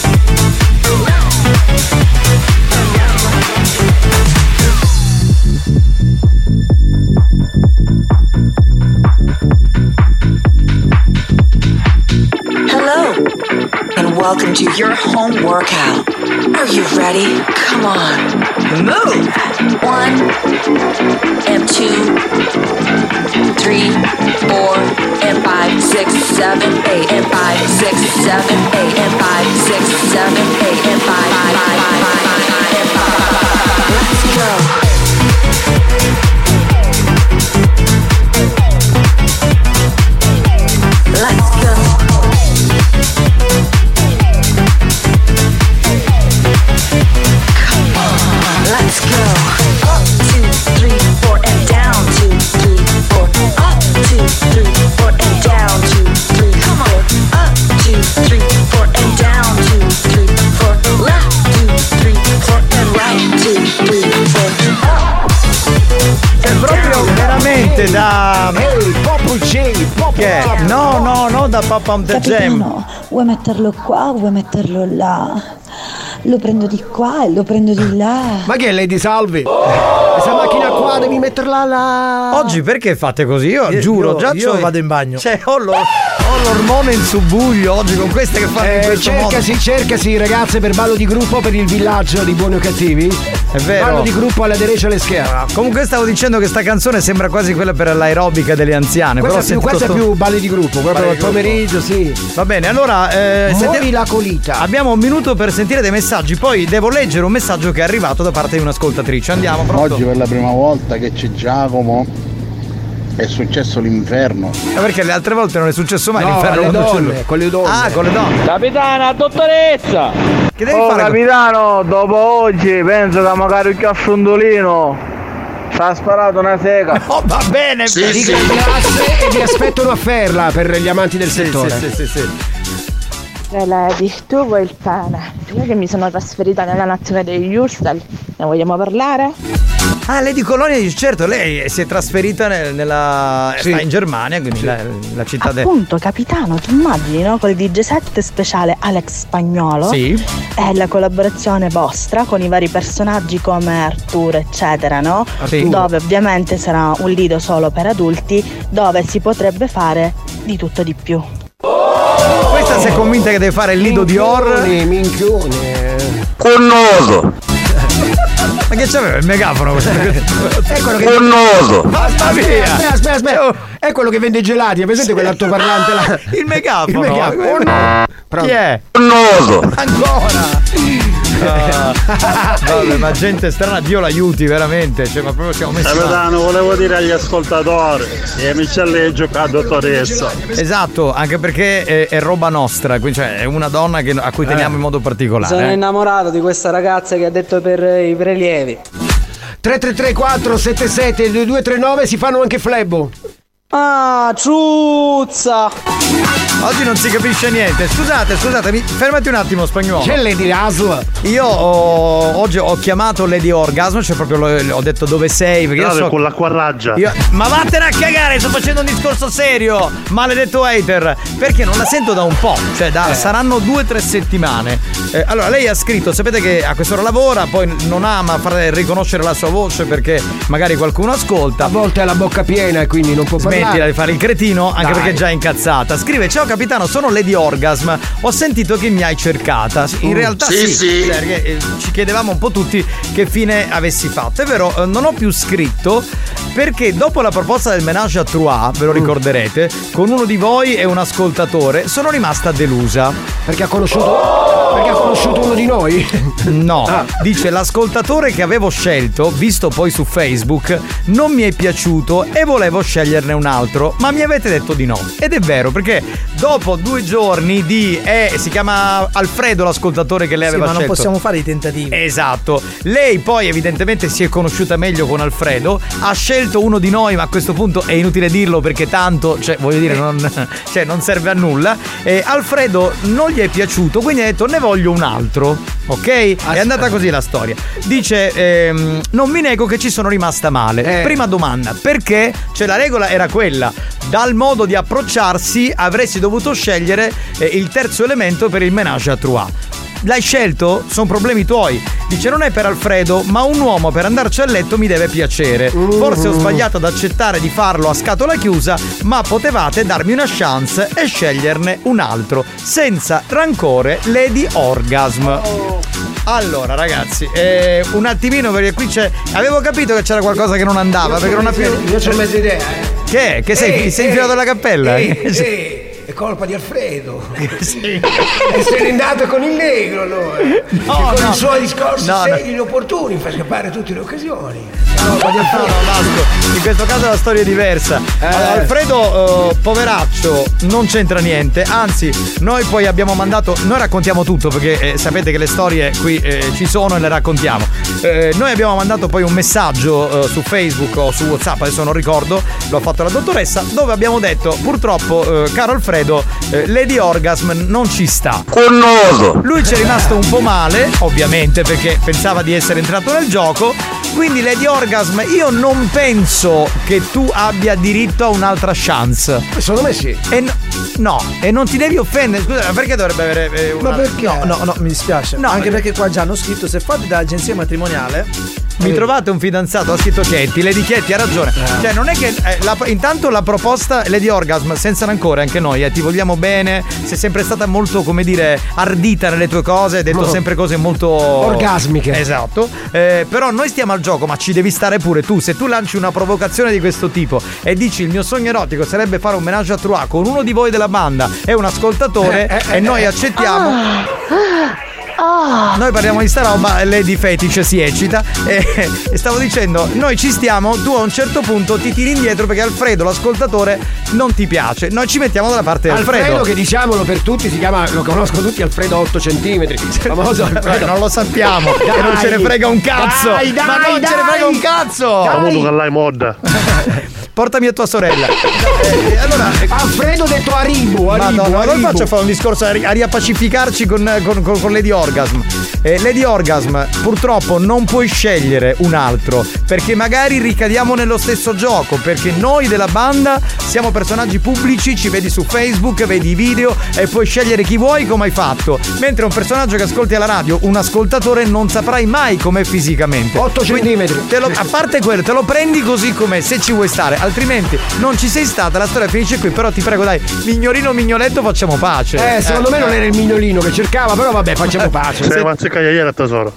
Hello, and welcome to your home workout. Are you ready? Come on, move. One, and two, three, four, and five, six, seven, eight, and five, six, seven, eight, and five, six, seven, eight, and five, five, five, five, five, and five. Let's go. Let's go. Come on, let's go. Up, two, three, four, and down, two, three, four. Up, two, three, four, and down, two, three, come on. Up, two, three, four, and down, two, three, four. Left, two, three, four, and right, two, three, four. Up. È proprio veramente da. Ehi, Popo J, Popo Che? No, no, no, da Papa on the Jam. Capitano, vuoi metterlo qua o vuoi metterlo là? Lo prendo di qua e lo prendo di là. Ma che è Lady Salvi? Questa macchina qua devi metterla là. Oggi perché fate così? Io, Io- giuro, io- già io c'ho- vado in bagno. Cioè, ho, lo- ho l'ormone in subbuglio oggi con queste che fanno in Eh, questo modo. cercasi, cercasi ragazze per ballo di gruppo per il villaggio di Buoni o Cattivi. È vero. Ballo di gruppo alla derecha alle schiena. Comunque stavo dicendo che sta canzone sembra quasi quella per l'aerobica delle anziane. Questa, però è più, sento questa è to- più balli di gruppo, proprio Balli al di gruppo. pomeriggio, sì. Va bene, allora eh, Muovi senti- la colita. abbiamo un minuto per sentire dei messaggi. Poi devo leggere un messaggio che è arrivato da parte di un'ascoltatrice. Andiamo, pronto? Oggi per la prima volta che c'è Giacomo è successo l'inferno. Ma perché le altre volte non è successo mai No, l'inferno alle quando c'è donne, lui? con le donne. Ah, con le donne. Capitana, dottoressa! Che devi Oh fare? capitano, dopo oggi penso che magari che a Frondolino ci ha sparato una sega. Oh, va bene, Di gran classe e vi aspetto una ferla per gli amanti del Sì, settore. sì, sì, sì, sì. Eh, Lady, tu vuoi il pane? Io che mi sono trasferita nella nazione degli Ursel, ne vogliamo parlare? Ah, Lady Colonia dice, certo, lei si è trasferita nel- nella. Sì. sta in Germania, quindi la, la città del. Appunto, capitano, ti immagini, no? Col D J set speciale Alex Spagnolo. Sì. E la collaborazione vostra con i vari personaggi come Arturo, eccetera, no? Sì. Dove ovviamente sarà un lido solo per adulti, dove si potrebbe fare di tutto di più. Questa si è convinta che deve fare il lido di horror. Minchione, minchione. Connoso. Ma che c'aveva il megafono? È quello che. Connoso! Mamma mia! Aspetta, aspetta, aspetta. È quello che vende i gelati, è presente quell'altoparlante là? Il megafono. Il megafono. Oh no! Chi è? Connoso! Ancora! Uh, vabbè, ma gente strana, Dio l'aiuti veramente, cioè, ma proprio siamo messi Capitano, volevo dire agli ascoltatori che Michelle è giocata dottoressa. Esatto, anche perché è, è roba nostra, quindi cioè, è una donna che, a cui teniamo eh. in modo particolare. Sono eh. innamorato di questa ragazza che ha detto per i prelievi. tre tre tre quattro sette sette due due tre nove si fanno anche flebbo. Ah, ciuzza! Oggi non si capisce niente. Scusate, scusate, fermati un attimo, spagnolo. C'è Lady Asla. Io ho, oggi ho chiamato Lady Orgasm, cioè proprio lo, ho detto dove sei. Perché io so, con l'acquarraggia. Io, ma vattene a cagare, sto facendo un discorso serio. Maledetto hater. Perché non la sento da un po'. Cioè, da, eh. saranno due o tre settimane. Eh, allora, lei ha scritto, sapete che a quest'ora lavora, poi non ama far riconoscere la sua voce perché magari qualcuno ascolta. A volte ha la bocca piena e quindi non può parlare. Smettila di fare il cretino, anche Dai. perché è già incazzata. Scrive: ciao capitano, sono Lady Orgasm. Ho sentito che mi hai cercata. In Mm, realtà sì, sì, sì. perché eh, ci chiedevamo un po' tutti che fine avessi fatto. È vero, eh, non ho più scritto perché dopo la proposta del menage à trois, ve lo ricorderete, con uno di voi e un ascoltatore, sono rimasta delusa. Perché ha conosciuto Perché ha conosciuto uno di noi? No, ah. dice l'ascoltatore che avevo scelto, visto poi su Facebook, non mi è piaciuto e volevo sceglierne un altro, ma mi avete detto di no. Ed è vero, perché dopo due giorni di eh, si chiama Alfredo l'ascoltatore che lei sì, aveva ma scelto. non possiamo fare i tentativi. Esatto. Lei poi evidentemente si è conosciuta meglio con Alfredo, ha scelto uno di noi, ma a questo punto è inutile dirlo perché tanto, cioè voglio dire, non, cioè, non serve a nulla. E Alfredo non gli è piaciuto, quindi ha detto ne voglio un altro, ok? È andata così la storia. Dice ehm, non mi nego che ci sono rimasta male. Eh. Prima domanda, perché? Cioè la regola era quella, dal modo di approcciarsi avresti dovuto scegliere eh, il terzo elemento per il menage à trois. L'hai scelto? Sono problemi tuoi. Dice non è per Alfredo, ma un uomo per andarci a letto mi deve piacere. Forse ho sbagliato ad accettare di farlo a scatola chiusa, ma potevate darmi una chance e sceglierne un altro. Senza rancore, Lady Orgasm. Allora ragazzi, eh, un attimino perché qui c'è. Avevo capito che c'era qualcosa che non andava, perché non ha più. Io c'ho mezza idea, eh. Che? Che sei, Ehi, sei ehi, infilato alla cappella? Ehi, ehi. È colpa di Alfredo. Sì. E se n'è andato con il negro allora. No, che con no. i suoi discorsi No, seri no. inopportuni fa scappare tutte le occasioni. No, no, Vasco, in questo caso la storia è diversa. Eh. Allora, Alfredo, eh, poveraccio, non c'entra niente. Anzi, noi poi abbiamo mandato. Noi raccontiamo tutto perché eh, sapete che le storie qui eh, ci sono e le raccontiamo. Eh, noi abbiamo mandato poi un messaggio eh, su Facebook o su WhatsApp, adesso non ricordo, l'ho fatto la dottoressa, dove abbiamo detto purtroppo, eh, caro Alfredo, eh, Lady Orgasm non ci sta. Connoso! Lui ci è rimasto un po' male, ovviamente, perché pensava di essere entrato nel gioco. Quindi Lady Orgasm, io non penso che tu abbia diritto a un'altra chance. Secondo me sì. E no, no, e non ti devi offendere. Scusa, ma perché dovrebbe avere eh, una... Ma perché? No, no, no, mi dispiace. No, Anche perché- perché qua già hanno scritto se fate dall'agenzia matrimoniale. Mi trovate un fidanzato, ha scritto Chetti, Lady Chetti ha ragione. Cioè non è che eh, la, intanto la proposta Lady Orgasm senza rancore, anche noi eh, ti vogliamo bene, sei sempre stata molto, come dire, ardita nelle tue cose, hai detto Oh. sempre cose molto Orgasmiche. Esatto. Eh, però noi stiamo al gioco, ma ci devi stare pure tu. Se tu lanci una provocazione di questo tipo e dici il mio sogno erotico sarebbe fare un menage à trois con uno di voi della banda e un ascoltatore Eh, eh, e noi eh. accettiamo. Ah. Noi parliamo di sta roba, Lady Fetish si eccita e, e stavo dicendo, noi ci stiamo, tu a un certo punto ti tiri indietro perché Alfredo, l'ascoltatore, non ti piace. Noi ci mettiamo dalla parte di Alfredo. Alfredo, che diciamolo per tutti, si chiama, lo conoscono tutti, Alfredo otto centimetri. Famoso Alfredo. Non lo sappiamo, che non ce ne frega un cazzo. Dai, dai, ma non dai. ce ne frega un cazzo. Avuto che l'hai modda. Portami a tua sorella. Eh, allora, Alfredo detto Aribu, Aribu, Madonna, ma non Aribu. faccio fare un discorso a, ri- a riappacificarci con, con, con, con Lady Orgasm. Eh, Lady Orgasm, purtroppo non puoi scegliere un altro, perché magari ricadiamo nello stesso gioco, perché noi della banda siamo personaggi pubblici, ci vedi su Facebook, vedi i video e puoi scegliere chi vuoi come hai fatto. Mentre un personaggio che ascolti alla radio, un ascoltatore, non saprai mai com'è fisicamente. otto centimetri. Te lo, a parte quello, te lo prendi così com'è, se ci vuoi stare, altrimenti non ci sei stata, la storia finisce qui. Però ti prego, dai, mignorino mignoletto, facciamo pace. Eh, secondo me non era il mignolino che cercava, però vabbè, facciamo pace. Sei avanzicata ieri a tesoro.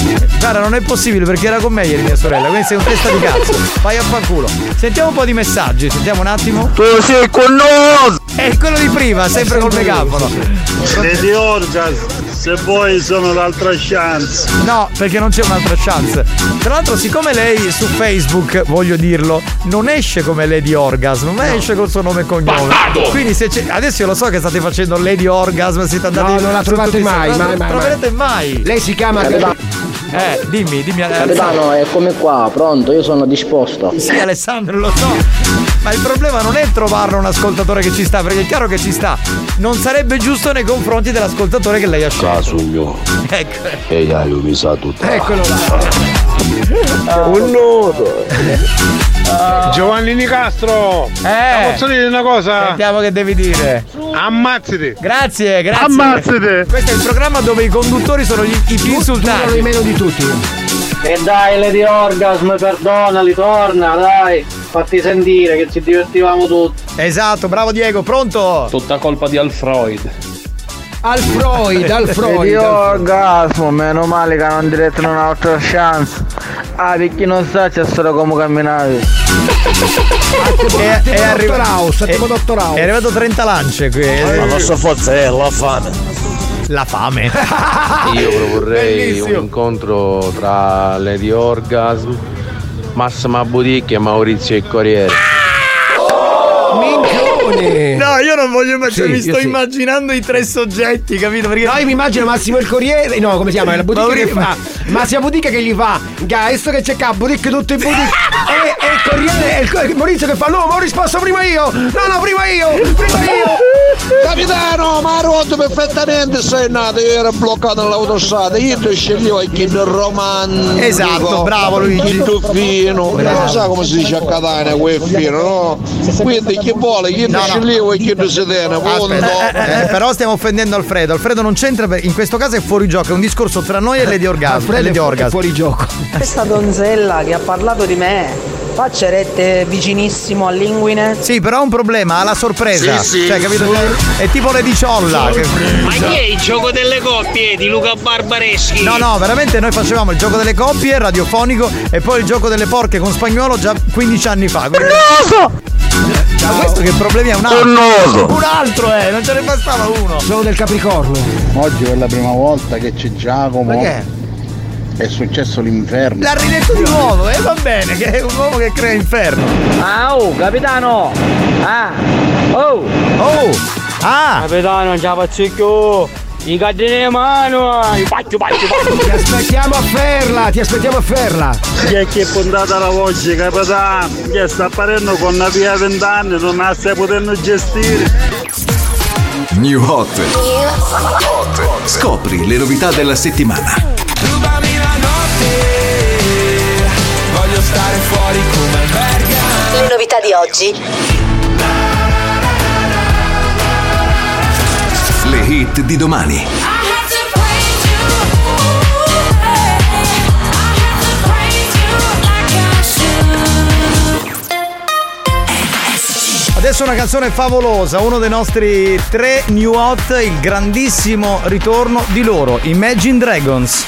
Guarda, non è possibile perché era con me ieri mia sorella, quindi sei un testa di cazzo. Vai a fanculo. Sentiamo un po' di messaggi, sentiamo un attimo. Tu sei con noi! È quello di prima, sempre col megafono. Lady Orgasm, se vuoi sono l'altra chance. No, perché non c'è un'altra chance. Tra l'altro, siccome lei su Facebook, voglio dirlo, non esce come Lady Orgasm, ma no. esce col suo nome e cognome. Bastardo! Quindi se c'è, adesso io lo so che state facendo Lady Orgasm, siete andati. No, non la trovate mai, mai, mai, non la troverete mai. Lei si chiama Eh, dimmi, dimmi. Capitano, è come qua, pronto, io sono disposto. Sì, Alessandro, lo so. Ma il problema non è trovarlo un ascoltatore che ci sta, perché è chiaro che ci sta. Non sarebbe giusto nei confronti dell'ascoltatore che lei ha scelto. Caso mio. Ecco. E dai, lui mi sa tutto. Eccolo là. Un nudo. Giovanni Nicastro. Eh. Posso dire una cosa? Sentiamo che devi dire. Ammazzati. Grazie, grazie. Ammazzati. Questo è il programma dove i conduttori sono gli, i più insultati. Sono i meno di tutti. E dai, Lady Orgasm, perdonali, torna, dai. Fatti sentire che ci divertivamo tutti. Esatto, bravo Diego, pronto? Tutta colpa di Alfreud. Alfreud, Alfreud. Lady Orgasm, meno male che non direttano un'altra chance. Ah, per chi non sa c'è solo come camminare. È, è, arri- House, è, House. è arrivato trenta lance qui. La nostra forza è la fame. La fame. Io proporrei Bellissimo. un incontro tra Lady Orgasm, Massima Boutique e Maurizio il Corriere. Minchione. No, io non voglio mettere, Sì, mi sto io sì. immaginando i tre soggetti, capito? Perché No, io mi immagino Massimo il Corriere. No, come si chiama? La boutique Mauri- che fa. Massimo Boutique che gli fa. Adesso che c'è qua, boutique tutto in boutique. e, e il Corriere, e il, Co- Maurizio che fa. No, ma ho risposto prima io. No, no, prima io. Prima io. Capitano, ma ha rotto perfettamente, sei nato, io ero bloccato nell'autostrada, io ti sceglievo il kid romantico. Esatto, bravo Luigi. Tutto fino, non sa come si dice a Catania quel fino, no? Quindi chi vuole, chi ti No, no. sceglievo il kid sedene, punto. Eh, eh, però stiamo offendendo Alfredo. Alfredo non c'entra, per- in questo caso è fuori gioco, è un discorso tra noi e Lady Orgasm. Alfredo Lady è fu- Orgasm. è fuori gioco. Questa donzella che ha parlato di me faccia rette vicinissimo all'inguine. Sì, però ha un problema, ha la sorpresa. Sì, sì, cioè, capito? sì. È tipo Lady Ciolla. Che... Ma chi è il gioco delle coppie di Luca Barbareschi? No, no, veramente noi facevamo il gioco delle coppie radiofonico e poi il gioco delle porche con Spagnolo già quindici anni fa. Quindi... Ma questo che problemi è un altro? Connoso. Un altro è, non ce ne bastava uno. Sono del Capricorno. Oggi è la prima volta che c'è Giacomo. Perché? È successo l'inferno. L'ha ridetto di nuovo, e eh, va bene, che è un uomo che crea inferno. Ah, oh, capitano! Ah! Oh! Oh! Ah! Capitano, già faccio più! I cadini in mano! I pacchio, pacchio, pacchio! Ti aspettiamo a Ferla, ti aspettiamo a Ferla. Chi è che è puntata la voce, capitano? Che sta apparendo con una via vent'anni, non la stai potendo gestire. New Hot. Scopri le novità della settimana. Rubami la notte, voglio stare fuori come verga. Le novità di oggi. Le hit di domani. Adesso una canzone favolosa, uno dei nostri tre new hot, il grandissimo ritorno di loro, Imagine Dragons.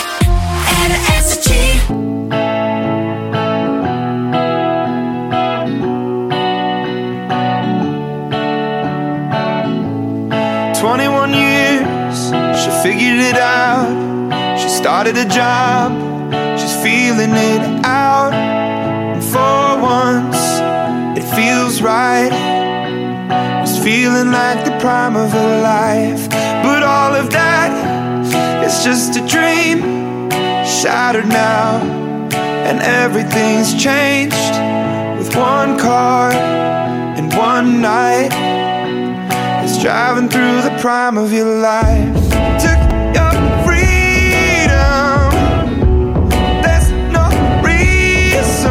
twenty-one years, she figured it out. She started a job, she's feeling it out. And for once, it feels right. It's feeling like the prime of her life. But all of that is just a dream, shattered now. And everything's changed with one car and one night. It's driving through the prime of your life. Took your freedom. There's no reason.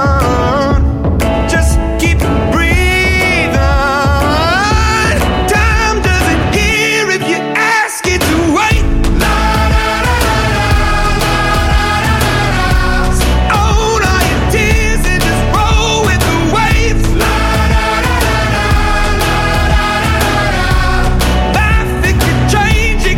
Just keep breathing. Time doesn't hear if you ask it to wait. Own all your tears and just roll with the waves. Life it could change.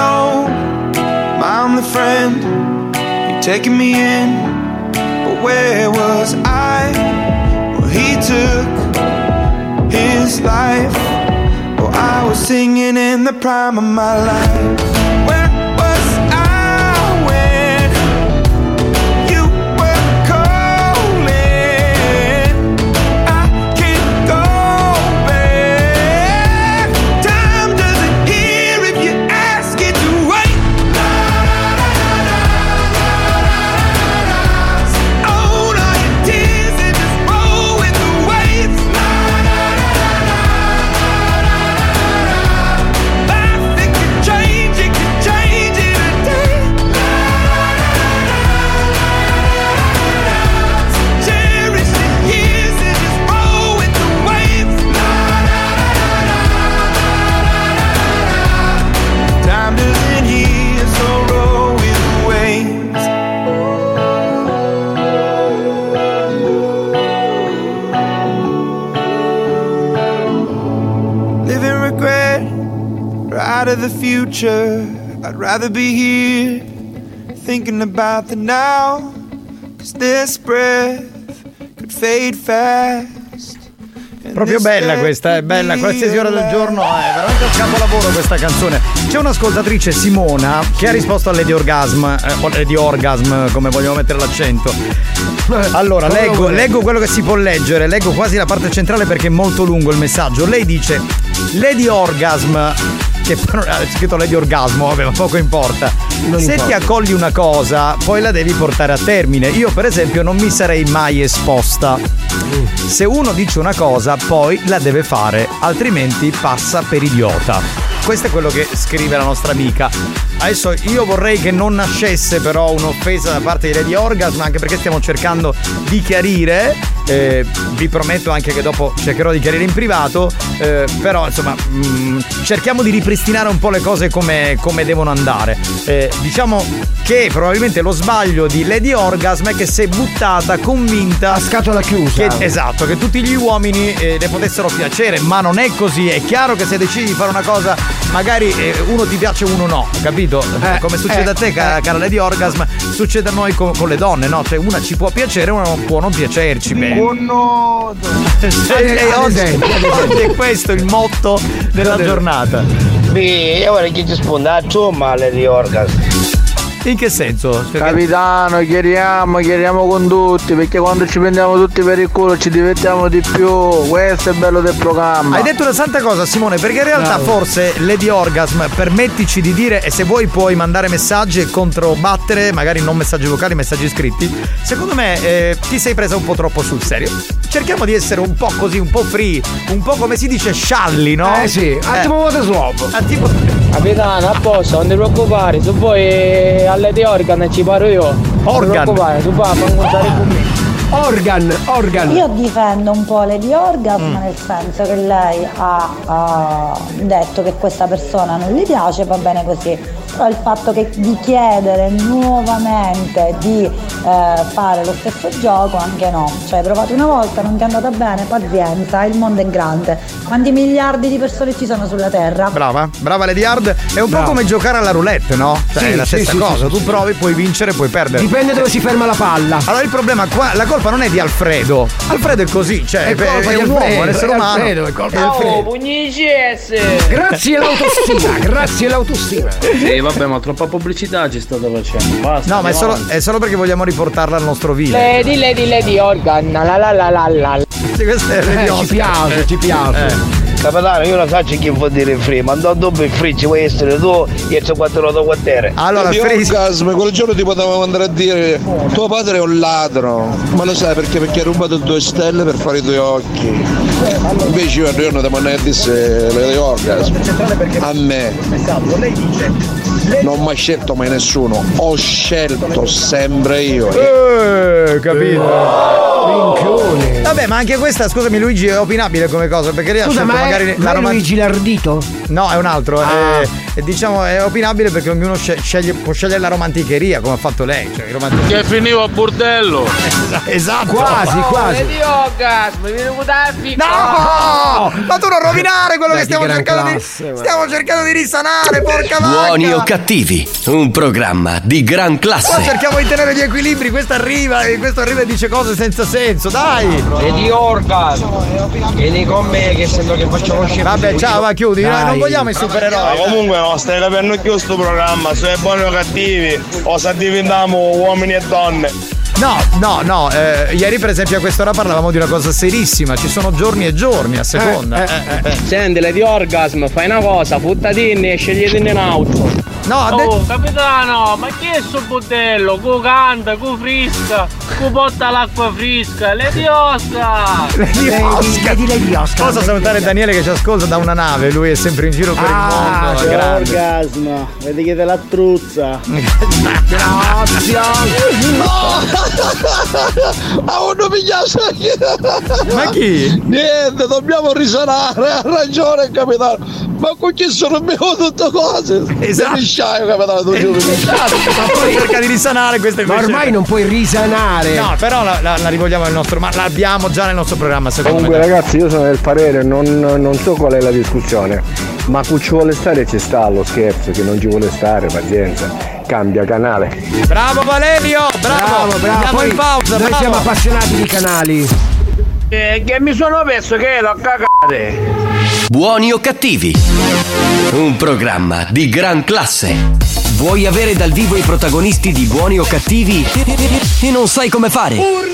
know I'm the friend, you're taking me in, but where was I? Well, he took his life. Well, I was singing in the prime of my life. Where was I when you were calling? I can't go back. Time doesn't hear if you ask it to wait. Own all your tears and just roll with the waves. Life, it can change, it can change in a day. Cherish the years and just roll with the waves. Time doesn't heal, so roll with the waves. Live in regret, or out of the future. I'd rather be here, thinking about the now. 'Cause this breath could fade fast. Proprio bella questa, è bella, qualsiasi ora del giorno è veramente un capolavoro questa canzone. C'è un'ascoltatrice, Simona, che ha risposto a Lady Orgasm, eh, o Lady Orgasm, come vogliamo mettere l'accento. Allora, leggo, leggo quello che si può leggere, leggo quasi la parte centrale perché è molto lungo il messaggio. Lei dice: Lady Orgasm, che ha scritto Lady Orgasmo, vabbè, ma poco importa. Non Se importa. ti accogli una cosa, poi la devi portare a termine. Io, per esempio, non mi sarei mai esposta. Se uno dice una cosa, poi la deve fare, altrimenti passa per idiota. Questo è quello che scrive la nostra amica. Adesso io vorrei che non nascesse però un'offesa da parte di Lady Orgasm, anche perché stiamo cercando di chiarire. Eh, vi prometto anche che dopo cercherò di chiarire in privato, eh, però insomma mh, cerchiamo di ripristinare un po' le cose come, come devono andare. Eh, diciamo che probabilmente lo sbaglio di Lady Orgasm è che si è buttata convinta a scatola chiusa, che, esatto, che tutti gli uomini eh, le potessero piacere, ma non è così. È chiaro che se decidi di fare una cosa, magari eh, uno ti piace, uno no, capito? Eh, come succede eh, a te, cara, eh. cara Lady Orgasm, succede a noi con, con le donne, no? Cioè una ci può piacere, una non può non piacerci. Bene. no. E oggi, oggi è questo il motto della giornata. Beh, io vorrei che ci sponda insomma Lady Orgasm. In che senso? Capitano, chiariamo, chiariamo con tutti, perché quando ci prendiamo tutti per il culo ci divertiamo di più. Questo è il bello del programma. Hai detto una santa cosa, Simone, perché in realtà Bravo. forse Lady Orgasm, permettici di dire, e se vuoi puoi mandare messaggi e controbattere, magari non messaggi vocali, messaggi scritti. Secondo me eh, ti sei presa un po' troppo sul serio. Cerchiamo di essere un po' così, un po' free, un po' come si dice scialli, no? Eh sì, attimo what is love. Attimo. Capitano, a posto, non ti preoccupare, se vuoi alle di Organ ci paro io. Organ? Non ti preoccupare, tu vai a mangiare con me. Organ, organ. Io difendo un po' Lady Orgasm Mm. nel senso che lei ha, ha detto che questa persona non gli piace, va bene così. Però il fatto che di chiedere nuovamente di eh, fare lo stesso gioco, anche no. Cioè, provate una volta, non ti è andata bene, pazienza, il mondo è grande. Quanti miliardi di persone ci sono sulla Terra? Brava, brava Lady Hard. È un Bravo. po' come giocare alla roulette, no? Cioè Sì, è la sì, stessa sì, cosa, sì, tu sì, provi, puoi vincere, puoi perdere. Dipende dove si ferma la palla. Allora il problema qua, la colpa non è di Alfredo. Alfredo è così, cioè È colpa è di un uomo, è un Alfredo, essere è umano. Alfredo, è colpa di È Alfredo. Oh, pugnicese! Grazie all'autostima, grazie all'autostima. Sì, vabbè, ma troppa pubblicità ci state facendo. Basta. No, ma è andiamo solo, è solo perché vogliamo riportarla al nostro video. Lady, Lady, Lady Organ, la la la la la. Sì, questo è Eh, ci piace, ci piace. Eh. Capitano, io non so che vuol dire free, ma non dopo il free ci vuoi essere tu e c'è quattro da quattere. Allora, Di Fris- orgasmo, quel giorno ti potevamo andare a dire tuo padre è un ladro, ma lo sai perché? Perché ha rubato due stelle per fare i tuoi occhi. Invece io io non devo andare a dire le orgasmo. A me non mi ha scelto mai nessuno, ho scelto sempre io. Eh, capito? Minchione. Vabbè, ma anche questa, scusami Luigi, è opinabile come cosa, perché lei ha Scusa, scelto ma è, magari ma è roman- Luigi Lardito? No, è un altro. Ah. È, è, diciamo, è opinabile perché ognuno sce- sceglie, può scegliere la romanticheria, come ha fatto lei. Cioè, i romantic- Che finivo a bordello. Esatto. Quasi, quasi. Lady Orgasm, mi devo dare No! Ma tu non rovinare quello Dai, che stiamo che gran cercando classe, di. ma- Stiamo cercando di risanare, porca vacca! Buoni o cattivi Cattivi, un programma di gran classe. Poi cerchiamo di tenere gli equilibri, questo arriva e questo arriva e dice cose senza senso, dai! E di orgasmo, vieni con me che sento che facciamo uscire. Vabbè, ciao, va, chiudi, dai. Non vogliamo i supereroi. Ma comunque no, stai capendo che questo programma, se è buoni o cattivi, o se diventiamo uomini e donne. No, no, no, eh, ieri per esempio a quest'ora parlavamo di una cosa serissima, ci sono giorni e giorni a seconda. Eh, eh, eh, eh. Sentile di orgasm, fai una cosa, futtatini e sceglietene un altro. No, oh, detto... capitano, ma chi è sto budello? Cu canta, cu frisca, cu porta l'acqua frisca, le diosca! Le diosca! Le diosca! Posso salutare Daniele che ci ascolta da una nave, lui è sempre in giro per ah, il mondo. Orgasmo, vedi che te la truzza. Grazie! Ma uno pigliasse! Ma chi? Niente, dobbiamo risanare, ha ragione capitano! Ma con chi sono bevuto tutte cose? Esatto! Sciaio, capitano, tu giuro. Esatto, ma poi cerca di risanare queste Ma ormai non puoi risanare. No, però la, la, la rivolgiamo nel nostro, ma l'abbiamo già nel nostro programma, secondo Comunque, me. Comunque ragazzi, io sono del parere, non, non so qual è la discussione, ma chi ci vuole stare ci sta lo scherzo, chi non ci vuole stare, pazienza, cambia canale. Bravo Valerio, bravo, bravo, bravo. Poi in pausa, noi bravo. siamo appassionati di canali. Eh, che mi sono perso che l'ho cagate. Buoni o cattivi? Un programma di gran classe. Vuoi avere dal vivo i protagonisti di Buoni o Cattivi e non sai come fare?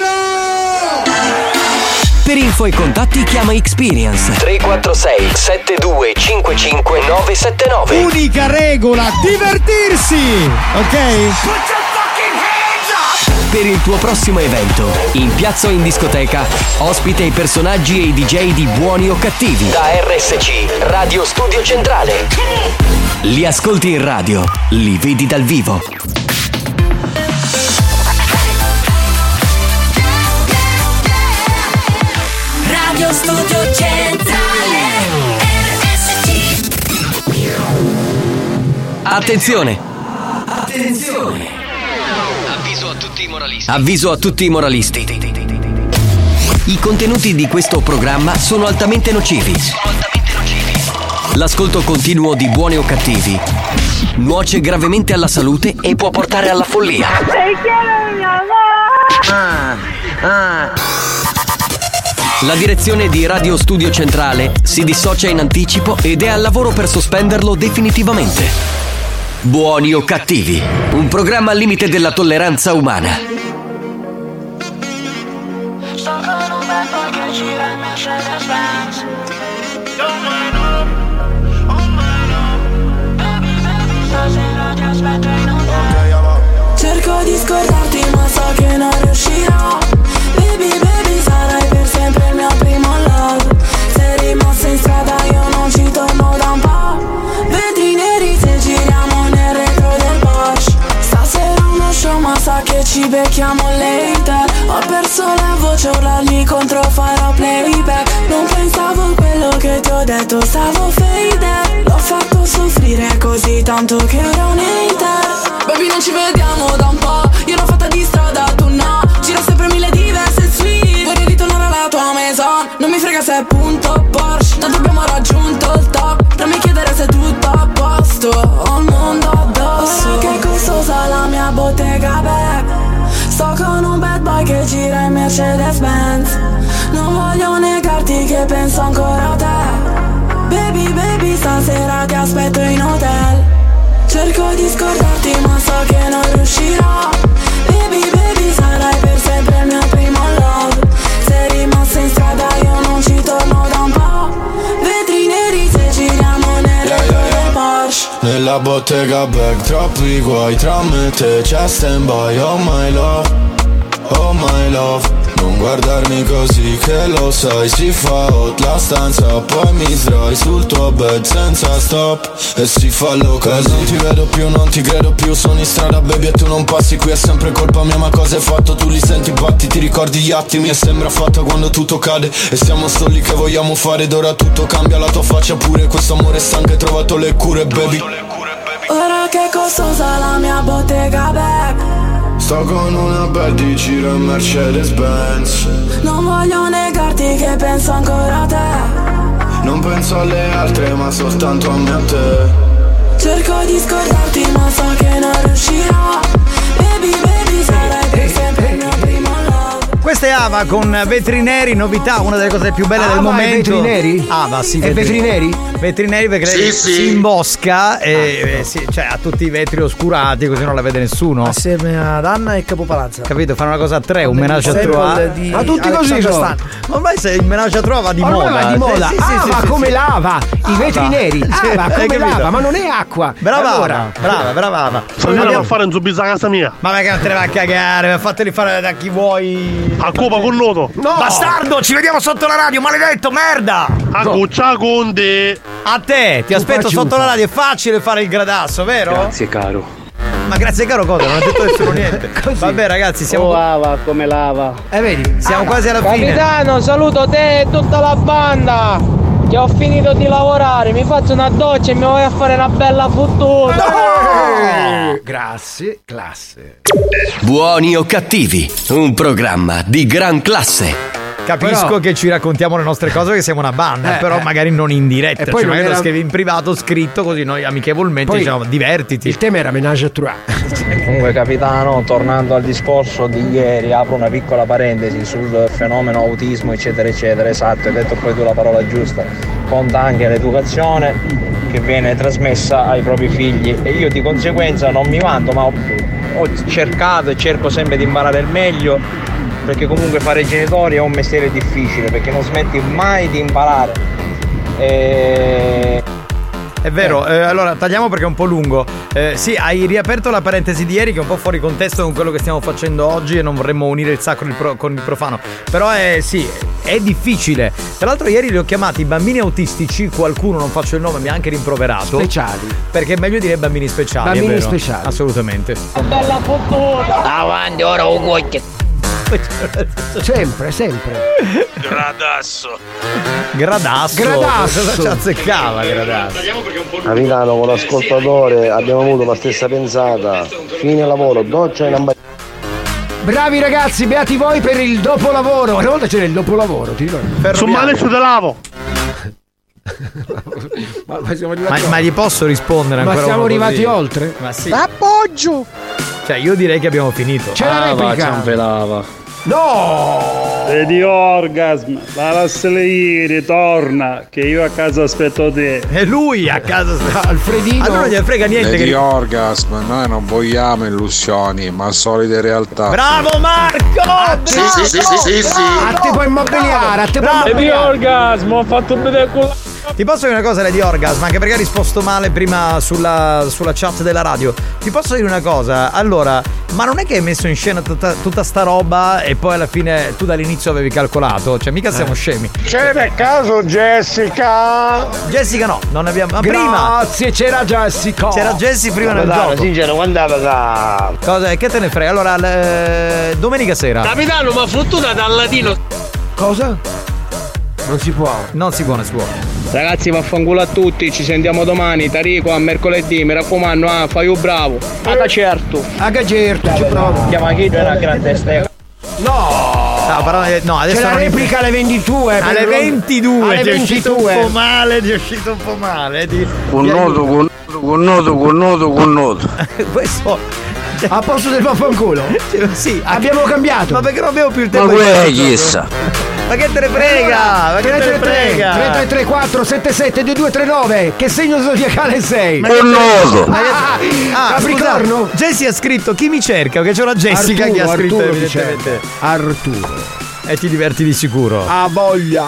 Per info e contatti chiama Experience tre quattro sei sette due cinque cinque nove sette nove. Unica regola, divertirsi, ok? Per il tuo prossimo evento, in piazza o in discoteca, ospita i personaggi e i D J di Buoni o Cattivi. Da R S C, Radio Studio Centrale. Li ascolti in radio, li vedi dal vivo. Radio Studio Centrale R S C. Attenzione! Attenzione! Avviso a tutti i moralisti. Avviso a tutti i moralisti. I contenuti di questo programma sono altamente nocivi. Sono altamente nocivi. L'ascolto continuo di Buoni o Cattivi nuoce gravemente alla salute e può portare alla follia. Ah, ah. La direzione di Radio Studio Centrale si dissocia in anticipo ed è al lavoro per sospenderlo definitivamente. Buoni o Cattivi, un programma al limite della tolleranza umana. Cerco di scordarti ma so che non riuscirò. Baby, baby, sarai per sempre il mio primo love. Sei rimasta in strada, io non ci torno da un po'. Vetri neri se giriamo nel retro del Porsche. Stasera uno show ma sa che ci becchiamo later. Ho perso la voce, urlarmi contro farò playback. Non pensavo a quello che ti ho detto, stavo faded. L'ho fatto soffrire così tanto che ero un hater. Baby non ci vediamo da un po', io l'ho fatta di strada, tu no. Giro sempre mille diverse suite. Vorrei ritornare alla tua maison. Non mi frega se è punto Porsche, tanto abbiamo raggiunto il top. Non mi chiedere se è tutto a posto, ho il mondo addosso. Ora che costosa la mia bottega back. Sto con un bad boy che gira in Mercedes Benz. Non voglio negarti che penso ancora a te. Baby, baby, stasera ti aspetto in hotel. Cerco di scordarti ma so che non riuscirò. Baby, baby, sarai per sempre il mio primo love. Sei rimasta in strada, io non ci torno da un po'. Vetri neri se giriamo nel retro del Porsche. Nella bottega bag, troppi guai tra me e te, c'è stand by, oh my love, oh my love. Non guardarmi così che lo sai, si fa hot la stanza, poi mi sdrai sul tuo bed senza stop e si fa loca. Non ti vedo più, non ti credo più, sono in strada baby e tu non passi, qui è sempre colpa mia, ma cosa hai fatto? Tu li senti batti, ti ricordi gli attimi e sembra fatta quando tutto cade e siamo soli che vogliamo fare ed ora tutto cambia, la tua faccia pure, questo amore stanco hai trovato le cure baby. Ora che costosa la mia bottega back. Sto con una bad di giro in Mercedes Benz. Non voglio negarti che penso ancora a te. Non penso alle altre ma soltanto a me e a te. Cerco di scordarti ma so che non riuscirò. Baby, baby, sarai per sempre il mio primo love. Questa è Ava con Vetri Neri, novità, una delle cose più belle Ava del momento. Vetri Neri? Ava, sì. E Vetri Neri? Vetri Neri perché Sì, lei sì. si imbosca e eh, sì, cioè ha tutti i vetri oscurati così non la vede nessuno. Assieme ad Anna e Capo Palazzo. Capito? Fanno una cosa a tre, un menage a Sample trois. di Ma tutti così Alexander sono. Stan. Ma ormai se il menage a trois va di Ormai moda. va di moda. Sì, sì, sì, Ava sì, come sì. lava, i vetri Ava. neri. Sì, Ava hai come capito? lava, ma non è acqua. Brava, Allora, Ava, brava, brava. Ava. Andiamo a fare un zubizza a casa mia. Ma perché non te ne va a cagare? Fateli fare da chi vuoi. A copa con noto. No! Bastardo, ci vediamo sotto la radio, maledetto, merda! A cuccia con te. A te, ti aspetto facciuta. sotto la radio, è facile fare il gradasso, vero? Grazie caro. Ma grazie caro cosa, non ha detto nessuno niente. Vabbè ragazzi, siamo, Oh Ava, come lava. Eh vedi? siamo quasi alla fine. Capitano, saluto te e tutta la banda. Che ho finito di lavorare, mi faccio una doccia e mi voglio a fare una bella fottuta. Eh, Grazie, classe. Buoni o cattivi, un programma di gran classe. Capisco Però- che ci raccontiamo le nostre cose, che siamo una banda, Eh, però eh. magari non in diretta. E poi Cioè, non magari lo era- scrivi in privato, scritto, così noi amichevolmente Poi- diciamo divertiti. Il tema era menage a trois. Comunque capitano, tornando al discorso di ieri, apro una piccola parentesi sul fenomeno autismo eccetera eccetera. Esatto, hai detto poi tu la parola giusta. Conta anche l'educazione che viene trasmessa ai propri figli e io di conseguenza non mi vanto, ma ho, ho cercato e cerco sempre di imparare il meglio, perché comunque fare i genitori è un mestiere difficile, perché non smetti mai di imparare. E... È vero, eh, allora tagliamo perché è un po' lungo. Eh, sì, hai riaperto la parentesi di ieri che è un po' fuori contesto con quello che stiamo facendo oggi e non vorremmo unire il sacro il pro- con il profano. Però è sì, è difficile. Tra l'altro ieri li ho chiamati bambini autistici, qualcuno, non faccio il nome, mi ha anche rimproverato. Speciali. Perché è meglio dire bambini speciali. Bambini è vero. speciali. Assolutamente. Bella fottuta. Avanti, ora un cuocchio. Sempre, sempre. Gradasso. Gradasso. Gradasso. Cosa ci azzeccava Gradasso? Capitano, con l'ascoltatore abbiamo avuto la stessa pensata. Fine lavoro, doccia e una Bravi ragazzi, beati voi per il dopolavoro. Una volta c'era il dopolavoro, ti ricordi? Su male su te lavo. Ma, ma siamo arrivati Ma, ma gli posso rispondere Ma ancora? siamo uno così? arrivati oltre? Ma sì. Appoggio! Cioè io direi che abbiamo finito. C'è la Ava, replica. ciampelava. No! E di orgasm. La Rasseleri, ritorna. Che io a casa aspetto te. E lui a casa. Alfredino. Allora non gliene frega niente. Lady Che... Orgasm, noi non vogliamo illusioni, ma solide realtà. Bravo Marco! Bravo! Sì, sì, sì, sì, sì, sì. A te puoi immobiliare, a te puoi E di immobiliare. orgasmo, ho fatto vedere con la... Ti posso dire una cosa, Lady Orgasm, anche perché hai risposto male prima sulla, sulla chat della radio. Ti posso dire una cosa, allora, ma non è che hai messo in scena tutta, tutta sta roba e poi alla fine tu dall'inizio avevi calcolato? Cioè, mica siamo scemi. C'è per caso Jessica? Jessica no, non abbiamo. Ma prima! Grazie, c'era Jessica. C'era Jessie prima nel Capitano, gioco. sincero, quando andava a... Cosa? Che te ne frega? Allora, le- domenica sera. Capitano, ma fottuta dal latino. Cosa? Non si può. Non si può, non si può. Ragazzi, vaffanculo a tutti, ci sentiamo domani, Tarico a mercoledì, mi raccomando, ah, fai un bravo. Ah, certo. Aga certo, ci provo. Chiama chi è una grande stella. No! No, però, eh, no, adesso C'è la non replica alle ventidue. per alle non- ventidue Alle ti è uscito un po' ventidue. male, ti è uscito un po' male. Ti... Con noto, con noto, con noto, con noto, con noto. Questo. A posto del vaffanculo? Sì, Abbiamo cambiato. Ma perché non abbiamo più il Ma tempo? quella è di- chissà. Ma che te ne frega? Ma che te ne frega? tre tre tre quattro sette sette due due tre nove. Che segno zodiacale sei? Con noto. Ah, Ah, Capricorno? scusa, Jessie ha scritto chi mi cerca? Perché c'è una Jessica Arturo, che ha scritto Arturo evidentemente. dice. Arturo. E ti diverti di sicuro. A voglia.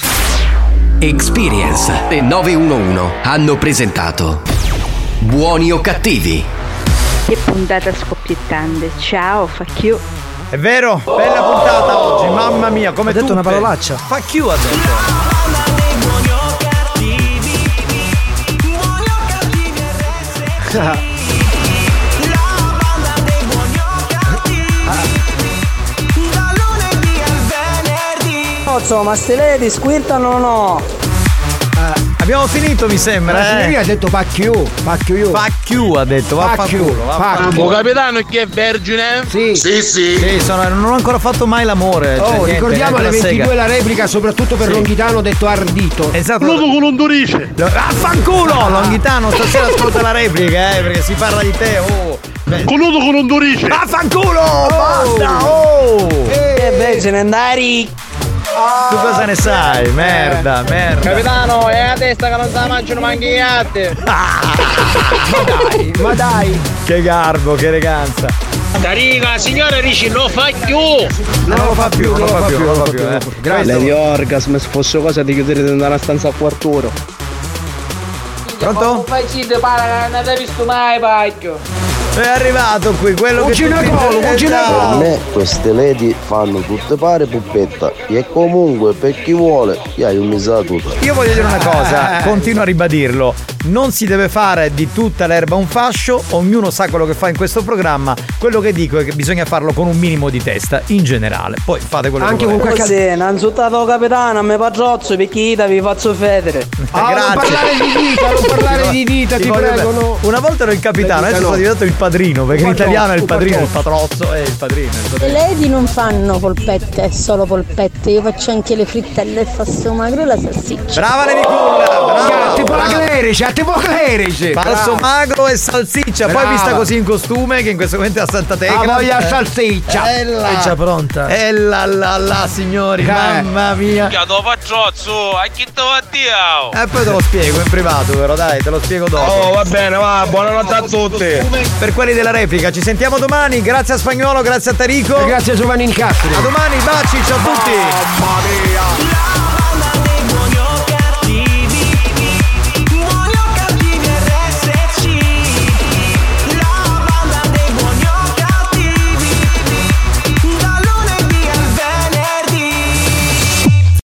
Experience e nove uno uno hanno presentato Buoni o cattivi? Che puntata scoppiettante. Ciao, fuck you. È vero? Bella puntata oggi, mamma mia, come Ha detto tutte. una parolaccia. Fuck you ha detto. Ozzo, ma ste lady squirtano o no? Eh, Abbiamo finito, mi sembra. La eh. signorina ha detto pacchio, pacchio io. Pacchio ha detto, vaffanculo. Oh capitano chi è vergine? Sì. Sì, sì. Sì, sono, non ho ancora fatto mai l'amore. Cioè, Oh, niente, ricordiamo alle neanche la ventidue sega. la replica, soprattutto per Sì. Longhitano detto ardito. Esatto. Nudo con un durice. Vaffanculo! Longhitano, stasera ascolta la replica, eh, perché si parla di te, oh. Conuto con un durice. Vaffanculo! Basta! Oh! Che vergine andari. Tu cosa ne sai? Merda, merda. Capitano, è la testa che non sa mangiare mangiate. Ma dai, ma dai. Che garbo, che eleganza. Carica, signore Ricci, non fa più. Non lo fa più, non lo fa più, non lo fa più, eh. Grazie. Lady Orgasm, se fosse cosa di chiudere dentro una stanza a quarturo. Pronto? Fai ci pare che non hai visto mai pacchio. È arrivato qui quello Un che tutti- ginecologo, un Eh, ginecologo. Per me queste lady fanno tutte pare puppetta e comunque per chi vuole gli hai un misatuta. Io voglio dire una cosa, continuo a ribadirlo. Non si deve fare di tutta l'erba un fascio, ognuno sa quello che fa in questo programma. Quello che dico è che bisogna farlo con un minimo di testa, in generale. Poi fate quello Anche che con volete. qualche non insultato capitano, a me patrozzo, perché vi faccio federe. Ah, non parlare di dita, non parlare di dita, ti voglio prego, bene. no. Una volta ero il capitano, Le dita adesso no. sono diventato il padrino, perché in Un italiano è il patrozzo, padrino, un il patrozzo è il padrino. il Le padrino. lady non fanno polpette, è solo polpette. Io faccio anche le frittelle, il fasto magro e la salsiccia. Brava Leviculla, brava. Tipo la clerice, a tipo clerice. Falso magro e salsiccia. Poi Brava. vista così in costume, che in questo momento è a Santa Tecla. Ah, voglia salsiccia. E là. È già pronta. E là là là, signori, Eh. mamma mia. Chiado patrozzo, a chi te va E poi te lo spiego in privato, però dai, te lo spiego dopo. Oh va bene, va, buonanotte a tutti. Per quelli della replica, ci sentiamo domani. Grazie a Spagnolo, grazie a Tarico. E grazie a Giovanni Nicastri. A domani, baci, ciao a tutti.